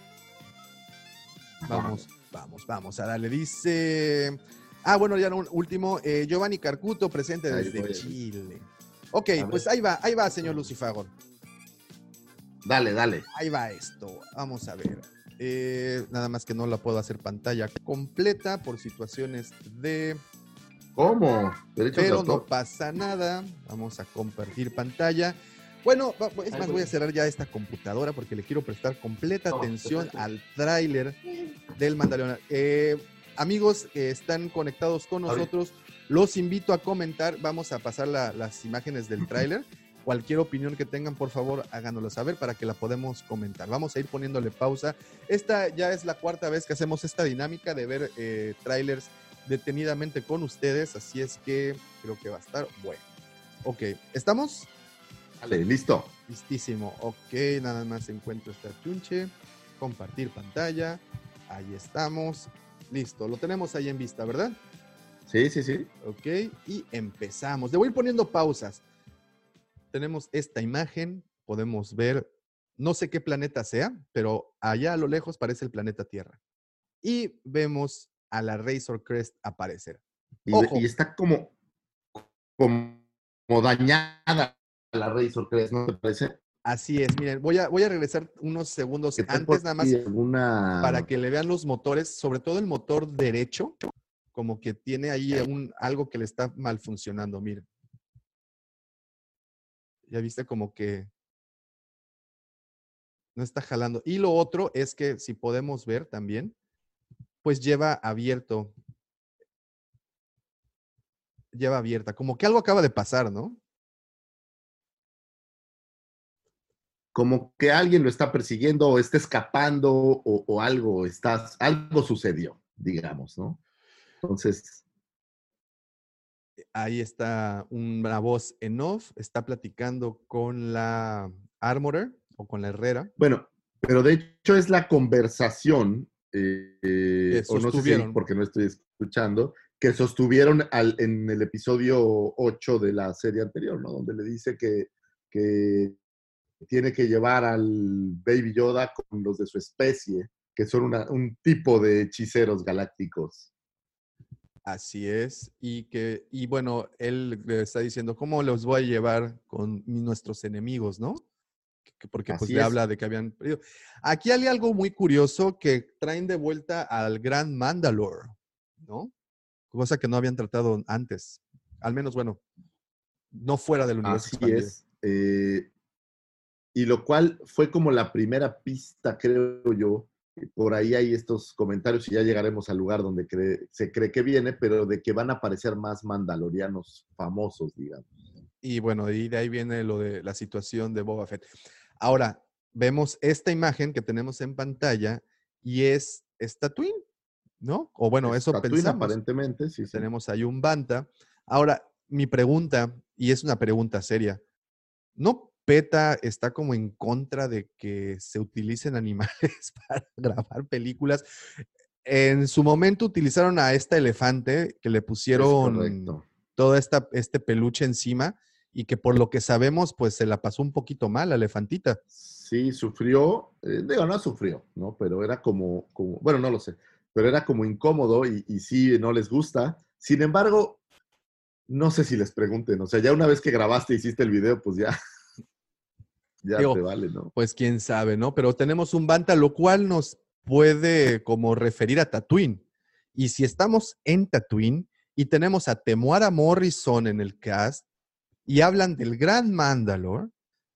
Vamos, vamos, vamos a darle. Dice... Ah, bueno, ya un último. Eh, Giovanni Carcuto, presente desde Ahí Chile. Ok, pues ahí va, ahí va, señor Lucifagor. Dale, dale. Ahí va esto. Vamos a ver. Eh, nada más que no la puedo hacer pantalla completa por situaciones de... ¿Cómo? Derechos de Pero autor. no pasa nada. Vamos a compartir pantalla. Bueno, es más, voy a cerrar ya esta computadora porque le quiero prestar completa atención al tráiler del Mandalorian. Eh... Amigos que están conectados con nosotros, los invito a comentar. Vamos a pasar la, las imágenes del tráiler. Cualquier opinión que tengan, por favor, háganoslo saber para que la podamos comentar. Vamos a ir poniéndole pausa. Esta ya es la cuarta vez que hacemos esta dinámica de ver eh, trailers detenidamente con ustedes, así es que creo que va a estar bueno. Ok, ¿estamos? Vale, listo. Listísimo. Ok, nada más encuentro esta chunche. Compartir pantalla. Ahí estamos. Listo, lo tenemos ahí en vista, ¿verdad? Sí, sí, sí. Ok, y empezamos. Le voy a ir poniendo pausas. Tenemos esta imagen, podemos ver, no sé qué planeta sea, pero allá a lo lejos parece el planeta Tierra. Y vemos a la Razor Crest aparecer. Y, Ojo. y está como, como, como dañada la Razor Crest, ¿no te parece? Así es, miren, voy a, voy a regresar unos segundos antes nada más alguna... para que le vean los motores, sobre todo el motor derecho, como que tiene ahí un, algo que le está mal funcionando, miren. Ya viste como que no está jalando. Y lo otro es que si podemos ver también, pues lleva abierto, lleva abierta, como que algo acaba de pasar, ¿no? Como que alguien lo está persiguiendo o está escapando o, o algo, está, algo sucedió, digamos, ¿no? Entonces... Ahí está una voz en off, está platicando con la Armorer o con la Herrera. Bueno, pero de hecho es la conversación, eh, o no sé si porque no estoy escuchando, que sostuvieron al, en el episodio ocho de la serie anterior, ¿no? Donde le dice que, que tiene que llevar al Baby Yoda con los de su especie, que son una, un tipo de hechiceros galácticos. Así es, y que, y bueno, él le está diciendo, ¿cómo los voy a llevar con nuestros enemigos, no? Porque pues Así le es. habla de que habían perdido. Aquí hay algo muy curioso que traen de vuelta al Gran Mandalore, ¿no? Cosa que no habían tratado antes. Al menos, bueno, no fuera del universo Así expandido. es. Eh, y lo cual fue como la primera pista, creo yo. Por ahí hay estos comentarios y ya llegaremos al lugar donde cree, se cree que viene, pero de que van a aparecer más mandalorianos famosos, digamos. Y bueno, y de ahí viene lo de la situación de Boba Fett. Ahora, vemos esta imagen que tenemos en pantalla y es, es Tatooine, ¿no? O bueno, Es eso Tatooine, pensamos. aparentemente, sí, sí. Tenemos ahí un Banta. Ahora, mi pregunta, y es una pregunta seria, ¿no PETA está como en contra de que se utilicen animales para grabar películas? En su momento utilizaron a esta elefante que le pusieron todo esta, este peluche encima y que por lo que sabemos, pues se la pasó un poquito mal la elefantita. Sí, sufrió, eh, digo, no sufrió, ¿no? Pero era como, como, bueno, no lo sé, pero era como incómodo y, y sí, no les gusta. Sin embargo, no sé si les pregunten, o sea, ya una vez que grabaste, hiciste el video, pues ya, ya Digo, te vale, ¿no? Pues quién sabe, ¿no? Pero tenemos un Banta, lo cual nos puede como referir a Tatooine. Y si estamos en Tatooine y tenemos a Temuera Morrison en el cast y hablan del Gran Mandalore,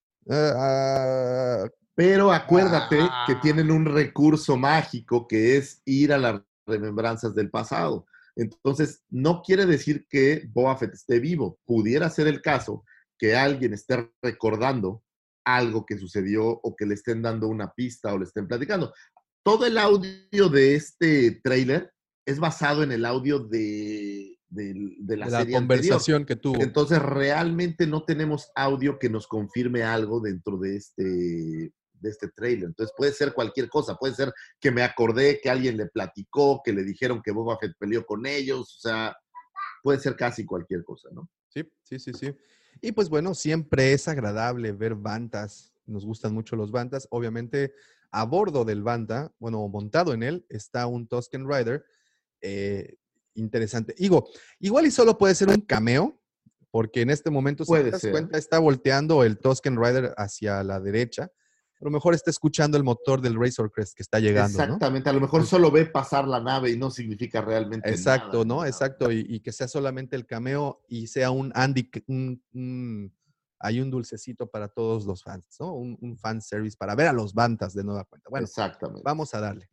uh, uh, pero acuérdate ah, que tienen un recurso mágico que es ir a las remembranzas del pasado. Entonces, no quiere decir que Boba Fett esté vivo. Pudiera ser el caso que alguien esté recordando algo que sucedió o que le estén dando una pista o le estén platicando. Todo el audio de este tráiler es basado en el audio de, de, de la De la serie conversación anterior. que tuvo. Entonces, realmente no tenemos audio que nos confirme algo dentro de este, de este trailer. Entonces, puede ser cualquier cosa. Puede ser que me acordé, que alguien le platicó, que le dijeron que Boba Fett peleó con ellos. O sea, puede ser casi cualquier cosa, ¿no? Sí, sí, sí, sí. Y pues bueno, siempre es agradable ver bandas. Nos gustan mucho los bandas. Obviamente, a bordo del banda, bueno, montado en él, está un Tusken Rider. Eh, interesante. Digo, igual y solo puede ser un cameo, porque en este momento, si Puede te das ser. cuenta, está volteando el Tusken Rider hacia la derecha. A lo mejor está escuchando el motor del Razor Crest que está llegando, ¿no? Exactamente. A lo mejor solo ve pasar la nave y no significa realmente Exacto, nada. ¿no? nada. Exacto. Y, y que sea solamente el cameo y sea un Andy, un, un, hay un dulcecito para todos los fans, ¿no? Un, un fan service para ver a los bandas de nueva cuenta. Bueno, Exactamente. vamos a darle.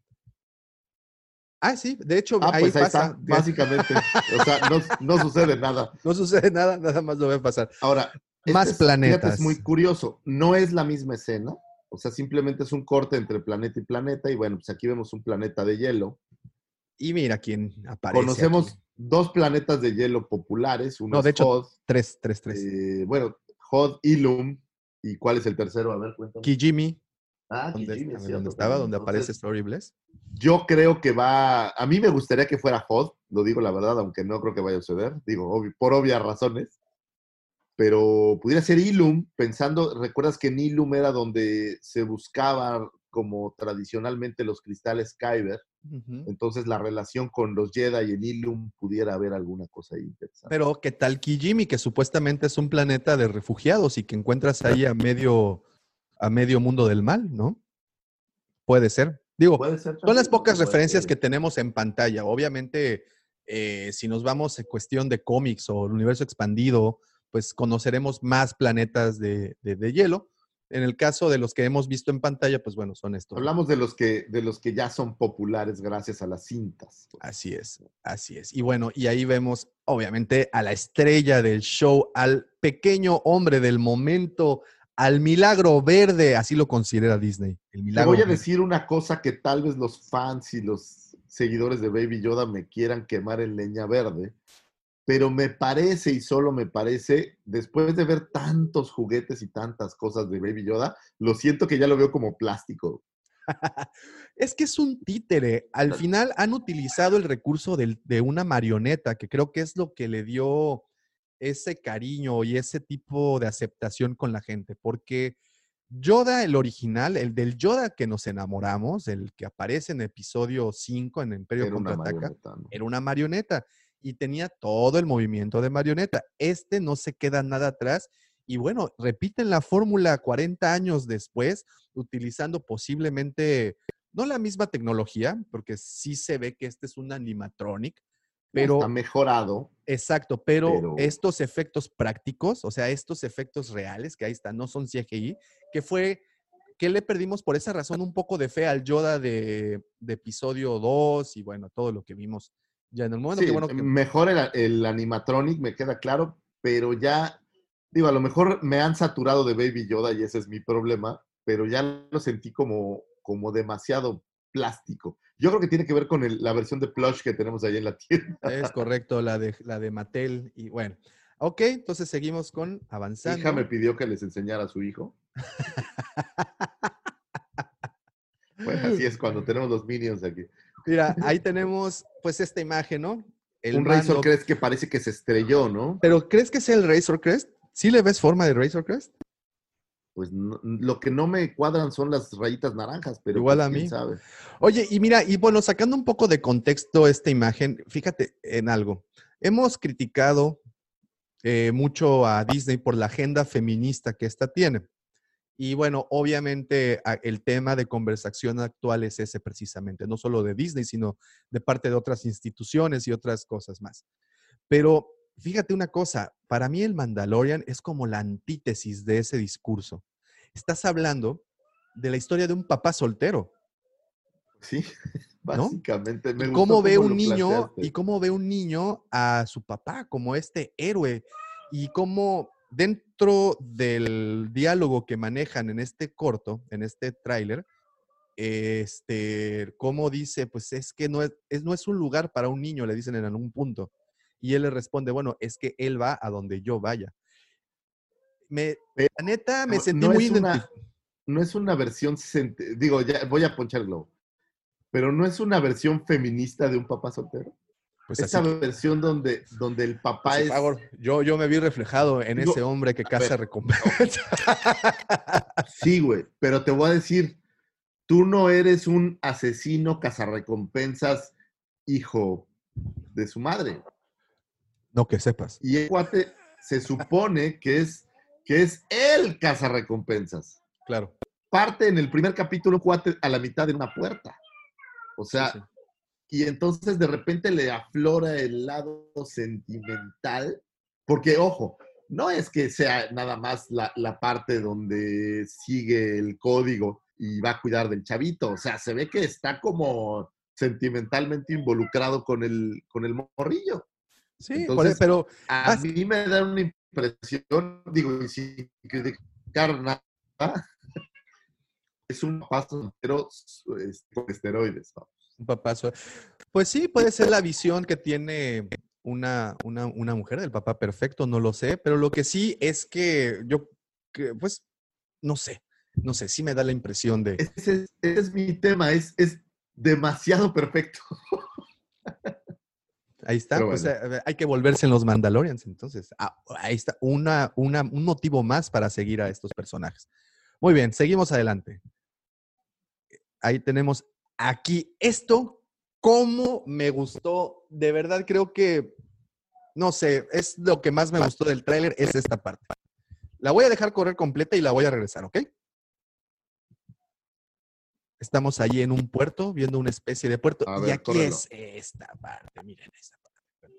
Ah, sí, de hecho, Ah, ahí pues ahí pasa. está, básicamente. O sea, no, no sucede nada. No sucede nada, nada más lo ve pasar. Ahora, Más este es, planetas. Fíjate, es muy curioso. No es la misma escena. O sea, simplemente es un corte entre planeta y planeta. Y bueno, pues aquí vemos un planeta de hielo. Y mira quién aparece Conocemos aquí. dos planetas de hielo populares. Uno No, es de hecho, Hoth. tres, tres, tres. Eh, bueno, Hoth, Ilum. ¿Y cuál es el tercero? A ver, cuéntame. Kijimi. Ah, ¿Dónde, Kijimi, es está? cierto, ¿Dónde estaba? también. ¿Dónde Entonces, aparece Story Bless? Yo creo que va. A mí me gustaría que fuera Hoth, lo digo la verdad, aunque no creo que vaya a suceder. Digo, obvi, por obvias razones. Pero pudiera ser Ilum, pensando, recuerdas que en Ilum era donde se buscaba como tradicionalmente los cristales Kyber. Uh-huh. Entonces la relación con los Jedi en Ilum pudiera haber alguna cosa ahí interesante. Pero ¿qué tal Kijimi, que supuestamente es un planeta de refugiados y que encuentras ahí a medio, a medio mundo del mal, ¿no? Puede ser. Digo, Puede ser son las también, pocas puede referencias ser. que tenemos en pantalla. Obviamente, eh, si nos vamos en cuestión de cómics o el universo expandido, pues conoceremos más planetas de, de, de hielo. En el caso de los que hemos visto en pantalla, pues bueno, son estos. Hablamos de los que, de los que ya son populares gracias a las cintas. Así es, así es. Y bueno, y ahí vemos, obviamente, a la estrella del show, al pequeño hombre del momento, al milagro verde, así lo considera Disney. El Te milagro voy a verde. decir una cosa que tal vez los fans y los seguidores de Baby Yoda me quieran quemar en leña verde, pero me parece, y solo me parece, después de ver tantos juguetes y tantas cosas de Baby Yoda, lo siento que ya lo veo como plástico. Es que es un títere. Al final han utilizado el recurso del, de una marioneta, que creo que es lo que le dio ese cariño y ese tipo de aceptación con la gente, porque Yoda, el original, el del Yoda que nos enamoramos, el que aparece en episodio cinco en Imperio Era una Contraataca, marioneta, ¿no? era una marioneta y tenía todo el movimiento de marioneta. Este no se queda nada atrás y bueno, repiten la fórmula cuarenta años después, utilizando posiblemente, no la misma tecnología, porque sí se ve que este es un animatronic, pero está mejorado. Exacto, pero, pero estos efectos prácticos, o sea, estos efectos reales que ahí están, no son C G I, que fue, que le perdimos por esa razón un poco de fe al Yoda de, de episodio dos y bueno, todo lo que vimos ya en el momento. Sí, que bueno que... mejor el, el animatronic, me queda claro, pero ya, digo, a lo mejor me han saturado de Baby Yoda y ese es mi problema, pero ya lo sentí como, como demasiado plástico. Yo creo que tiene que ver con el, la versión de plush que tenemos ahí en la tienda. Es correcto, la de, la de Mattel. Y bueno, ok, entonces seguimos con avanzando. Mi hija me pidió que les enseñara a su hijo. Bueno, así es cuando tenemos los Minions aquí. Mira, ahí tenemos pues esta imagen, ¿no? El Un mando. Razor Crest que parece que se estrelló, ¿no? ¿Pero crees que sea el Razor Crest? ¿Sí le ves forma de Razor Crest? Pues no, lo que no me cuadran son las rayitas naranjas, pero igual pues, a quién mí. sabe. Oye, y mira, y bueno, sacando un poco de contexto esta imagen, fíjate en algo. Hemos criticado eh, mucho a Disney por la agenda feminista que ésta tiene. Y bueno, obviamente a, el tema de conversación actual es ese precisamente, no solo de Disney, sino de parte de otras instituciones y otras cosas más. Pero fíjate una cosa, para mí el Mandalorian es como la antítesis de ese discurso. Estás hablando de la historia de un papá soltero. Sí, ¿no? básicamente. Me y gustó cómo ve cómo un lo niño planteaste. y cómo ve un niño a su papá como este héroe y cómo dentro del diálogo que manejan en este corto, en este tráiler, este, cómo dice, pues es que no es, es, no es un lugar para un niño, le dicen en algún punto. Y él le responde, bueno, es que él va a donde yo vaya. Me, Pero la neta, me no, sentí no muy es identificado. una, no es una versión, sent- digo, ya voy a ponchar el globo, pero no es una versión feminista de un papá soltero. Pues Esta así que, versión donde, donde el pues, papá es, Fagor, yo, yo me vi reflejado en digo, ese hombre que a caza ver, recompensa. sí, güey, pero te voy a decir, tú no eres un asesino cazarrecompensas hijo de su madre. No que sepas. Y el cuate se supone que es, que es el cazarrecompensas. Claro. Parte en el primer capítulo un cuate a la mitad de una puerta. O sea, Sí, sí. y entonces de repente le aflora el lado sentimental, porque ojo, no es que sea nada más la, la parte donde sigue el código y va a cuidar del chavito, o sea, se ve que está como sentimentalmente involucrado con el, con el morrillo. Sí, por- Entonces, pero a más, mí me da una impresión, digo, y sin criticar nada, es un papá soltero este, con esteroides, ¿no? un papazo. Pues sí, puede ser la visión que tiene una, una, una mujer del papá perfecto, no lo sé, pero lo que sí es que yo, que, pues, no sé, no sé, sí me da la impresión de, Ese es, ese es mi tema, es, es demasiado perfecto. ahí está, Pero pues bueno, eh, hay que volverse en los Mandalorians, entonces, ah, ahí está, una, una, un motivo más para seguir a estos personajes. Muy bien, seguimos adelante. Ahí tenemos aquí esto, cómo me gustó, de verdad creo que, no sé, es lo que más me gustó del tráiler, es esta parte. La voy a dejar correr completa y la voy a regresar, ¿ok? Estamos allí en un puerto, viendo una especie de puerto, a y ver, aquí córrelo. es esta parte, miren esta parte.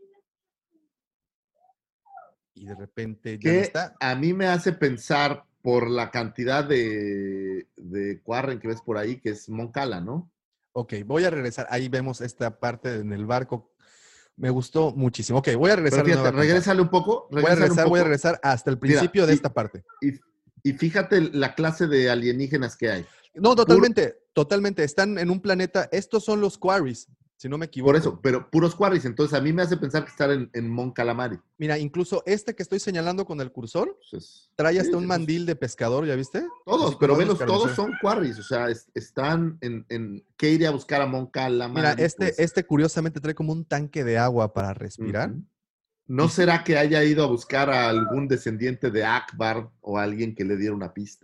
Y de repente ya no Que está. a mí me hace pensar por la cantidad de, de Quarren que ves por ahí, que es Mon Cala, ¿no? Ok, voy a regresar. Ahí vemos esta parte en el barco. Me gustó muchísimo. Ok, voy a regresar Pero de nueva fíjate, cuenta. regrésale un poco, Voy a regrésale un regresar, voy a poco. regresar hasta el Mira, principio de y, esta parte. y, y fíjate la clase de alienígenas que hay. No, Puro- totalmente, totalmente. Están en un planeta. Estos son los Quarries, si no me equivoco. por eso, pero puros Quarries. Entonces a mí me hace pensar que estar en, en Mon Calamari. Mira, incluso este que estoy señalando con el cursor Pues, trae sí, hasta un pues, mandil de pescador, ¿ya viste? todos, Así como pero esos velos, todos carniceros. son Quarries. O sea, es- están en, en... ¿Qué iré a buscar a Mon Calamari? Mira, este, Pues, este curiosamente trae como un tanque de agua para respirar. ujú. ¿No Y sí, será que haya ido a buscar a algún descendiente de Akbar o a alguien que le diera una pista?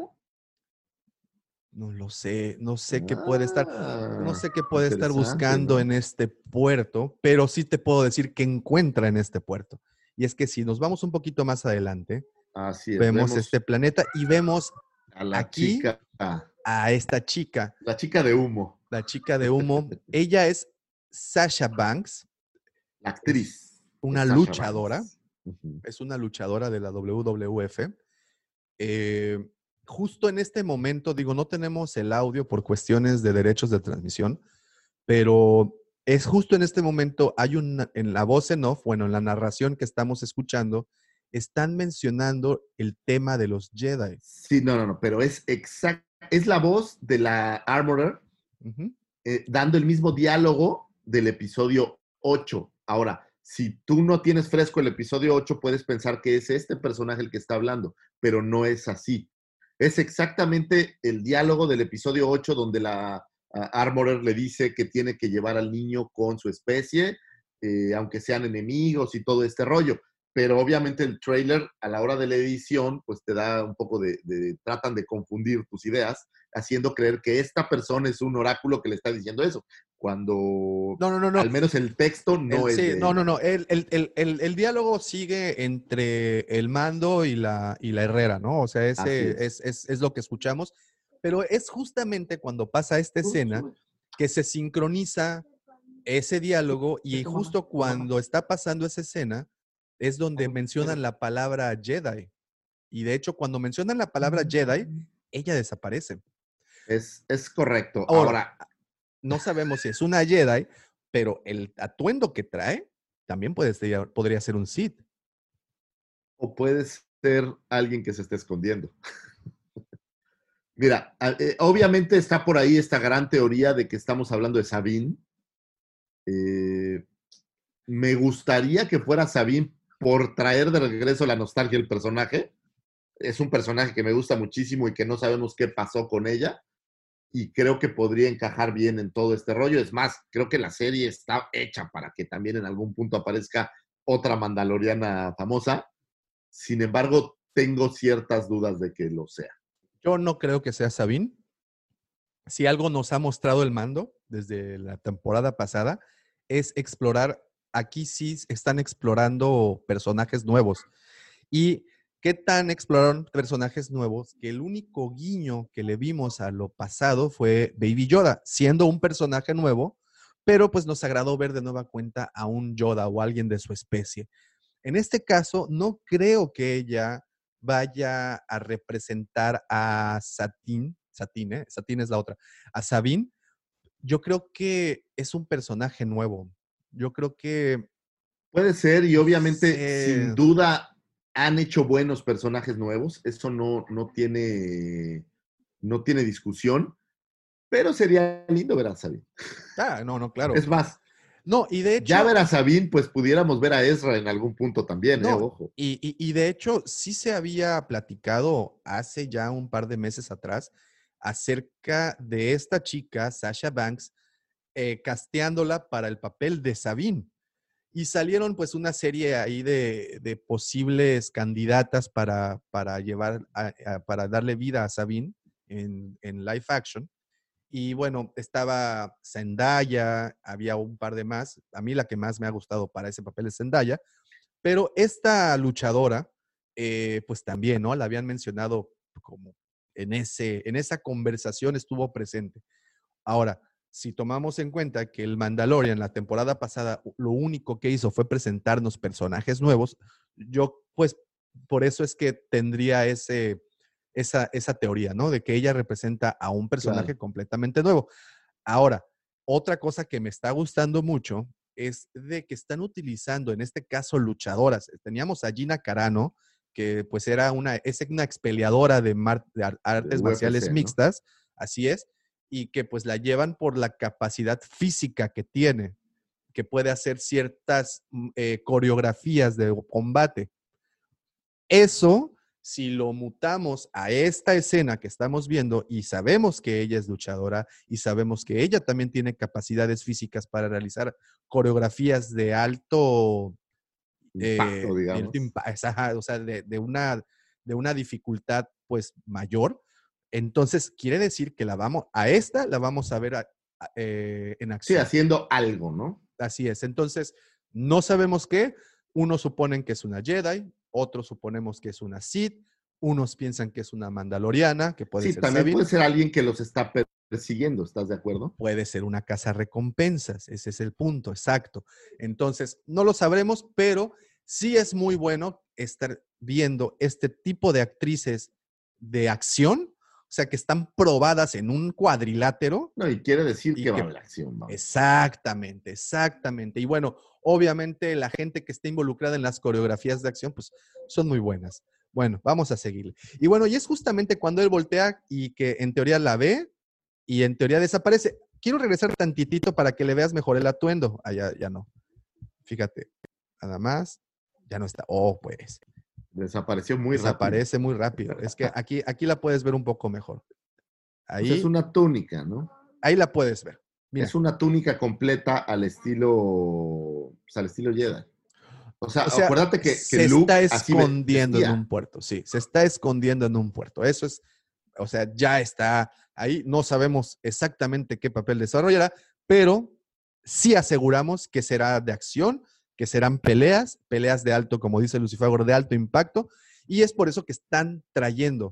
no lo sé, no sé qué puede estar, no Ah, sé qué puede estar interesante, buscando ¿no? en este puerto, pero sí te puedo decir que encuentra en este puerto. Y es que si nos vamos un poquito más adelante, Así es, vemos vemos este planeta y vemos a la aquí chica, a esta chica, la chica de humo, la chica de humo. Ella es Sasha Banks, la es actriz, una es Sasha luchadora, Banks. Ujú. es una luchadora de la W W F. Eh, justo en este momento, digo, no tenemos el audio por cuestiones de derechos de transmisión, pero es justo en este momento, hay una, en la voz en off, bueno, en la narración que estamos escuchando, están mencionando el tema de los Jedi. Sí, no, no, no, pero es exact, es la voz de la Armorer Ujú. eh, dando el mismo diálogo del episodio ocho. Ahora, si tú no tienes fresco el episodio ocho, puedes pensar que es este personaje el que está hablando, pero no es así. Es exactamente el diálogo del episodio ocho donde la uh, Armorer le dice que tiene que llevar al niño con su especie, eh, aunque sean enemigos y todo este rollo. Pero obviamente el trailer a la hora de la edición, pues te da un poco de, de, tratan de confundir tus ideas, haciendo creer que esta persona es un oráculo que le está diciendo eso, cuando No, no, no, no. al menos el texto no El, es sí, de no, no, ella. no. El, el, el, el, el diálogo sigue entre el mando y la, y la Herrera, ¿no? O sea, Así ese es. es, es, es lo que escuchamos. Pero es justamente cuando pasa esta escena que se sincroniza ese diálogo y justo cuando está pasando esa escena es donde mencionan la palabra Jedi. Y de hecho, cuando mencionan la palabra Jedi, ella desaparece. Es, es correcto. Ahora, Ahora, no sabemos si es una Jedi, pero el atuendo que trae también puede ser, podría ser un Sith. o puede ser alguien que se esté escondiendo. Mira, eh, obviamente está por ahí esta gran teoría de que estamos hablando de Sabine. Eh, me gustaría que fuera Sabine por traer de regreso la nostalgia del personaje. Es un personaje que me gusta muchísimo y que no sabemos qué pasó con ella. Y creo que podría encajar bien en todo este rollo. Es más, creo que la serie está hecha para que también en algún punto aparezca otra mandaloriana famosa. Sin embargo, tengo ciertas dudas de que lo sea. Yo no creo que sea Sabine. Si algo nos ha mostrado el Mando desde la temporada pasada, es explorar, aquí sí están explorando personajes nuevos. ¿Y qué tan exploraron personajes nuevos? Que el único guiño que le vimos a lo pasado fue Baby Yoda, siendo un personaje nuevo, pero pues nos agradó ver de nueva cuenta a un Yoda o alguien de su especie. En este caso, no creo que ella vaya a representar a Satine, Satine, ¿eh? Satine es la otra, a Sabine. Yo creo que es un personaje nuevo. Yo creo que... Puede ser, y obviamente, Sí. sin duda, han hecho buenos personajes nuevos. Eso no, no, tiene, no tiene discusión, pero sería lindo ver a Sabine. Ah, no, no, claro. Es más, no, y de hecho... ya ver a Sabine, pues pudiéramos ver a Ezra en algún punto también, no, eh, ojo. Y, y, y de hecho, sí se había platicado hace ya un par de meses atrás acerca de esta chica, Sasha Banks, eh, casteándola para el papel de Sabine. Y salieron pues una serie ahí de, de posibles candidatas para, para llevar, a, a, para darle vida a Sabine en, en live action. Y bueno, estaba Zendaya, había un par de más. A mí la que más me ha gustado para ese papel es Zendaya. Pero esta luchadora, eh, pues también, ¿no? La habían mencionado como en, ese, en esa conversación estuvo presente. Ahora, si tomamos en cuenta que el Mandalorian la temporada pasada lo único que hizo fue presentarnos personajes nuevos, yo pues por eso es que tendría ese, esa, esa teoría, ¿no? De que ella representa a un personaje claro. completamente nuevo. Ahora, otra cosa que me está gustando mucho es de que están utilizando, en este caso, luchadoras. Teníamos a Gina Carano, que pues era una, es una expeleadora de, mar, de artes de marciales U F C, mixtas, ¿no? Así es, y que pues la llevan por la capacidad física que tiene, que puede hacer ciertas eh, coreografías de combate. Eso, si lo mutamos a esta escena que estamos viendo y sabemos que ella es luchadora y sabemos que ella también tiene capacidades físicas para realizar coreografías de alto impacto, eh, digamos. Impa- o sea, de, de, una, de una dificultad pues mayor, entonces quiere decir que la vamos, a esta la vamos a ver a, a, eh, en acción. Sí, haciendo algo, ¿no? Así es. Entonces, no sabemos qué. Unos suponen que es una Jedi, otros suponemos que es una Sith, unos piensan que es una Mandaloriana, que puede sí, ser también Sabine. puede ser alguien que los está persiguiendo, ¿estás de acuerdo? Puede ser una cazarrecompensas, ese es el punto, exacto. Entonces, no lo sabremos, pero sí es muy bueno estar viendo este tipo de actrices de acción, o sea, que están probadas en un cuadrilátero. No, y quiere decir y que, que va a la acción. Vamos. Exactamente, exactamente. Y bueno, obviamente la gente que está involucrada en las coreografías de acción, pues son muy buenas. Bueno, vamos a seguirle. Y bueno, y es justamente cuando él voltea y que en teoría la ve y en teoría desaparece. Quiero regresar tantitito para que le veas mejor el atuendo. Ah, ya, ya no. Fíjate, nada más, ya no está. Oh, pues. Desapareció muy Desaparece rápido. muy rápido. Es que aquí, aquí la puedes ver un poco mejor. Ahí, pues es una túnica, ¿no? Ahí la puedes ver. Mira. Es una túnica completa al estilo, pues al estilo Jedi. O sea, o sea acuérdate que, se que Luke está escondiendo así en un puerto. Sí, se está escondiendo en un puerto. Eso es, o sea, ya está ahí. No sabemos exactamente qué papel desarrollará, pero sí aseguramos que será de acción, que serán peleas, peleas de alto, como dice Lucifer, de alto impacto, y es por eso que están trayendo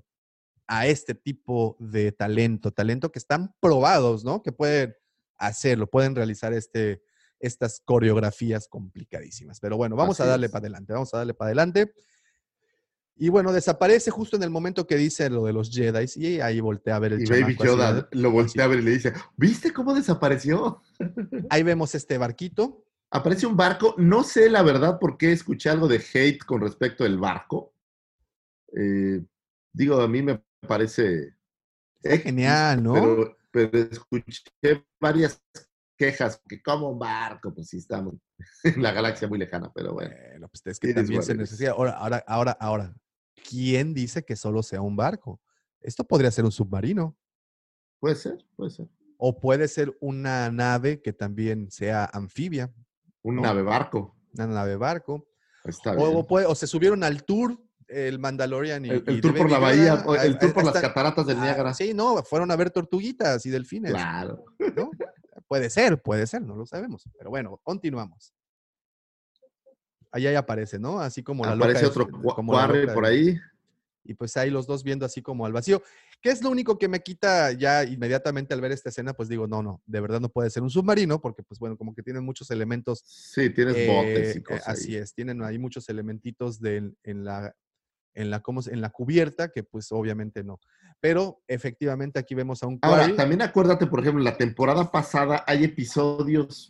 a este tipo de talento, talento que están probados, ¿no? Que pueden hacerlo, pueden realizar este, estas coreografías complicadísimas. Pero bueno, vamos Así a darle para adelante, vamos a darle para adelante. Y bueno, desaparece justo en el momento que dice lo de los Jedi y ahí voltea a ver el y chamaco. Baby Yoda lo voltea a ver y le dice, ¿viste cómo desapareció? Ahí vemos este barquito. Aparece un barco. No sé la verdad por qué escuché algo de hate con respecto al barco. Eh, digo, a mí me parece X, genial, ¿no? Pero, pero escuché varias quejas que como un barco, pues sí estamos en la galaxia muy lejana, pero bueno. Bueno, pues es que It is también what se it is. necesita. Ahora, ahora, ahora, ahora, ¿quién dice que solo sea un barco? Esto podría ser un submarino. Puede ser, puede ser. O puede ser una nave que también sea anfibia. Un ¿no? nave barco. Una nave barco. Está O, bien. o puede- o se subieron al tour, el Mandalorian y El, el y tour de por la Baby bahía, Yoda, o el a- tour a- por las hasta- cataratas del ah, Niágara. sí, no, fueron a ver tortuguitas y delfines. Claro. ¿No? Puede ser, puede ser, no lo sabemos. Pero bueno, continuamos. Allá ya aparece, ¿no? Así como la loca. Aparece de- otro cua- como la cuarre loca por de- ahí. Y pues ahí los dos viendo así como al vacío. ¿Qué es lo único que me quita ya inmediatamente al ver esta escena? Pues digo, no, no, de verdad no puede ser un submarino, porque pues bueno, como que tienen muchos elementos. Sí, tienes eh, botes y eh, cosas así ahí. es, tienen ahí muchos elementitos de, en, la, en, la, ¿cómo se- en la cubierta, que pues obviamente no. Pero efectivamente aquí vemos a un Ahora, quarry. también acuérdate, por ejemplo, la temporada pasada hay episodios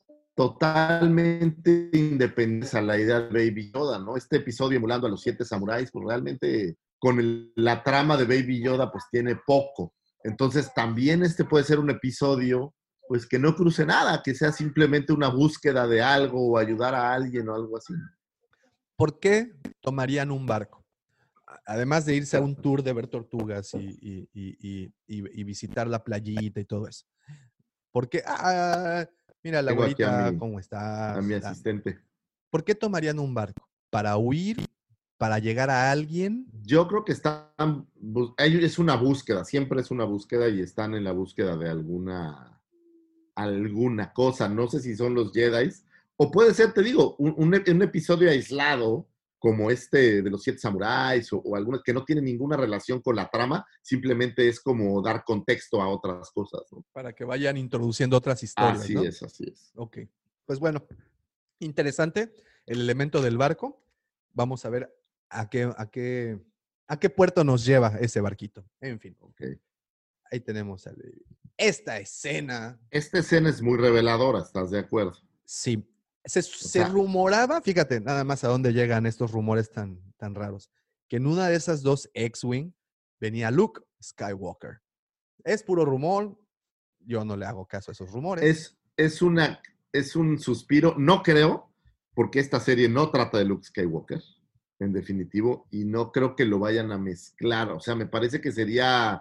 totalmente independientes a la idea de Baby Yoda, ¿no? Este episodio emulando a los siete samuráis, pues realmente con el- la trama de Baby Yoda, pues tiene poco. Entonces, también este puede ser un episodio, pues que no cruce nada, que sea simplemente una búsqueda de algo o ayudar a alguien o algo así. ¿Por qué tomarían un barco? Además de irse a un tour de ver tortugas y, y- y- y- y- y visitar la playita y todo eso. Porque, ah, mira, la Tengo aquí a abuelita, mi- ¿cómo estás? A mi Ah, asistente. ¿Por qué tomarían un barco? ¿Para huir? ¿Para llegar a alguien? Yo creo que están, bus- ellos- es una búsqueda, siempre es una búsqueda y están en la búsqueda de alguna, alguna cosa. No sé si son los Jedi, o puede ser, te digo, un, un ep- un episodio aislado, como este de los siete samuráis, o, o algunos que no tienen ninguna relación con la trama, simplemente es como dar contexto a otras cosas, ¿no? Para que vayan introduciendo otras historias, Así ¿no? es, así es. Ok. Pues bueno, interesante el elemento del barco. Vamos a ver a qué, a qué, a qué puerto nos lleva ese barquito. En fin, Ok. ahí tenemos al- esta escena. Esta escena es muy reveladora, ¿estás de acuerdo? Sí, se, se sea- rumoraba, fíjate nada más a dónde llegan estos rumores tan, tan raros, que en una de esas dos X-Wing venía Luke Skywalker. Es puro rumor, yo no le hago caso a esos rumores. Es, es, una, es un suspiro, no creo, porque esta serie no trata de Luke Skywalker, en definitivo, y no creo que lo vayan a mezclar. O sea, me parece que sería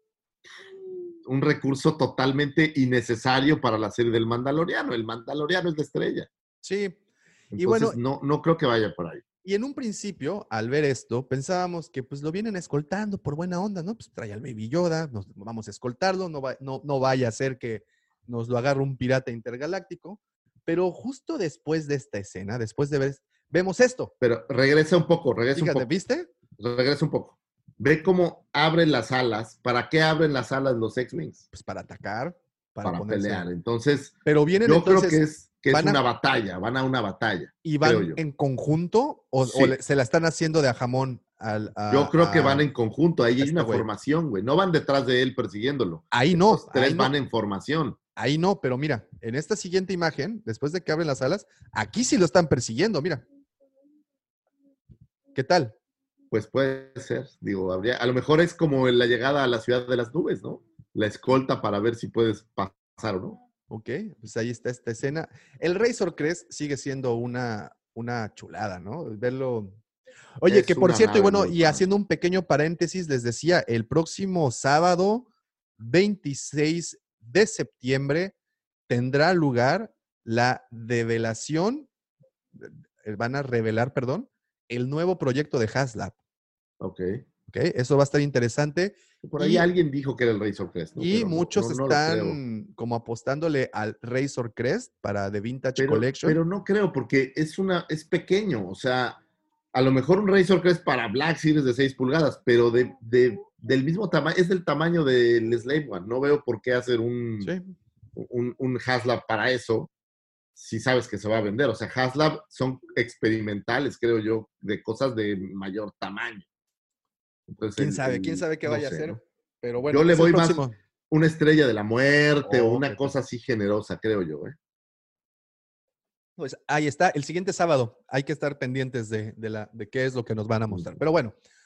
un recurso totalmente innecesario para la serie del Mandaloriano. El Mandaloriano es la estrella. Sí, Entonces, y bueno, no, no creo que vaya por ahí. y en un principio, al ver esto, pensábamos que pues lo vienen escoltando por buena onda, ¿no? Pues trae al Baby Yoda, nos vamos a escoltarlo, no, va- no, no vaya a ser que nos lo agarre un pirata intergaláctico. Pero justo después de esta escena, después de ver, vemos esto. Pero regresa un poco, regresa Fíjate, un poco. ¿viste? Regresa un poco. Ve cómo abren las alas. ¿Para qué abren las alas los X-Wings? Pues para atacar, para, Para, ponerse. pelear. Entonces, Pero vienen yo entonces, creo que es, que es van a- una batalla, van a una batalla. ¿y creo van yo. en conjunto o, Sí. o le- se la están haciendo de a jamón al a- Yo creo que a- van en conjunto, ahí hay este una güey. formación, güey. No van detrás de él persiguiéndolo. Ahí no, Los tres ahí no. van en formación. Ahí no, pero mira, en esta siguiente imagen, después de que abren las alas, aquí sí lo están persiguiendo, mira. ¿Qué tal? Pues puede ser, digo, habría, a lo mejor es como la llegada a la ciudad de las nubes, ¿no? La escolta para ver si puedes pasar o no. Ok, pues ahí está esta escena. El Razor Crest sigue siendo una, una chulada, ¿no? Verlo. Oye, Es que por una cierto, y nave bueno, muy y padre. haciendo un pequeño paréntesis, les decía, el próximo sábado veintiséis de septiembre tendrá lugar la develación, eh, van a revelar, perdón, el nuevo proyecto de HasLab. Ok. ¿Ok? Eso va a estar interesante. Por ahí Y- alguien dijo que era el Razor Crest, ¿no? Y Pero no- muchos no- no lo creo. están como apostándole al Razor Crest para The Vintage Pero, Collection. pero no creo, porque es una, es pequeño, o sea, a lo mejor un Razor Crest para Black Series de seis pulgadas, pero de, de- del mismo tamaño, es del tamaño del Slave One. No veo por qué hacer un, Sí. un, un HasLab para eso, si sabes que se va a vender. O sea, HasLab son experimentales, creo yo, de cosas de mayor tamaño. Entonces, ¿Quién el- sabe? el- ¿Quién sabe qué no vaya sé, a hacer? ¿no? Pero bueno, Yo le es el voy más- próximo. Una estrella de la muerte o Oh, una qué cosa así generosa, creo yo. ¿eh? Pues ahí está, el siguiente sábado. Hay que estar pendientes de, de la, de qué es lo que nos van a mostrar. Pero bueno,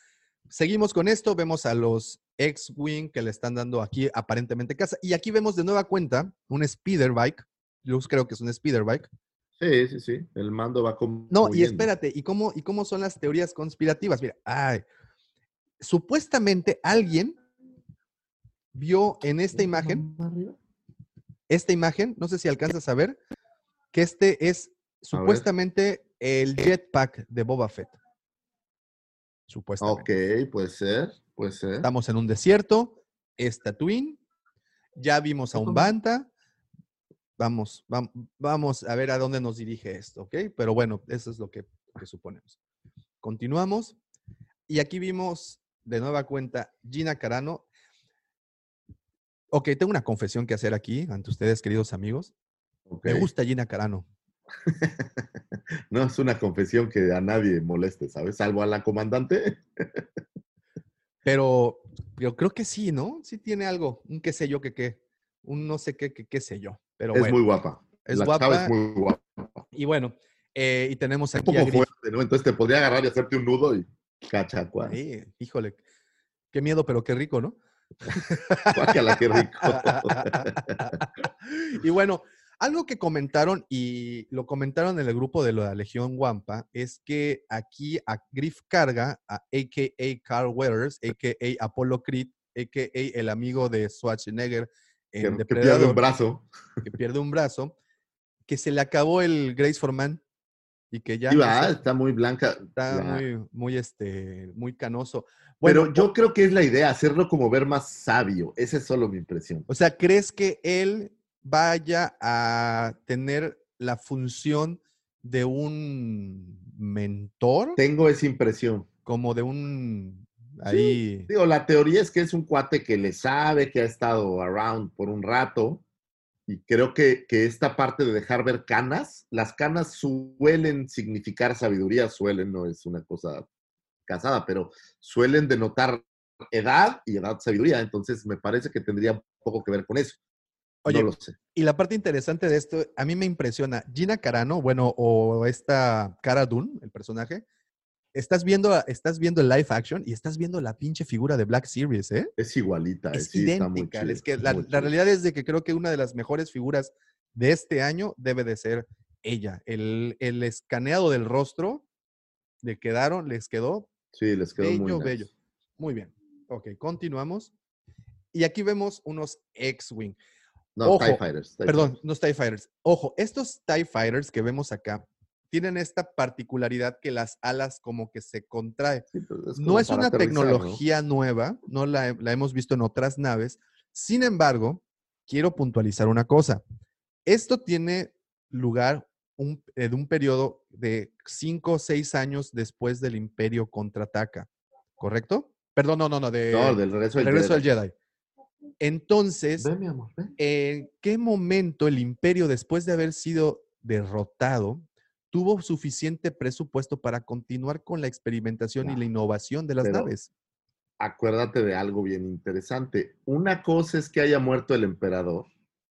seguimos con esto, vemos a los X-Wing que le están dando aquí aparentemente casa. Y aquí vemos de nueva cuenta un speeder bike. Yo creo que es un speeder bike. Sí, sí, sí. El mando va como. No, y espérate, ¿y cómo, ¿y cómo son las teorías conspirativas? Mira, ay, supuestamente alguien vio en esta imagen, esta imagen, no sé si alcanzas a ver, que este es supuestamente el jetpack de Boba Fett. Supuestamente. Ok, puede ser, puede ser. Estamos en un desierto, es Tatooine, ya vimos a un Banta. Vamos, vamos, vamos a ver a dónde nos dirige esto, ¿ok? Pero bueno, eso es lo que, que suponemos. Continuamos. Y aquí vimos de nueva cuenta Gina Carano. Ok, tengo una confesión que hacer aquí ante ustedes, queridos amigos. Okay. Me gusta Gina Carano. No es una confesión que a nadie moleste, ¿sabes? Salvo a la comandante. Pero yo creo que sí, ¿no? Sí tiene algo, un qué sé yo que qué, un no sé qué, qué, qué sé yo. Pero es bueno, muy guapa. Es la guapa. chava es muy guapa. Y bueno, eh, y tenemos aquí un poco fuerte, ¿no? Entonces te podría agarrar y hacerte un nudo y cachacuá. Sí, híjole, qué miedo, pero qué rico, ¿no? Guácala, qué rico. Y bueno, algo que comentaron, y lo comentaron en el grupo de la Legión Wampa, es que aquí a Griff Karga, a a k a. Carl Weathers, a k a. Apollo Creed, a k a el amigo de Schwarzenegger en que, Depredador, que pierde un brazo. Que pierde un brazo, que se le acabó el Grace for Man y que ya... Sí, va, no sé, está muy blanca. Está la... muy, muy, este, muy canoso. Bueno, pero yo o, creo que es la idea, hacerlo como ver más sabio. Esa es solo mi impresión. O sea, ¿crees que él vaya a tener la función de un mentor? Tengo esa impresión. Como de un... Ahí... Sí, digo, la teoría es que es un cuate que le sabe, que ha estado around por un rato. Y creo que, que esta parte de dejar ver canas, las canas suelen significar sabiduría, suelen, no es una cosa casada, pero suelen denotar edad y edad sabiduría. Entonces me parece que tendría un poco que ver con eso. Oye, no lo sé. Y la parte interesante de esto, a mí me impresiona. Gina Carano, bueno, o esta Cara Dune, el personaje, estás viendo, estás viendo el live action y estás viendo la pinche figura de Black Series, ¿eh? Es igualita. Es sí, idéntica. Está muy es que la, la realidad es de que creo que una de las mejores figuras de este año debe de ser ella. El, el escaneado del rostro le quedaron, les quedó. Sí, les quedó bello, muy nice. bello. Muy bien. Ok, continuamos. Y aquí vemos unos X-Wing. No, Ojo, TIE Fighters. TIE perdón, Fighters. no TIE Fighters. Ojo, estos TIE Fighters que vemos acá tienen esta particularidad que las alas como que se contraen. Sí, es no es una aterrizar, tecnología ¿no? nueva, no la, la hemos visto en otras naves. Sin embargo, quiero puntualizar una cosa. Esto tiene lugar un, en un periodo de cinco o seis años después del Imperio contraataca, ¿correcto? Perdón, no, no, no, de, no del regreso, del del regreso Jedi. del Jedi. Entonces, Ven, mi amor, ven. ¿en qué momento el Imperio, después de haber sido derrotado, tuvo suficiente presupuesto para continuar con la experimentación Claro, y la innovación de las pero naves? Acuérdate de algo bien interesante. Una cosa es que haya muerto el emperador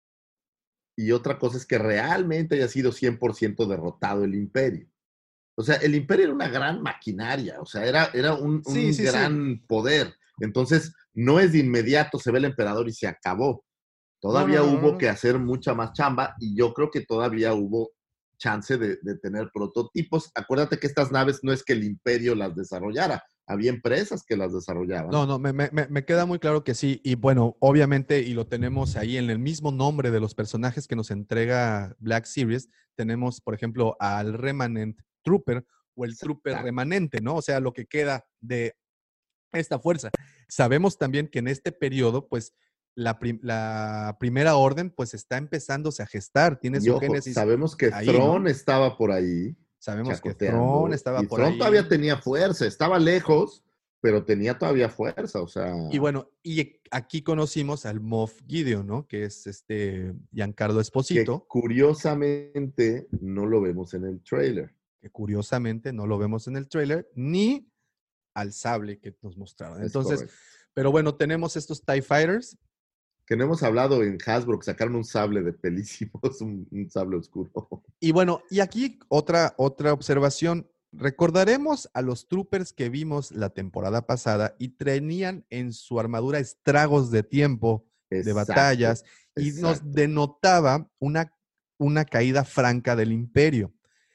y otra cosa es que realmente haya sido cien por ciento derrotado el imperio. O sea, el imperio era una gran maquinaria, o sea, era, era un, Sí, un sí, gran sí. poder. Entonces, no es de inmediato, se ve el emperador y se acabó. Todavía No, no, no, hubo no. que hacer mucha más chamba y yo creo que todavía hubo chance de, de tener prototipos. Acuérdate que estas naves no es que el imperio las desarrollara, había empresas que las desarrollaban. No, no, me, me, me queda muy claro que sí. Y bueno, obviamente, y lo tenemos ahí en el mismo nombre de los personajes que nos entrega Black Series, tenemos, por ejemplo, al Remanent Trooper o el Trooper Exacto. Remanente, ¿no? O sea, lo que queda de esta fuerza. Sabemos también que en este periodo, pues, la, prim la primera orden, pues, está empezándose a gestar, tiene Y su ojo, génesis. sabemos que ahí, Thrawn ¿no? estaba por ahí. Sabemos que chacoteando, Thrawn estaba y por Thrawn ahí. todavía tenía fuerza, estaba lejos, pero tenía todavía fuerza, o sea. Y bueno, y aquí conocimos al Moff Gideon, ¿no? Que es este Giancarlo Esposito. Que curiosamente no lo vemos en el trailer. Que curiosamente no lo vemos en el trailer, ni al sable que nos mostraron. Entonces, correcto. Pero bueno, tenemos estos TIE Fighters. Que no hemos hablado en Hasbro, que sacaron un sable de pelísimos, un, un sable oscuro. Y bueno, y aquí otra, otra observación. recordaremos a los troopers que vimos la temporada pasada y tenían en su armadura estragos de tiempo, de Exacto, batallas, y nos exacto. denotaba una, una caída franca del imperio.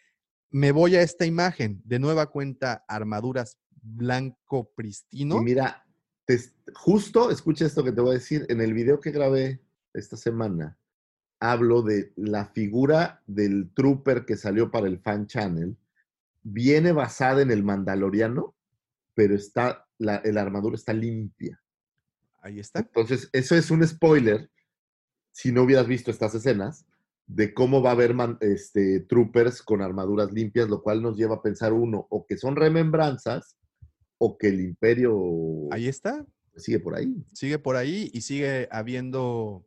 Me voy a esta imagen, de nueva cuenta, armaduras blanco pristino. Y mira, te- justo, escucha esto que te voy a decir, en el video que grabé esta semana, hablo de la figura del trooper que salió para el fan channel, viene basada en el Mandaloriano, pero está, la, la armadura está limpia. Ahí está. Entonces, eso es un spoiler, si no hubieras visto estas escenas, de cómo va a haber man- este, troopers con armaduras limpias, lo cual nos lleva a pensar uno, o que son remembranzas, o que el imperio Ahí está. sigue por ahí. Sigue por ahí y sigue habiendo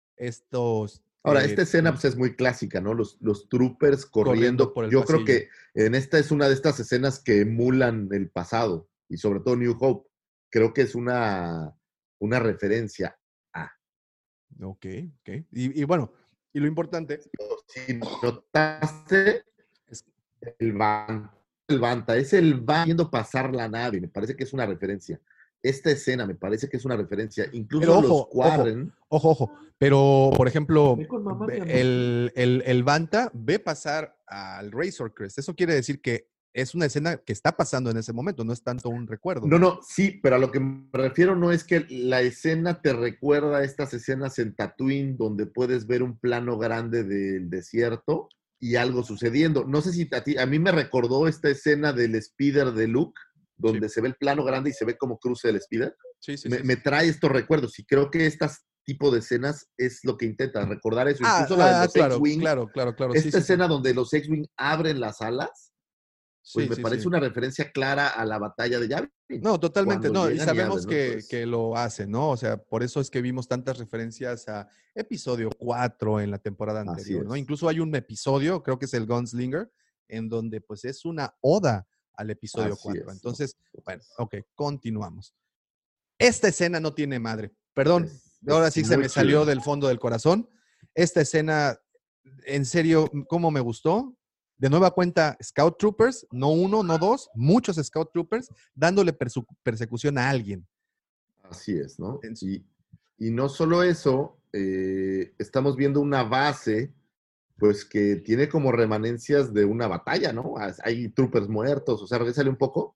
estos... Ahora, eh, esta escena pues, es muy clásica, ¿no? Los, los troopers corriendo. Corriendo por el Yo creo pasillo. que en esta es una de estas escenas que emulan el pasado, y sobre todo New Hope. Creo que es una, una referencia a. Ok, ok. Y, y bueno, y lo importante Si notaste, es el Banta, el Banta, es el Banta viendo pasar la nave, me parece que es una referencia. Esta escena me parece que es una referencia. Incluso Pero los ojo, Quarren. ojo, ojo. Pero, por ejemplo, Ve con mamá, mi amor. el, el, el Banta ve pasar al Razor Crest. Eso quiere decir que es una escena que está pasando en ese momento, no es tanto un recuerdo. No, no, sí, pero a lo que me refiero no es que la escena te recuerda a estas escenas en Tatooine donde puedes ver un plano grande del desierto y algo sucediendo. No sé si a ti, a mí me recordó esta escena del speeder de Luke, donde Sí. se ve el plano grande y se ve cómo cruza el speeder. Sí, sí, me, sí, me sí. trae estos recuerdos y creo que este tipo de escenas es lo que intenta recordar eso. Ah, Incluso la de ah, los claro, X-Wing, claro, claro, claro. Sí, esta sí, sí. escena donde los X-Wing abren las alas, pues Sí, me sí, parece sí. una referencia clara a la batalla de Yavin. No, totalmente, Cuando no, y llegan sabemos abren, ¿no? que, Entonces, que lo hace, ¿no? O sea, por eso es que vimos tantas referencias a episodio cuatro en la temporada así anterior, ¿no? es. Incluso hay un episodio, creo que es el Gunslinger, en donde pues es una oda al episodio Así cuatro. es, ¿no? Entonces, bueno, Entonces, ok, continuamos. Esta escena no tiene madre, perdón, es, ahora es sí se muy me salió chida. del fondo del corazón. Esta escena, en serio, ¿cómo me gustó? De nueva cuenta, Scout Troopers, no uno, no dos, muchos Scout Troopers, dándole persu- persecución a alguien. Así es, ¿no? En su- Y, y no solo eso, eh, estamos viendo una base, pues que tiene como remanencias de una batalla, ¿no? Hay troopers muertos, o sea, regresale un poco.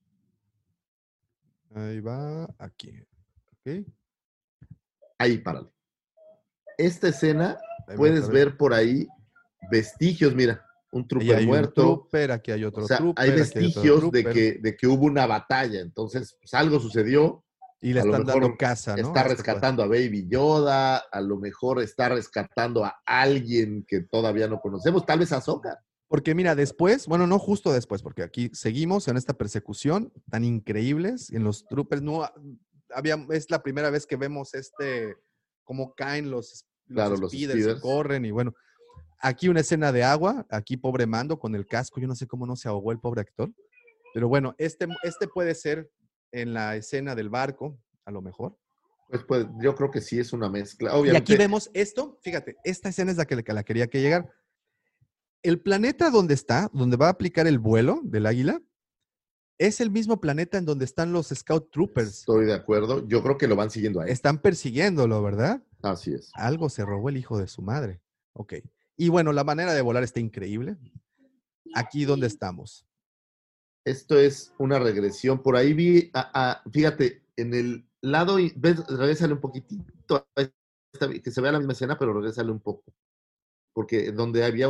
Ahí va, aquí. Ok. Ahí, párale. Esta escena, Ahí va puedes otra vez. ver por ahí vestigios, mira, un Ahí trooper hay un muerto. trooper, aquí hay O otro sea, hay trooper, aquí hay otro vestigios de trooper. que, de que hubo una batalla. Entonces, pues algo sucedió. Y le A lo están mejor dando casa, ¿no? está A este cuate. rescatando a Baby Yoda, a lo mejor está rescatando a alguien que todavía no conocemos, tal vez a Ahsoka. Porque mira, después, bueno, no justo después, porque aquí seguimos en esta persecución tan increíbles en los troopers. No, había, es la primera vez que vemos este, cómo caen los, los Claro, los speeders y speeders. corren y bueno. Aquí una escena de agua, aquí pobre Mando con el casco, yo no sé cómo no se ahogó el pobre actor, pero bueno, este, este puede ser en la escena del barco, a lo mejor. Pues, pues yo creo que sí es una mezcla. Y Obviamente, aquí vemos esto, fíjate, esta escena es la que, la que quería que llegar. El planeta donde está, donde va a aplicar el vuelo del águila, es el mismo planeta en donde están los Scout Troopers. estoy de acuerdo. Yo creo que lo van siguiendo ahí. Están persiguiéndolo, ¿verdad? Así es. Algo se robó el hijo de su madre. Ok. Y bueno, la manera de volar está increíble. Aquí donde estamos. Esto es una regresión. Por ahí vi, a, a, fíjate, en el lado, ves, regrésale un poquitito, esta, que se vea la misma escena, pero regrésale un poco. Porque donde había,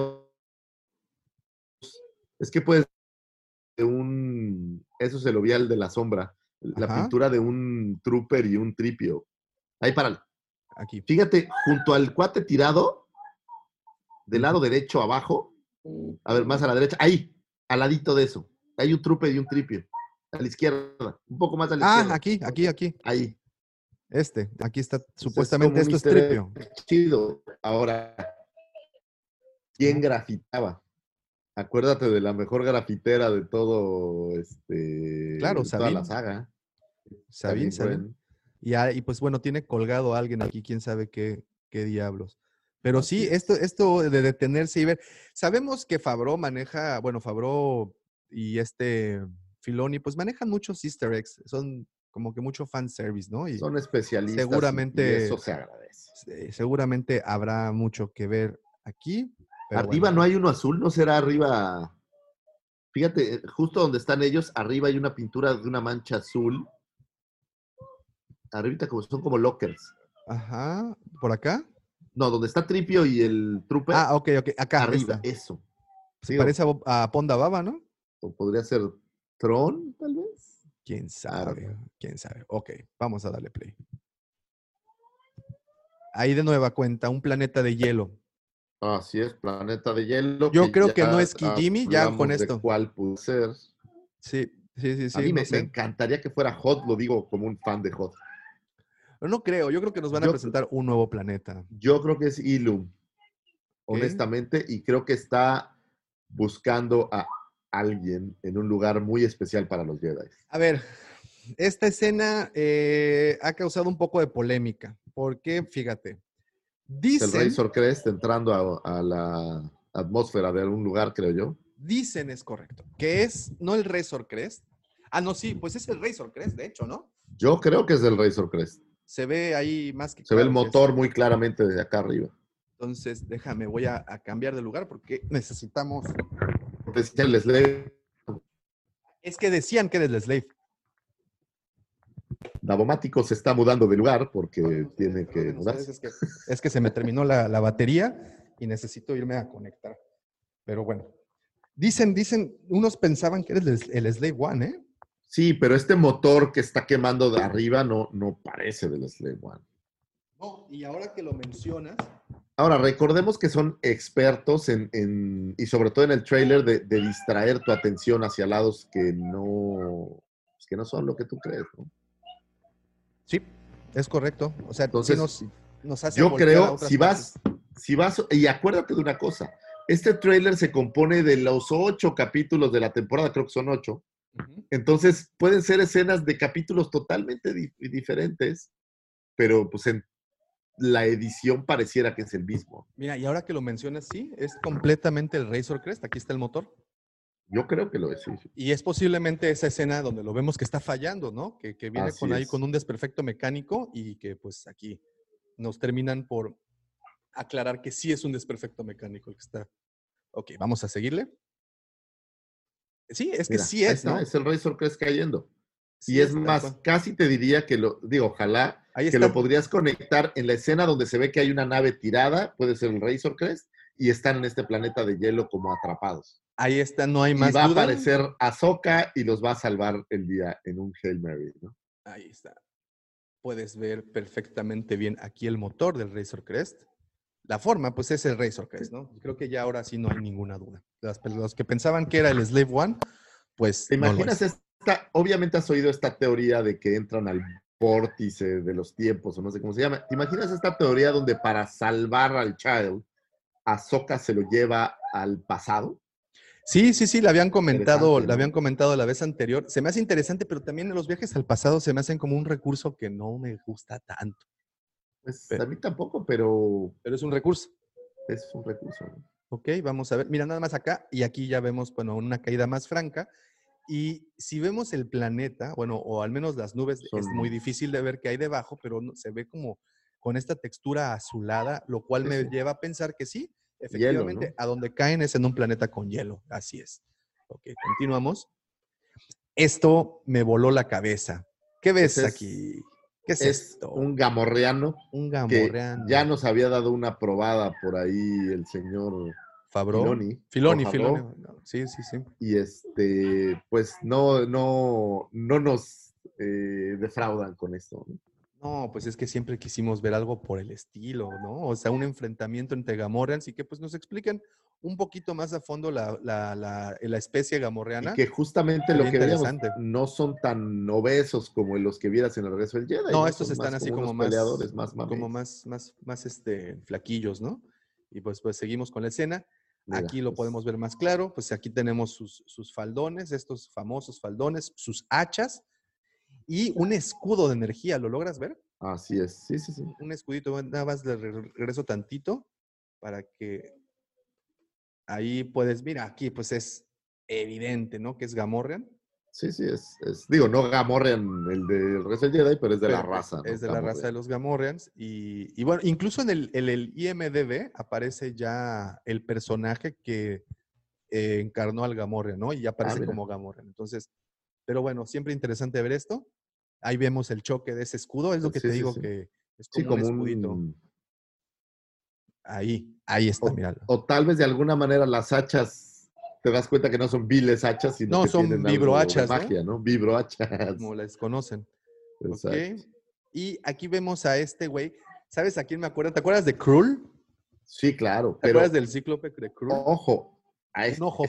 es que puedes, un, eso se lo vi al de la sombra, la Ajá. pintura de un trooper y un tripio. Ahí párale. Aquí. Fíjate, junto al cuate tirado, del lado derecho abajo, a ver, más a la derecha, ahí, al ladito de eso, hay un trooper y un tripio. A la izquierda, un poco más a la Ah, izquierda. aquí, aquí, aquí. Ahí. Este, aquí está, Entonces, supuestamente es como esto es un easter tripio. egg chido. Ahora, ¿quién grafitaba? Acuérdate de la mejor grafitera de todo, este, Claro, de toda la Sabine. saga. Sabine, Sabine. Wren. Y, ah, y pues bueno, tiene colgado a alguien aquí, quién sabe qué, qué diablos. Pero Así sí, es. esto, esto de detenerse y ver. Sabemos que Favreau maneja, bueno, Favreau y este Filoni, pues manejan muchos easter eggs, son como que mucho fan service, ¿no? Y Son especialistas seguramente, y eso se agradece. se- seguramente habrá mucho que ver aquí. Pero Arriba bueno. no hay uno azul, ¿no será arriba? Fíjate, justo donde están ellos, arriba hay una pintura de una mancha azul. Arribita como son como lockers. Ajá, ¿por acá? No, donde está Tripio y el Trooper. Ah, ok, ok, acá. Arriba, está. eso. Se Digo, parece a, Bo- a Ponda Baba, ¿no? o podría ser Tron, tal vez. ¿Quién sabe? Claro. ¿Quién sabe? Ok, vamos a darle play. Ahí de nueva cuenta, un planeta de hielo. Así es, planeta de hielo. Yo creo que ya no es Kijimi, ya con hablamos de esto. ¿Cuál puede ser? Sí, sí, sí, sí. A mí no me, sé. me encantaría que fuera Hot, lo digo como un fan de Hot. Pero no creo, yo creo que nos van a Yo- presentar un nuevo planeta. Yo creo que es Ilum, honestamente, y creo que está buscando a alguien en un lugar muy especial para los Jedi. A ver, esta escena eh, ha causado un poco de polémica, porque fíjate, Es el dicen, Razor Crest entrando a, a la atmósfera de algún lugar, creo yo. dicen es correcto, que es no el Razor Crest. Ah, no, sí, pues es el Razor Crest, de hecho, ¿no? Yo creo que es el Razor Crest. Se ve ahí más que Se ve el claro que es. motor muy claramente desde acá arriba. Entonces, déjame, voy a, a cambiar de lugar porque necesitamos. Decía el Slave. Es que decían que era el Slave. Davomático se está mudando de lugar porque Perdón, tiene que perdonen ustedes, mudarse. Es que, es que se me terminó la, la batería y necesito irme a conectar. Pero bueno. Dicen, dicen, unos pensaban que era el, el Slave One, ¿eh? Sí, pero este motor que está quemando de arriba no, no parece del Slave One. No, y ahora que lo mencionas, Ahora, recordemos que son expertos en, en- y sobre todo en el trailer, de, de distraer tu atención hacia lados que no, pues, que no son lo que tú crees, ¿no? sí, es correcto. O sea, Entonces, sí nos, nos hace Yo voltear a creo, otras si vas, partes. si vas, y acuérdate de una cosa, este trailer se compone de los ocho capítulos de la temporada, creo que son ocho. Ujú. Entonces, pueden ser escenas de capítulos totalmente di- diferentes, pero pues en la edición pareciera que es el mismo. Mira, y ahora que lo mencionas, sí, es completamente el Razor Crest. Aquí está el motor. Yo creo que lo es, sí. sí. Y es posiblemente esa escena donde lo vemos que está fallando, ¿no? Que, que viene Así con ahí es. con un desperfecto mecánico y que pues aquí nos terminan por aclarar que sí es un desperfecto mecánico el que está. Ok, vamos a seguirle. Sí, es que Mira, sí ahí es, está, ¿no? es el Razor Crest cayendo. Sí y es tal más, cual. casi te diría que lo, digo, ojalá, Ahí que está. lo podrías conectar en la escena donde se ve que hay una nave tirada, puede ser el Razor Crest, y están en este planeta de hielo como atrapados. Ahí está, no hay Y más va a duda. aparecer Ahsoka y los va a salvar el día en un Hail Mary, ¿no? Ahí está. Puedes ver perfectamente bien aquí el motor del Razor Crest. La forma, pues es el Razor Crest, ¿no? Creo que ya ahora sí no hay ninguna duda. Las, los que pensaban que era el Slave One, pues ¿Te no lo imaginas es. esta? Obviamente has oído esta teoría de que entran al vórtice de los tiempos, o no sé cómo se llama. ¿Te imaginas esta teoría donde para salvar al Child, Ahsoka se lo lleva al pasado? Sí, sí, sí, la habían comentado, Interesante, la ¿no? habían comentado la vez anterior. Se me hace interesante, pero también los viajes al pasado se me hacen como un recurso que no me gusta tanto. Pues Pero- a mí tampoco, pero Pero es un recurso. es un recurso, ¿no? Ok, vamos a ver. Mira, nada más acá y aquí ya vemos, bueno, una caída más franca. Y si vemos el planeta, bueno, o al menos las nubes, es Son- muy difícil de ver qué hay debajo, pero no- se ve como con esta textura azulada, lo cual Sí, me sí. lleva a pensar que sí, efectivamente, ¿no? a donde caen es en un planeta con hielo. Así es. Ok, continuamos. Esto me voló la cabeza. ¿Qué ves Ese es- aquí? ¿Qué es, Es esto? un gamorreano Un que gamorreano. ya nos había dado una probada por ahí el señor Favreau. Filoni. Filoni, o Filoni. Favreau. No, sí, sí, sí. Y este, pues no, no, no nos eh, defraudan con esto, ¿no? No, pues es que siempre quisimos ver algo por el estilo, ¿no? O sea, un enfrentamiento entre Gamorreans y que pues nos expliquen un poquito más a fondo la, la, la, la especie gamorreana. Y que justamente Sería lo que veíamos interesante. no son tan obesos como los que vieras en el regreso del Jedi. No, estos Son están más así como unos más, peleadores, más mames. como más, más, más este, flaquillos, ¿no? Y pues, pues seguimos con la escena. Mira, Aquí lo pues, podemos ver más claro. Pues aquí tenemos sus, sus faldones, estos famosos faldones, sus hachas y un escudo de energía. ¿Lo logras ver? Así es, sí, sí, sí. Un escudito, nada más le re- regreso tantito para que ahí puedes, mira, aquí pues es evidente, ¿no? Que es Gamorrean. Sí, sí, es, es digo, no Gamorrean el de Resident Jedi, pero es de Pero, la raza, ¿no? Es de la raza de los Gamorreans. Y, y bueno, incluso en el, en el I M D B aparece ya el personaje que eh, encarnó al Gamorrean, ¿no? Y ya aparece mira. como Gamorrean. Entonces, pero bueno, siempre interesante ver esto. Ahí vemos el choque de ese escudo. Es lo que Sí, te sí, digo sí. que es Sí, como, un como escudito. un... Ahí, ahí está, O, míralo. o tal vez de alguna manera las hachas, te das cuenta que no son viles hachas, sino No, que son tienen algo de vibrohachas, ¿no? magia, ¿no? Vibrohachas. Como les conocen. Exacto. Ok. Y aquí vemos a este güey. ¿Sabes a quién me acuerdo? ¿Te acuerdas de Krull? Sí, claro, ¿Te pero acuerdas del cíclope de Krull? ojo, a Un este, ojo.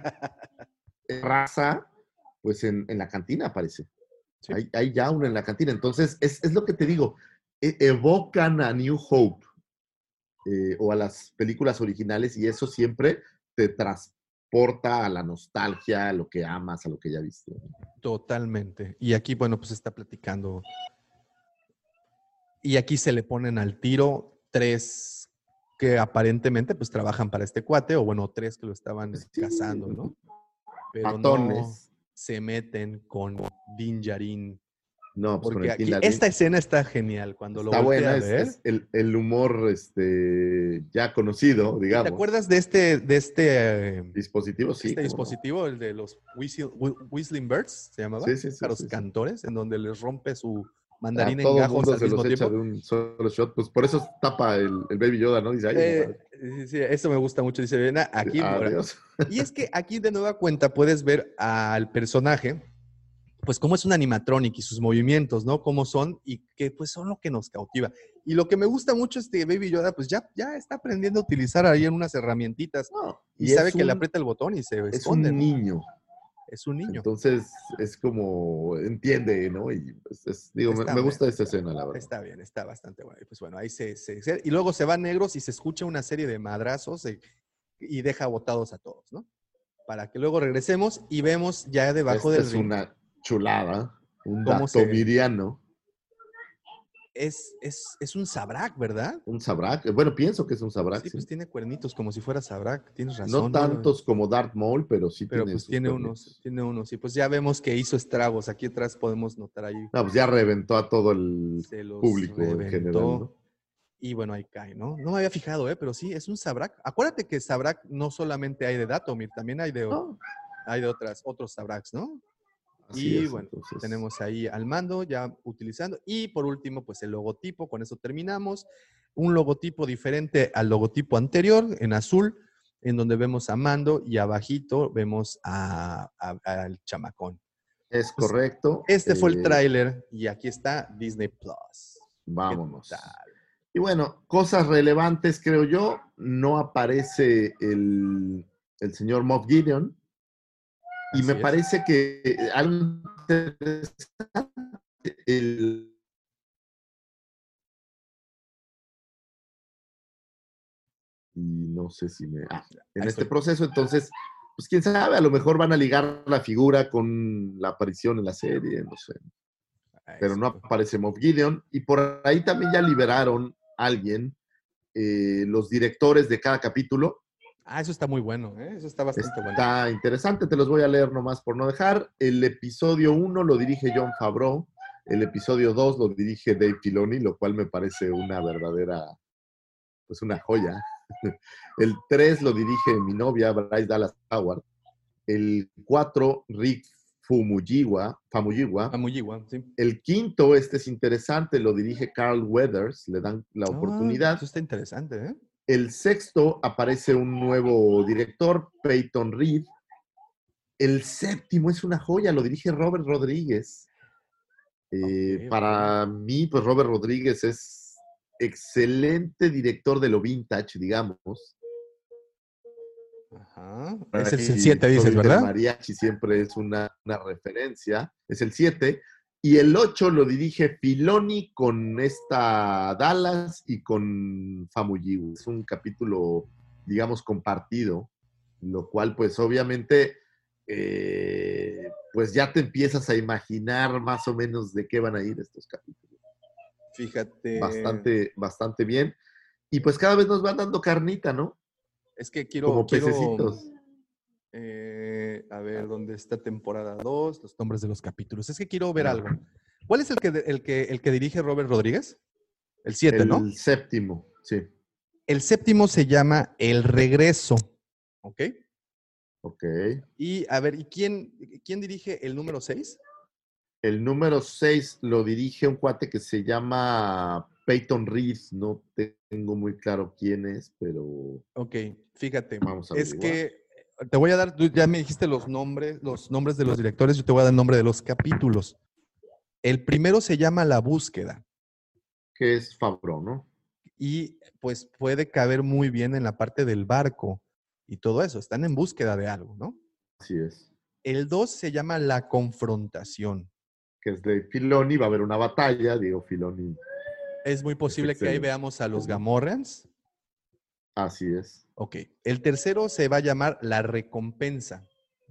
raza, pues en, en la cantina aparece. Sí. Hay, hay ya uno en la cantina. Entonces, es, es lo que te digo. E- evocan a New Hope eh, o a las películas originales y eso siempre te transporta a la nostalgia, a lo que amas, a lo que ya viste. Totalmente. Y aquí, bueno, pues está platicando. Y aquí se le ponen al tiro tres que aparentemente pues trabajan para este cuate, o bueno, tres que lo estaban Sí, cazando, ¿no? Pero no matones. se meten con Din Djarin. No, pues con Porque el aquí, Din Djarin. esta escena está genial. Cuando Está lo voltea buena, a es, ver. es el, el humor este, ya conocido, ¿Te digamos. acuerdas de este, de este eh, Dispositivo, sí. este cómo no. dispositivo, el de los Whistle- Whi- Whistling Birds, se llamaba? Sí, sí, sí, Pájaros sí, sí. cantores, en donde les rompe su A mandarín en todo el gajos mundo al se mismo los echa tiempo? de un solo shot. Pues por eso tapa el, el Baby Yoda, ¿no? Dice, ay, Eh, sí, sí, eso me gusta mucho. Dice, ven, aquí. adiós. Y es que aquí de nueva cuenta puedes ver al personaje, pues cómo es un animatronic y sus movimientos, ¿no? Cómo son y que pues son lo que nos cautiva. Y lo que me gusta mucho es que Baby Yoda pues ya, ya está aprendiendo a utilizar ahí unas herramientitas No, y, y sabe es que le un- aprieta el botón y se Es esconde, un ¿no? niño. Es un niño. Entonces es como, entiende, ¿no? Y pues, es- digo, me, Está me bien, gusta esta está- escena, la verdad. Está bien, está bastante bueno. Y pues bueno, ahí se, se- se- y luego se van negros y se escucha una serie de madrazos eh, y deja botados a todos, ¿no? Para que luego regresemos y vemos ya debajo Esta del es ring una chulada, un cómo se- datomiriano, es, es, es un Sabrak, ¿verdad? un Sabrak. Bueno, pienso que es un Sabrak, Sí, sí. pues tiene cuernitos como si fuera Sabrak. Tienes razón. No tantos como Darth Maul, pero sí Pero tiene pues sus tiene cuernitos. unos, tiene unos. Y pues ya vemos que hizo estragos. Aquí atrás podemos notar ahí. No, pues ya reventó a todo el Se los público en reventó. general, ¿no? Y bueno, ahí cae, ¿no? No me había fijado, ¿eh? Pero sí, es un Sabrak. Acuérdate que Sabrak no solamente hay de Datomir, también hay de, No, hay de otras, otros Sabraks, ¿no? así Y es, bueno, entonces. tenemos ahí al mando ya utilizando. Y por último, pues el logotipo, con eso terminamos. Un logotipo diferente al logotipo anterior, en azul, en donde vemos a Mando y abajito vemos a, a- al chamacón. Es Pues, correcto. Este fue el eh, tráiler y aquí está Disney Plus. Vámonos. ¿Qué tal? Y bueno, cosas relevantes, creo yo. No aparece el, el señor Moff Gideon. Y Así me es. parece que eh, algo interesante, el, y no sé si me... Ah, en Ahí este estoy. proceso, entonces, pues quién sabe, a lo mejor van a ligar la figura con la aparición en la serie, no sé. Ahí Pero no estoy. aparece Moff Gideon. Y por ahí también ya liberaron a alguien, eh, los directores de cada capítulo. Ah, eso está muy bueno, ¿eh? Eso está bastante bueno. Está interesante, te los voy a leer nomás por no dejar. El episodio uno lo dirige Jon Favreau, el episodio dos lo dirige Dave Filoni, lo cual me parece una verdadera, pues una joya. El tres lo dirige mi novia, Bryce Dallas Howard. El cuatro, Rick Famuyiwa. Famuyiwa. Famuyiwa, sí. El quinto, este es interesante, lo dirige Carl Weathers, le dan la Ah, oportunidad. eso está interesante, ¿eh? El sexto aparece un nuevo director, Peyton Reed. El séptimo es una joya, lo dirige Robert Rodríguez. Eh, Ok, para ok. mí, pues Robert Rodríguez es excelente director de lo vintage, digamos. Ajá. Es el siete, Ahí, dices, Soy del ¿verdad? mariachi siempre es una, una referencia. Es el siete. Y el ocho lo dirige Filoni con esta Dallas y con Famuyiwa. Es un capítulo, digamos, compartido, lo cual, pues, obviamente, eh, pues ya te empiezas a imaginar más o menos de qué van a ir estos capítulos. Fíjate. Bastante, bastante bien. Y pues cada vez nos van dando carnita, ¿no? Es que quiero. Como quiero pececitos. eh, dice, a ver, ¿dónde está temporada dos? Los nombres de los capítulos. Es que quiero ver algo. ¿Cuál es el que, el que, el que dirige Robert Rodríguez? El siete, ¿no? El séptimo, sí. El séptimo se llama El Regreso, ¿ok? Ok. Y, a ver, ¿y quién, quién dirige el número seis? El número seis lo dirige un cuate que se llama Peyton Reed. No tengo muy claro quién es, pero... Ok, fíjate. Vamos a Es averiguar. que te voy a dar, tú ya me dijiste los nombres, los nombres de los directores, yo te voy a dar el nombre de los capítulos. El primero se llama La Búsqueda. Que es Favreau, ¿no? Y pues puede caber muy bien en la parte del barco y todo eso. Están en búsqueda de algo, ¿no? Así es. El dos se llama La Confrontación. Que es de Filoni, va a haber una batalla, digo, Filoni. Es muy posible Es que ahí excelente. veamos a los Gamorreans. Así es. Ok. El tercero se va a llamar La Recompensa.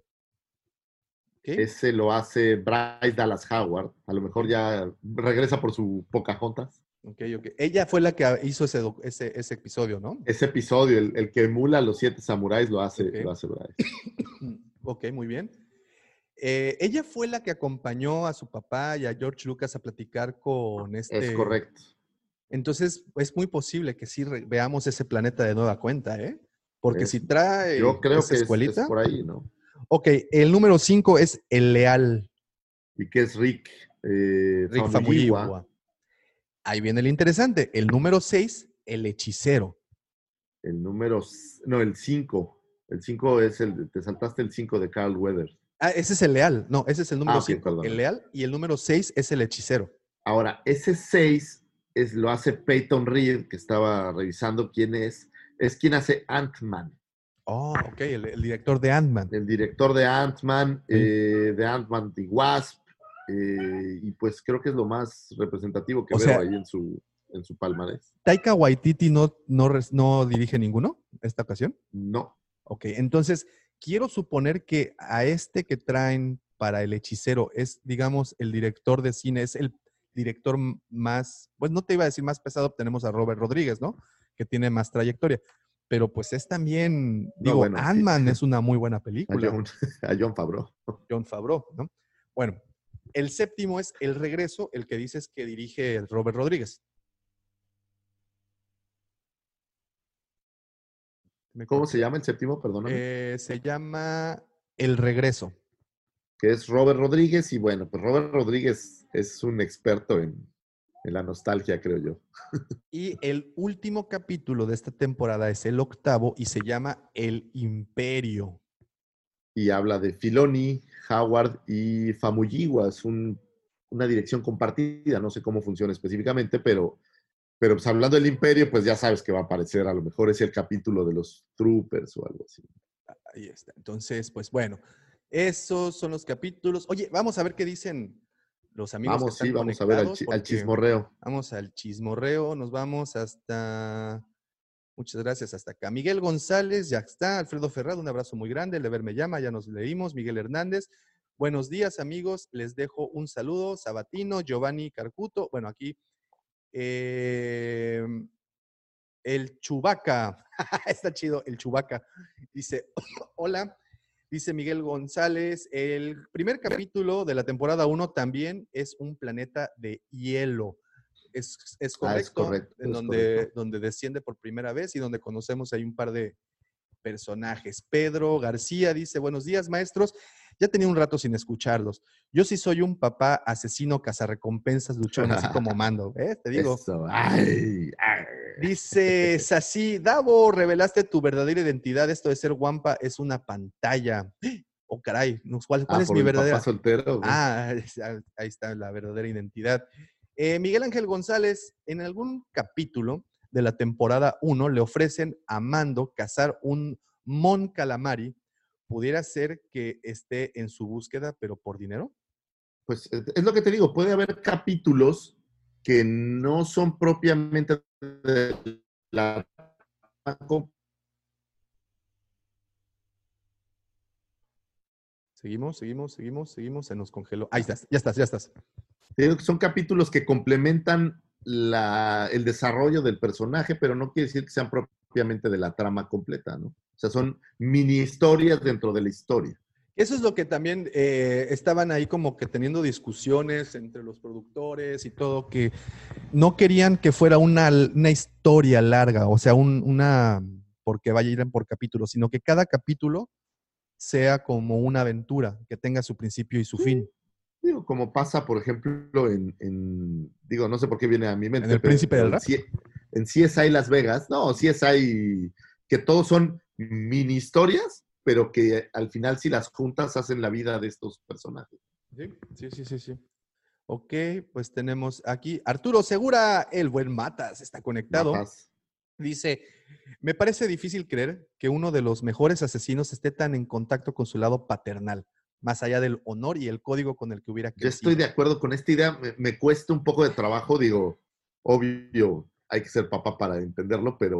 ¿Ok? Ese lo hace Bryce Dallas Howard. A lo mejor ya regresa por su Pocahontas. Ok, ok. Ella fue la que hizo ese, doc- ese, ese episodio, ¿no? Ese episodio, el, el que emula a los siete samuráis, lo hace, Ok. lo hace Bryce. Ok, muy bien. Eh, ella fue la que acompañó a su papá y a George Lucas a platicar con este... Es correcto. Entonces, es muy posible que sí re- veamos ese planeta de nueva cuenta, ¿eh? Porque Es- si trae Yo creo esa que es, escuelita... es por ahí, ¿no? Ok, el número cinco es El Leal, Y que es Rick, eh, Rick Famuyiwa. Famuyiwa. Ahí viene el interesante. El número seis, El Hechicero. El número, s- no, el cinco. El cinco es el, te saltaste el cinco de Carl Weathers. Ah, ese es El Leal. No, ese es el número Ah, ok, cinco. perdón. El Leal. Y el número seis es El Hechicero. Ahora, ese seis es, lo hace Peyton Reed, que estaba revisando quién es. Es quien hace Ant-Man. Oh, ok, el, el director de Ant-Man. El director de Ant-Man, Sí. eh, de Ant-Man y Wasp. eh, y pues creo que es lo más representativo que O veo sea- ahí en su, en su palmarés. ¿Taika Waititi no, no, res- no dirige ninguno esta ocasión? No, Ok, entonces quiero suponer que a este que traen para El Hechicero es, digamos, el director de cine, es el director m- más, pues no te iba a decir más pesado, tenemos a Robert Rodríguez, ¿no? Que tiene más trayectoria, pero pues es también, digo, bueno, sí. Ant-Man es una muy buena a película, John, a John Favreau. John Favreau, ¿no? Bueno, el séptimo es El Regreso, el que dices que dirige el Robert Rodríguez. Me ¿Cómo corté. se llama el séptimo? Perdóname. Eh, se llama El Regreso. Que es Robert Rodríguez. Y bueno, pues Robert Rodríguez es un experto en, en la nostalgia, creo yo. Y el último capítulo de esta temporada es el octavo y se llama El Imperio. Y habla de Filoni, Howard y Famuyiwa. Es un, una dirección compartida. No sé cómo funciona específicamente, pero, pero pues hablando del Imperio, pues ya sabes que va a aparecer. A lo mejor es el capítulo de los Troopers o algo así. Ahí está. Entonces, pues bueno, esos son los capítulos. Oye, vamos a ver qué dicen los amigos Vamos, que están sí, vamos a ver al, conectados, chi- al porque chismorreo. Vamos al chismorreo, nos vamos hasta... Muchas gracias, hasta acá. Miguel González, ya está. Alfredo Ferrado, un abrazo muy grande. El deber me llama, ya nos leímos. Miguel Hernández, buenos días, amigos. Les dejo un saludo. Sabatino, Giovanni Carcuto. Bueno, aquí eh, el Chubaca. Está chido, el Chubaca. Dice, hola. Dice Miguel González, el primer capítulo de la temporada uno también es un planeta de hielo. Es, es correcto, Ah, es correcto, en es donde, correcto. donde desciende por primera vez y donde conocemos ahí un par de personajes. Pedro García dice, buenos días, maestros. Ya tenía un rato sin escucharlos. Yo sí soy un papá asesino cazarrecompensas luchón, así como Mando. ¿eh? Te digo. Eso. Ay, ay. Dice Sassi, Davo, revelaste tu verdadera identidad. Esto de ser guampa es una pantalla. Oh, caray, ¿cuál, cuál Ah, es por mi el verdadera? papá soltero. güey. Ah, ahí está la verdadera identidad. Eh, Miguel Ángel González, en algún capítulo de la temporada uno le ofrecen a Mando cazar un Mon Calamari. ¿Pudiera ser que esté en su búsqueda, pero por dinero? Pues es es lo que te digo, puede haber capítulos que no son propiamente de la... Seguimos, seguimos, seguimos, seguimos, se nos congeló. Ahí estás, ya estás, ya estás. Te digo que son capítulos que complementan la, el desarrollo del personaje, pero no quiere decir que sean propiamente de la trama completa, ¿no? O sea, son mini historias dentro de la historia. Eso es lo que también eh, estaban ahí como que teniendo discusiones entre los productores y todo, que no querían que fuera una, una historia larga, o sea, un, una, porque vaya a ir por capítulos, sino que cada capítulo sea como una aventura, que tenga su principio y su fin. Digo, como pasa, por ejemplo, en, en digo, no sé por qué viene a mi mente. ¿En El Príncipe del Rap? C- en C S I Las Vegas, no, C S I, que todos son mini historias, pero que al final si las juntas hacen la vida de estos personajes. Sí, sí, sí, sí, sí. Ok, pues tenemos aquí Arturo Segura, el buen Matas, está conectado. Matas. Dice, me parece difícil creer que uno de los mejores asesinos esté tan en contacto con su lado paternal, más allá del honor y el código con el que hubiera Yo crecido. estoy de acuerdo con esta idea, me, me cuesta un poco de trabajo, digo, obvio, hay que ser papá para entenderlo, pero,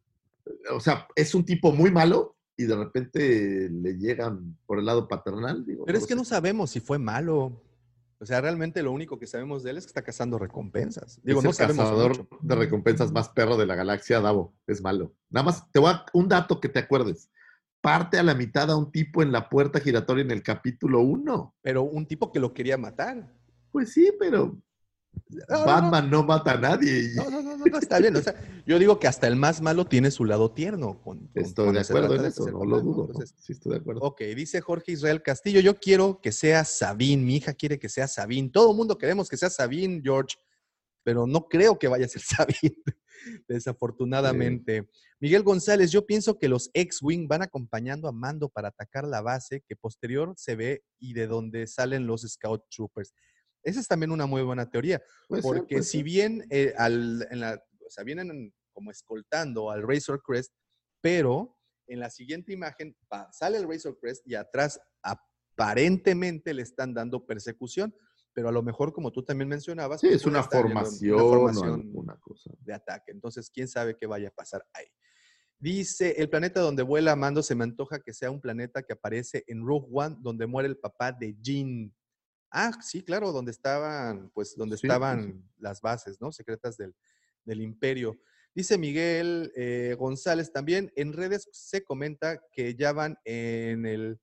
o sea, es un tipo muy malo y de repente le llegan por el lado paternal. Digo, Pero no es que sé. no sabemos si fue malo. O sea, realmente lo único que sabemos de él es que está cazando recompensas. Digo, Es no el sabemos cazador mucho. de recompensas más perro de la galaxia, Davo. Es malo. Nada más, te voy a un dato que te acuerdes. Parte a la mitad a un tipo en la puerta giratoria en el capítulo uno. Pero un tipo que lo quería matar. Pues sí, pero No, no, Batman no. no mata a nadie. No, no, no, no, no, está bien. O sea, yo digo que hasta el más malo tiene su lado tierno. Con, con, Estoy cuando de se acuerdo trata en de eso, hacer no con lo mal, ¿no? dudo. Entonces, ¿no? Sí, estoy de acuerdo. ok, dice Jorge Israel Castillo, yo quiero que sea Sabine, mi hija quiere que sea Sabine, todo el mundo queremos que sea Sabine, George, pero no creo que vaya a ser Sabine, desafortunadamente. Sí. Miguel González, yo pienso que los X-Wing van acompañando a Mando para atacar la base que posterior se ve y de donde salen los Scout Troopers. Esa es también una muy buena teoría, puede porque ser, puede si ser. bien eh, al, en la, o sea, vienen como escoltando al Razor Crest, pero en la siguiente imagen sale el Razor Crest y atrás aparentemente le están dando persecución, pero a lo mejor, como tú también mencionabas, sí, pues es una formación, una formación o alguna cosa de ataque. Entonces, quién sabe qué vaya a pasar ahí. Dice, el planeta donde vuela Mando se me antoja que sea un planeta que aparece en Rogue One, donde muere el papá de Jin. Ah, sí, claro, donde estaban, pues, donde sí, estaban sí. las bases, ¿no? Secretas del, del Imperio. Dice Miguel eh, González también, en redes se comenta que ya van en el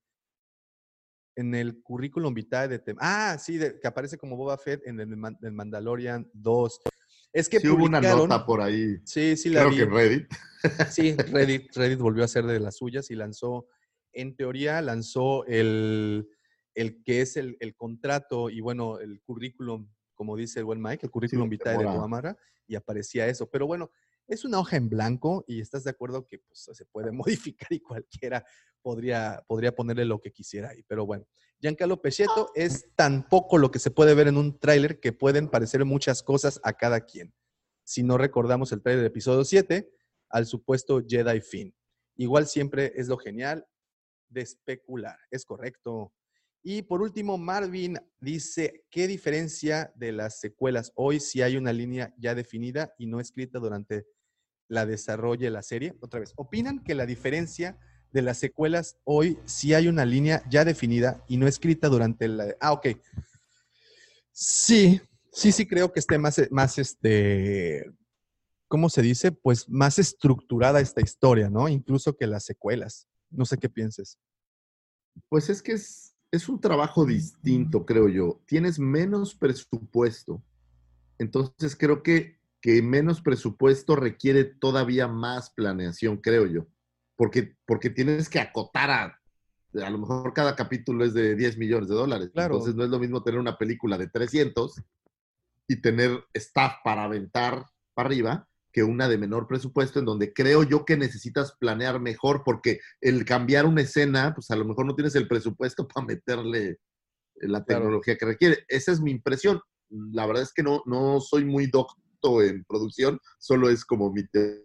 en el currículum vitae de Tem ah, sí, de, que aparece como Boba Fett en el, el Mandalorian dos. Es que sí publicaron, hubo una nota por ahí. Sí, sí la creo vi. que en Reddit. Sí, Reddit, Reddit volvió a hacer de las suyas y lanzó, en teoría, lanzó el, el que es el, el contrato y, bueno, el currículum, como dice el buen Mike, el currículum sí, vitae de tu Amara, y aparecía eso. Pero bueno, es una hoja en blanco y estás de acuerdo que pues, se puede modificar y cualquiera podría, podría ponerle lo que quisiera ahí. Pero bueno, Giancarlo Pechetto es tan poco lo que se puede ver en un tráiler que pueden parecer muchas cosas a cada quien. Si no recordamos el tráiler del episodio siete, al supuesto Jedi Finn. Igual siempre es lo genial de especular, es correcto. Y por último, Marvin dice, ¿qué diferencia de las secuelas hoy si hay una línea ya definida y no escrita durante la desarrollo de la serie? Otra vez, ¿opinan que la diferencia de las secuelas hoy si hay una línea ya definida y no escrita durante la... Ah, ok. Sí, sí, sí creo que esté más, más este... ¿cómo se dice? Pues más estructurada esta historia, ¿no? Incluso que las secuelas. No sé qué pienses. Pues es que es, es un trabajo distinto, creo yo. Tienes menos presupuesto. Entonces creo que, que menos presupuesto requiere todavía más planeación, creo yo. Porque, porque tienes que acotar a... A lo mejor cada capítulo es de diez millones de dólares. Claro. Entonces no es lo mismo tener una película de trescientos y tener staff para aventar para arriba que una de menor presupuesto, en donde creo yo que necesitas planear mejor, porque el cambiar una escena, pues a lo mejor no tienes el presupuesto para meterle la tecnología claro. que requiere. Esa es mi impresión. La verdad es que no, no soy muy docto en producción, solo es como mi teoría.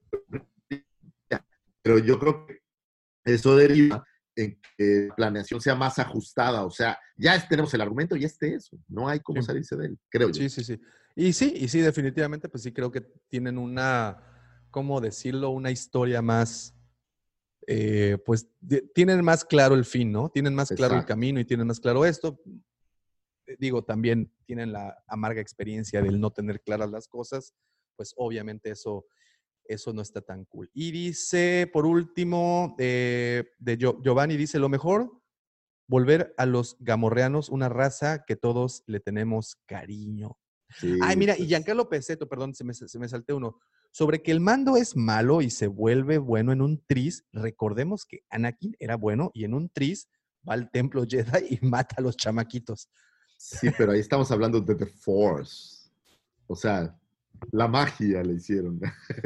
Pero yo creo que eso deriva en que la planeación sea más ajustada, o sea, ya tenemos el argumento y este es eso, no hay cómo sí. salirse de él, creo yo. Sí, sí, sí. Y sí, y sí, definitivamente, pues sí creo que tienen una, ¿cómo decirlo? Una historia más, eh, pues de, tienen más claro el fin, ¿no? Tienen más claro Exacto. el camino y tienen más claro esto. Digo, también tienen la amarga experiencia del no tener claras las cosas, pues obviamente eso... Eso no está tan cool. Y dice, por último, eh, de Giovanni, dice, lo mejor volver a los gamorreanos, una raza que todos le tenemos cariño. Sí, Ay, mira, y pues, Giancarlo Peseto, perdón, se me, se me salté uno. Sobre que el Mando es malo y se vuelve bueno en un tris, recordemos que Anakin era bueno y en un tris va al templo Jedi y mata a los chamaquitos. sí, pero ahí estamos hablando de The Force. O sea, la magia le hicieron.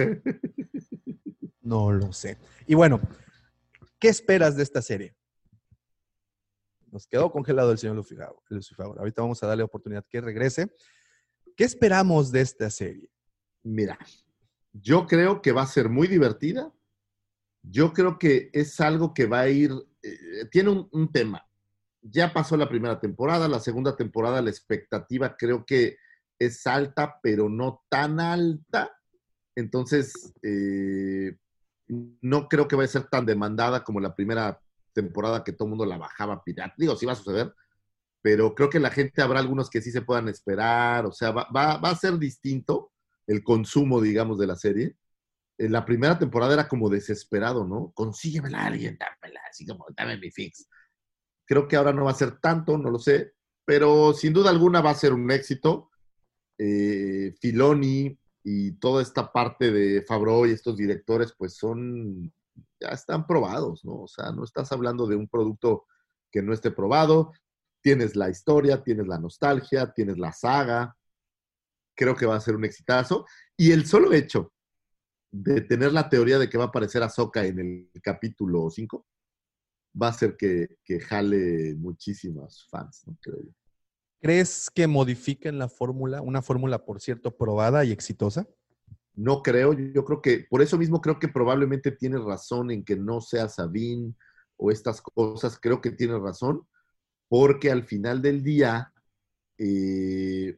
No lo sé. Y bueno, ¿qué esperas de esta serie? Nos quedó congelado el señor Lucifago. Ahorita vamos a darle oportunidad que regrese. ¿Qué esperamos de esta serie? Mira, yo creo que va a ser muy divertida. Yo creo que es algo que va a ir, eh, tiene un, un tema. Ya pasó la primera temporada, la segunda temporada, la expectativa creo que es alta, pero no tan alta. Entonces, eh, no creo que vaya a ser tan demandada como la primera temporada que todo el mundo la bajaba pirata. Digo, sí va a suceder, pero creo que la gente habrá algunos que sí se puedan esperar. O sea, va, va, va a ser distinto el consumo, digamos, de la serie. En la primera temporada era como desesperado, ¿no? Consíguemela a alguien, dámela, así como, dame mi fix. Creo que ahora no va a ser tanto, no lo sé, pero sin duda alguna va a ser un éxito. Eh, Filoni y toda esta parte de Favreau y estos directores, pues son, ya están probados, ¿no? O sea, no estás hablando de un producto que no esté probado. Tienes la historia, tienes la nostalgia, tienes la saga. Creo que va a ser un exitazo. Y el solo hecho de tener la teoría de que va a aparecer Ahsoka en el capítulo cinco va a hacer que, que jale muchísimos fans, ¿no? Creo yo. ¿Crees que modifiquen la fórmula? Una fórmula, por cierto, probada y exitosa. No creo, yo creo que, por eso mismo creo que probablemente tienes razón en que no sea Sabine o estas cosas, creo que tienes razón, porque al final del día eh,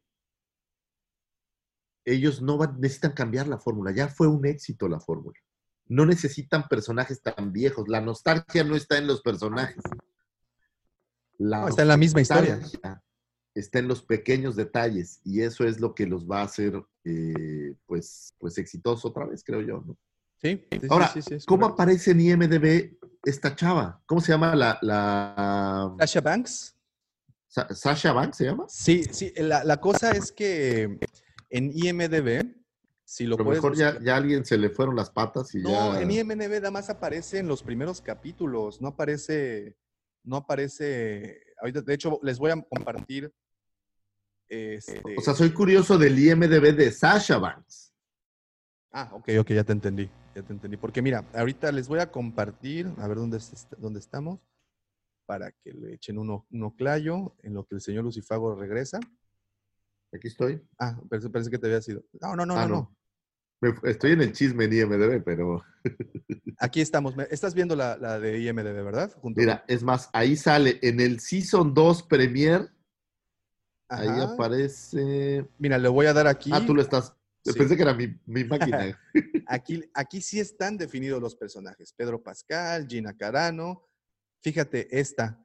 ellos no van, necesitan cambiar la fórmula, ya fue un éxito la fórmula. No necesitan personajes tan viejos, la nostalgia no está en los personajes. La No, está en la misma historia. Está en los pequeños detalles y eso es lo que los va a hacer eh, pues, pues exitoso otra vez, creo yo, ¿no? Sí, sí, Ahora, sí, sí, sí, ¿cómo correcto. aparece en I M D B esta chava? ¿Cómo se llama la... la... Sasha Banks. Sa- ¿Sasha Banks se llama? Sí, sí, la, la cosa es que en I M D B, si lo A lo puedes mejor ya, buscar- ya a alguien se le fueron las patas y No, ya... en I M D B nada más aparece en los primeros capítulos, no aparece, no aparece, ahorita, de hecho, les voy a compartir. Este... O sea, soy curioso del I M D B de Sasha Banks. Ah, ok, ok, ya te entendí, ya te entendí. Porque mira, ahorita les voy a compartir, a ver dónde, es- dónde estamos, para que le echen uno, uno clayo en lo que el señor Lucifago regresa. Aquí estoy. Ah, parece, parece que te había sido. No, no, no, Ah, no, no. no. Me- Estoy en el chisme en I M D B, pero... Aquí estamos. Me- Estás viendo la, la de I M D B, ¿verdad? Junto Mira, es más, ahí sale en el Season dos Premier. con- Ahí Ajá. aparece... Mira, le voy a dar aquí. Ah, tú lo estás... Sí. Pensé que era mi, mi máquina. Aquí, aquí sí están definidos los personajes. Pedro Pascal, Gina Carano. Fíjate, esta.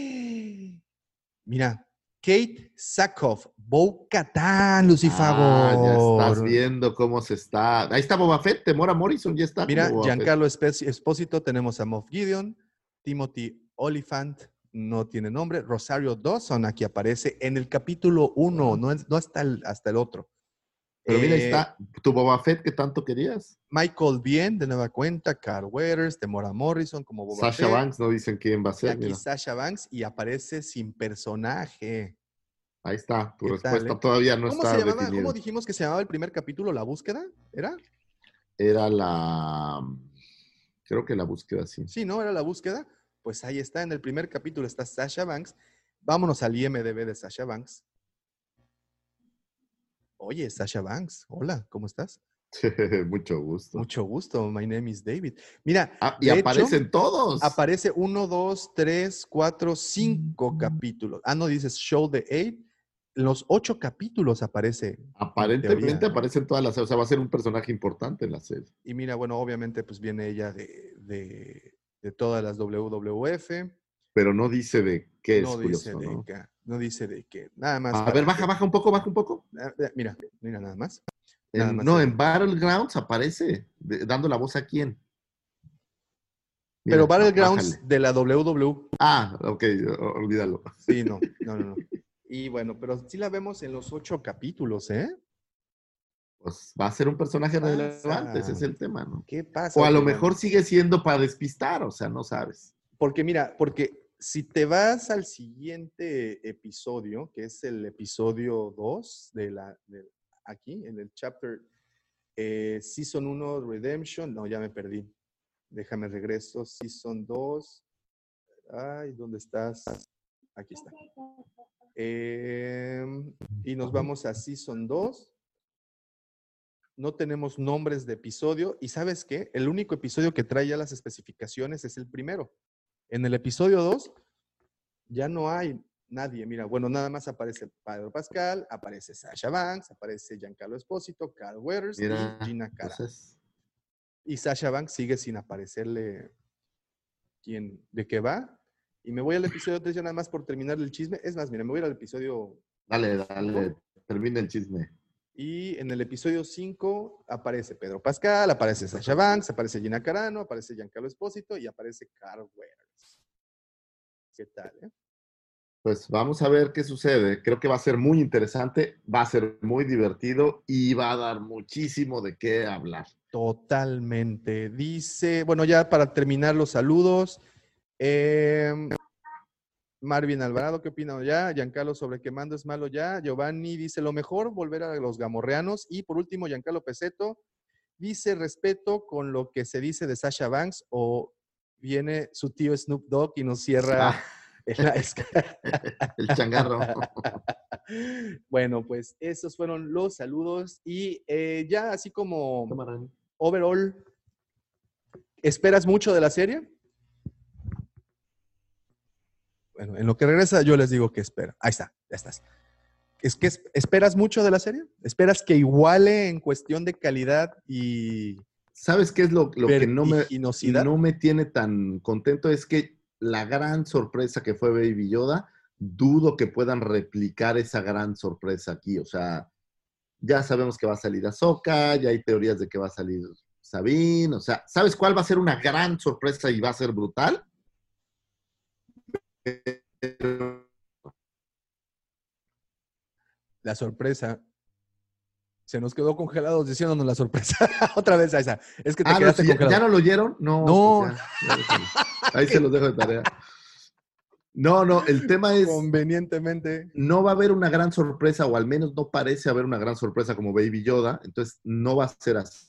Mira, Kate Sackhoff, Bo-Katan, Lucifago. Ah, ya estás viendo cómo se está. Ahí está Boba Fett, Temora Morrison, ya está. Mira, como Boba Fett. Giancarlo Espe- Espósito, tenemos a Moff Gideon, Timothy Olyphant, no tiene nombre, Rosario Dawson, aquí aparece en el capítulo uno, no, es- no hasta, el, hasta el otro. Pero mira, ahí Eh, está tu Boba Fett que tanto querías. Michael Biehn, de nueva cuenta, Carl Weathers, Temora Morrison como Boba Sasha Fett. Banks, no dicen quién va a Y ser. aquí Mira. Sasha Banks y aparece sin personaje. Ahí está, tu ¿Qué respuesta tal, eh? todavía no ¿Cómo está se llamaba? definida. ¿Cómo dijimos que se llamaba el primer capítulo? ¿La búsqueda? ¿Era? Era la... Creo que la búsqueda, sí. Sí, ¿no? Era la búsqueda. Pues ahí está, en el primer capítulo está Sasha Banks. Vámonos al I M D B de Sasha Banks. Oye, Sasha Banks, hola, ¿cómo estás? Mucho gusto. Mucho gusto, my name is David. Mira, Ah, y de aparecen hecho, todos. aparece uno, dos, tres, cuatro, cinco capítulos. Ah, no, dices show the eight. Los ocho capítulos aparece. en Aparentemente teoría. aparecen todas las... O sea, va a ser un personaje importante en la serie. Y mira, bueno, obviamente pues viene ella de, de, de todas las W W F. Pero no dice de qué es, No dice curioso, de ¿no? qué. No dice de qué. Nada más. A para ver, baja, que- baja un poco, baja un poco. Ah, ah, Mira, mira nada más. Nada En- más no, es- en Battlegrounds aparece, de- dando la voz a quién. Mira, Pero Battlegrounds bájale. de la W W E. Ah, ok, olvídalo. Sí, no, no, no, no. Y bueno, pero sí la vemos en los ocho capítulos, ¿eh? Pues va a ser un personaje pasa? relevante, ese es el tema, ¿no? ¿Qué pasa? O a lo Obi-Wan? mejor sigue siendo para despistar, o sea, no sabes. Porque mira, porque si te vas al siguiente episodio, que es el episodio dos de la, de, aquí, en el chapter eh, Season uno Redemption, no, ya me perdí. Déjame regreso, Season dos. Ay, ¿dónde estás? Aquí está. Eh, y nos vamos a Season dos. No tenemos nombres de episodio. ¿Y sabes qué? El único episodio que trae ya las especificaciones es el primero. En el episodio dos ya no hay nadie. Mira, bueno, nada más aparece Pedro Pascal, aparece Sasha Banks, aparece Giancarlo Esposito, Carl Weathers Mira, y Gina Carano. entonces, Y Sasha Banks sigue sin aparecerle quién, de qué va. Y me voy al episodio tres ya nada más por terminar el chisme. Es más, mira, me voy a ir al episodio dale, dale, termina el chisme. y en el episodio cinco aparece Pedro Pascal, aparece Sasha Banks, aparece Gina Carano, aparece Giancarlo Esposito y aparece Carl Weathers. ¿Qué tal, eh? Pues vamos a ver qué sucede. Creo que va a ser muy interesante, va a ser muy divertido y va a dar muchísimo de qué hablar. Totalmente. Dice, bueno, ya para terminar los saludos, eh, Marvin Alvarado, ¿qué opina ya? Giancarlo sobre quemando es malo ya. Giovanni dice, lo mejor, volver a los gamorreanos. Y por último, Giancarlo Peseto dice, respeto con lo que se dice de Sasha Banks o viene su tío Snoop Dogg y nos cierra Ah, en la escala. el changarro. Bueno, pues esos fueron los saludos y eh, ya así como Camarón. overall, ¿esperas mucho de la serie? Bueno, en lo que regresa yo les digo que espera. Ahí está, ya estás. ¿Es que es- esperas mucho de la serie? ¿Esperas que iguale en cuestión de calidad y ¿Sabes qué es lo, lo que no me, vertiginosidad? no me tiene tan contento? Es que la gran sorpresa que fue Baby Yoda, dudo que puedan replicar esa gran sorpresa aquí. O sea, ya sabemos que va a salir Ahsoka, ya hay teorías de que va a salir Sabine. O sea, ¿sabes cuál va a ser una gran sorpresa y va a ser brutal? La sorpresa. Se nos quedó congelados diciéndonos la sorpresa. Otra vez a esa. Es que te Ah, no, quedaste si ya, congelado. ¿ya no lo oyeron? No. No. Pues ya, ya déjenlo. Ahí se los dejo de tarea. No, no, el tema es, Convenientemente. no va a haber una gran sorpresa, o al menos no parece haber una gran sorpresa como Baby Yoda, entonces no va a ser así.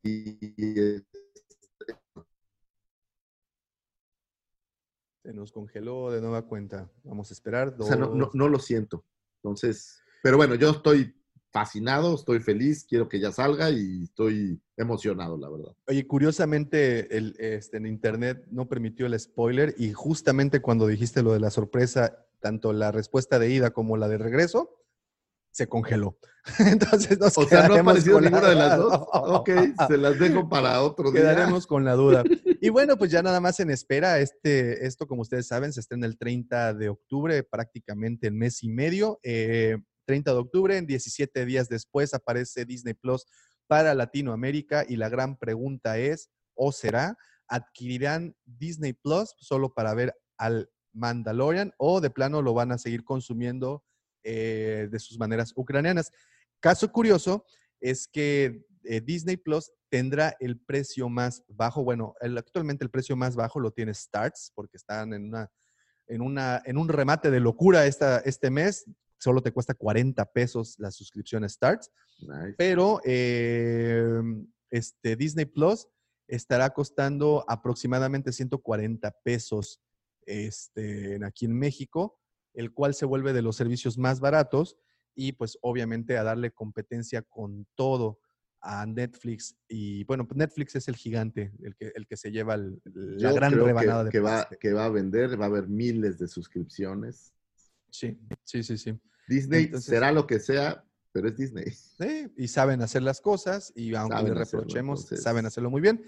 Se nos congeló de nueva cuenta. Vamos a esperar. O sea, no, no, dos. no lo siento. Entonces, pero bueno, yo estoy fascinado, estoy feliz, quiero que ya salga y estoy emocionado, la verdad. Oye, curiosamente, el, este, en internet no permitió el spoiler y justamente cuando dijiste lo de la sorpresa, tanto la respuesta de ida como la de regreso, se congeló. Entonces nos O sea, no ha quedaremos aparecido con la ninguna de las duda. dos. Ok, se las dejo para otro día. Quedaremos con la duda. Y bueno, pues ya nada más en espera. Este, esto, como ustedes saben, se estrena el treinta de octubre, prácticamente en mes y medio. Eh, treinta de octubre, en diecisiete días después, aparece Disney Plus para Latinoamérica. Y la gran pregunta es, ¿o será? ¿Adquirirán Disney Plus solo para ver al Mandalorian o de plano lo van a seguir consumiendo eh, de sus maneras ucranianas? Caso curioso es que eh, Disney Plus tendrá el precio más bajo. Bueno, el, actualmente el precio más bajo lo tiene Starz, porque están en, una, en, una, en un remate de locura esta, este mes. Solo te cuesta cuarenta pesos la suscripción a Starz. Nice. Pero eh, este, Disney Plus estará costando aproximadamente ciento cuarenta pesos este, aquí en México, el cual se vuelve de los servicios más baratos y pues obviamente a darle competencia con todo a Netflix. Y bueno, Netflix es el gigante, el que, el que se lleva el, la Yo gran creo rebanada que, de que, va, pastel. que va a vender, va a haber miles de suscripciones. Sí, sí, sí, sí. Disney Entonces, será lo que sea, pero es Disney. sí, y saben hacer las cosas y aunque Saben le hacerlo, reprochemos, entonces. saben hacerlo muy bien.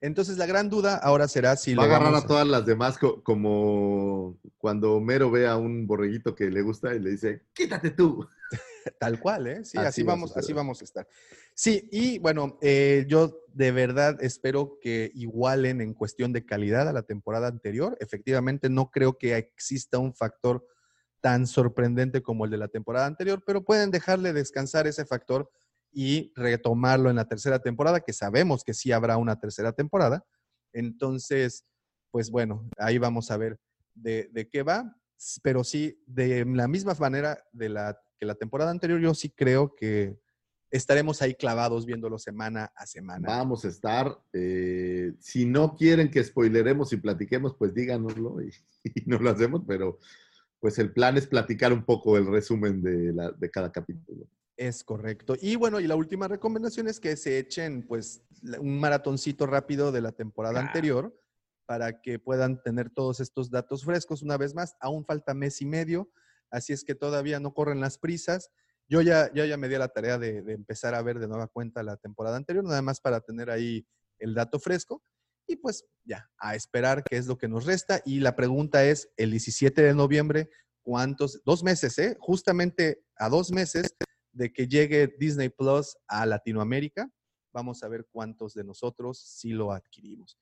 Entonces la gran duda ahora será si Va a lo agarrar vamos a todas las demás co- como cuando Homero ve a un borreguito que le gusta y le dice, quítate tú. Tal cual, ¿eh? Sí, Así así, va a vamos, suceder. así vamos a estar. Sí, y bueno, eh, yo de verdad espero que igualen en cuestión de calidad a la temporada anterior. Efectivamente, no creo que exista un factor tan sorprendente como el de la temporada anterior, pero pueden dejarle descansar ese factor y retomarlo en la tercera temporada, que sabemos que sí habrá una tercera temporada. Entonces, pues bueno, ahí vamos a ver de, de qué va. Pero sí, de la misma manera de la, que la temporada anterior, yo sí creo que estaremos ahí clavados viéndolo semana a semana. Vamos a estar, eh, si no quieren que spoileremos y platiquemos, pues díganoslo y, y no lo hacemos, pero pues el plan es platicar un poco el resumen de, la, de cada capítulo. Es correcto. Y bueno, y la última recomendación es que se echen pues un maratoncito rápido de la temporada Claro. anterior para que puedan tener todos estos datos frescos una vez más. Aún falta mes y medio, así es que todavía no corren las prisas. Yo ya, yo ya me di a la tarea de, de empezar a ver de nueva cuenta la temporada anterior, nada más para tener ahí el dato fresco. Y pues ya, a esperar qué es lo que nos resta. Y la pregunta es, el diecisiete de noviembre, ¿cuántos? Dos meses, ¿eh? Justamente a dos meses de que llegue Disney Plus a Latinoamérica, vamos a ver cuántos de nosotros sí lo adquirimos.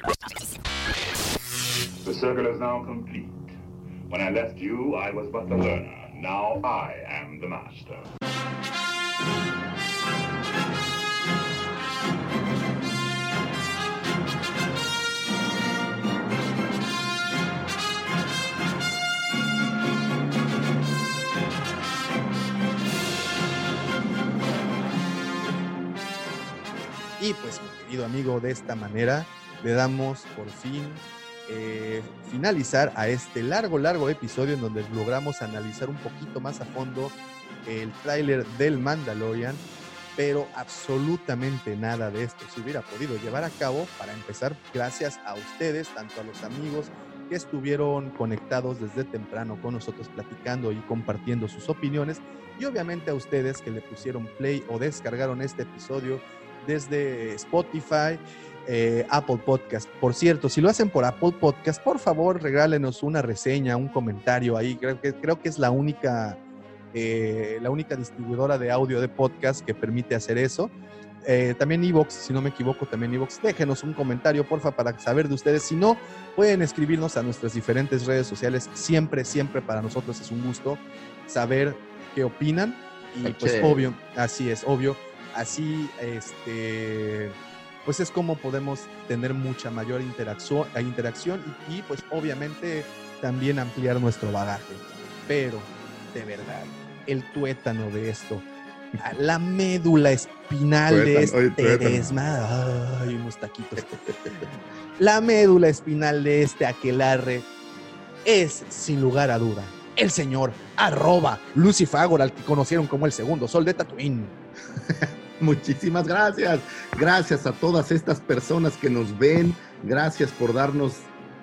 The circle is now complete. When I left you, I was but the learner. Now I am the master. Y pues, mi querido amigo, de esta manera le damos por fin eh, finalizar a este largo, largo episodio en donde logramos analizar un poquito más a fondo el tráiler del Mandalorian, pero absolutamente nada de esto se hubiera podido llevar a cabo, para empezar, gracias a ustedes, tanto a los amigos que estuvieron conectados desde temprano con nosotros platicando y compartiendo sus opiniones, y obviamente a ustedes que le pusieron play o descargaron este episodio desde Spotify, eh, Apple Podcast. Por cierto, si lo hacen por Apple Podcast, por favor regálenos una reseña, un comentario ahí. Creo que, creo que es la única, eh, la única distribuidora de audio de podcast que permite hacer eso. Eh, también iVoox, si no me equivoco, también iVoox. Déjenos un comentario, porfa, para saber de ustedes. Si no, pueden escribirnos a nuestras diferentes redes sociales. Siempre, siempre para nosotros es un gusto saber qué opinan. Y pues Sí. obvio, así es, obvio. Así, este, pues es como podemos tener mucha mayor interacción, interacción y, y pues obviamente también ampliar nuestro bagaje. Pero, de verdad, el tuétano de esto, la médula espinal Tuétano, de este oye, tuétano. desmadre, ay, unos taquitos. La médula espinal de este aquelarre es, sin lugar a duda, el señor arroba Lucifagor, al que conocieron como el segundo sol de Tatooine. Muchísimas gracias. Gracias a todas estas personas que nos ven. Gracias por darnos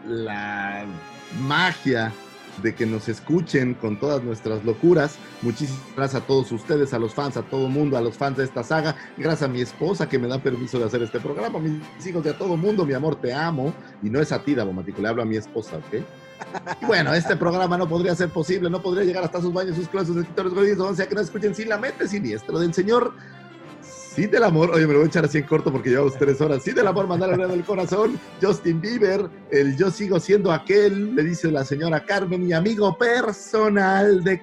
la magia de que nos escuchen con todas nuestras locuras. Muchísimas gracias a todos ustedes, a los fans, a todo mundo, a los fans de esta saga. Gracias a mi esposa que me da permiso de hacer este programa. A mis hijos y a todo mundo, mi amor, te amo. Y no es a ti, Davomático, le hablo a mi esposa, ¿ok? Y bueno, este programa no podría ser posible, no podría llegar hasta sus baños, sus clases, sus escritorios, golitos, donde sea que no escuchen sin la mente siniestra del señor Cid del Amor. Oye, me lo voy a echar así en corto porque llevamos tres horas. Cid del Amor, Mandalorian del corazón. Justin Bieber, el yo sigo siendo aquel, le dice la señora Carmen, mi amigo personal de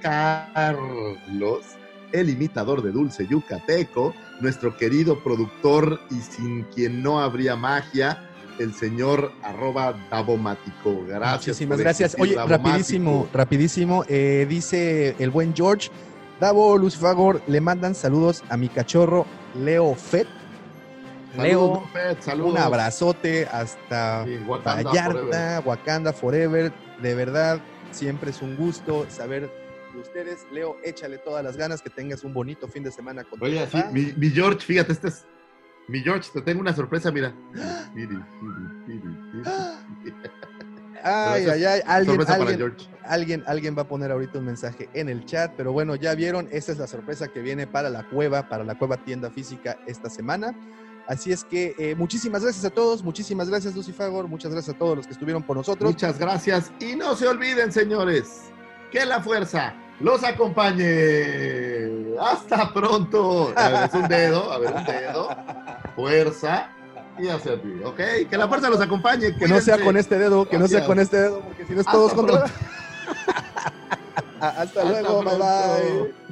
Carlos, el imitador de Dulce Yucateco, nuestro querido productor y sin quien no habría magia, el señor arroba Davomático. Gracias. Muchísimas por gracias. existir, Oye, Davomático. rapidísimo, rapidísimo. Eh, dice el buen George, Davo, Lucifagor, le mandan saludos a mi cachorro Leo Fett. Saludos, Leo, Fed, saludos. un abrazote hasta Sí, Wakanda Vallarta, forever. Wakanda Forever. De verdad, siempre es un gusto saber de ustedes. Leo, échale todas las ganas, que tengas un bonito fin de semana con tu Oye, sí, papá. mi, mi George, fíjate, este es. Mi George, te tengo una sorpresa, mira. Piri, piri, piri, piri. Ay, Gracias. ay, ay, alguien, Sorpresa para alguien, George. alguien, alguien va a poner ahorita un mensaje en el chat, pero bueno, ya vieron, esa es la sorpresa que viene para la cueva, para la cueva tienda física esta semana. Así es que eh, muchísimas gracias a todos, muchísimas gracias Lucifagor, muchas gracias a todos los que estuvieron por nosotros. Muchas gracias y no se olviden, señores, que la fuerza los acompañe. Hasta pronto. A ver, es un dedo, a ver, un dedo. Fuerza y hacia ti, ¿ok? Que la fuerza los acompañe. Que no sea con este dedo, que Gracias. no sea con este dedo, porque si no es Hasta todos contra... pronto. Hasta Hasta luego, pronto. bye bye.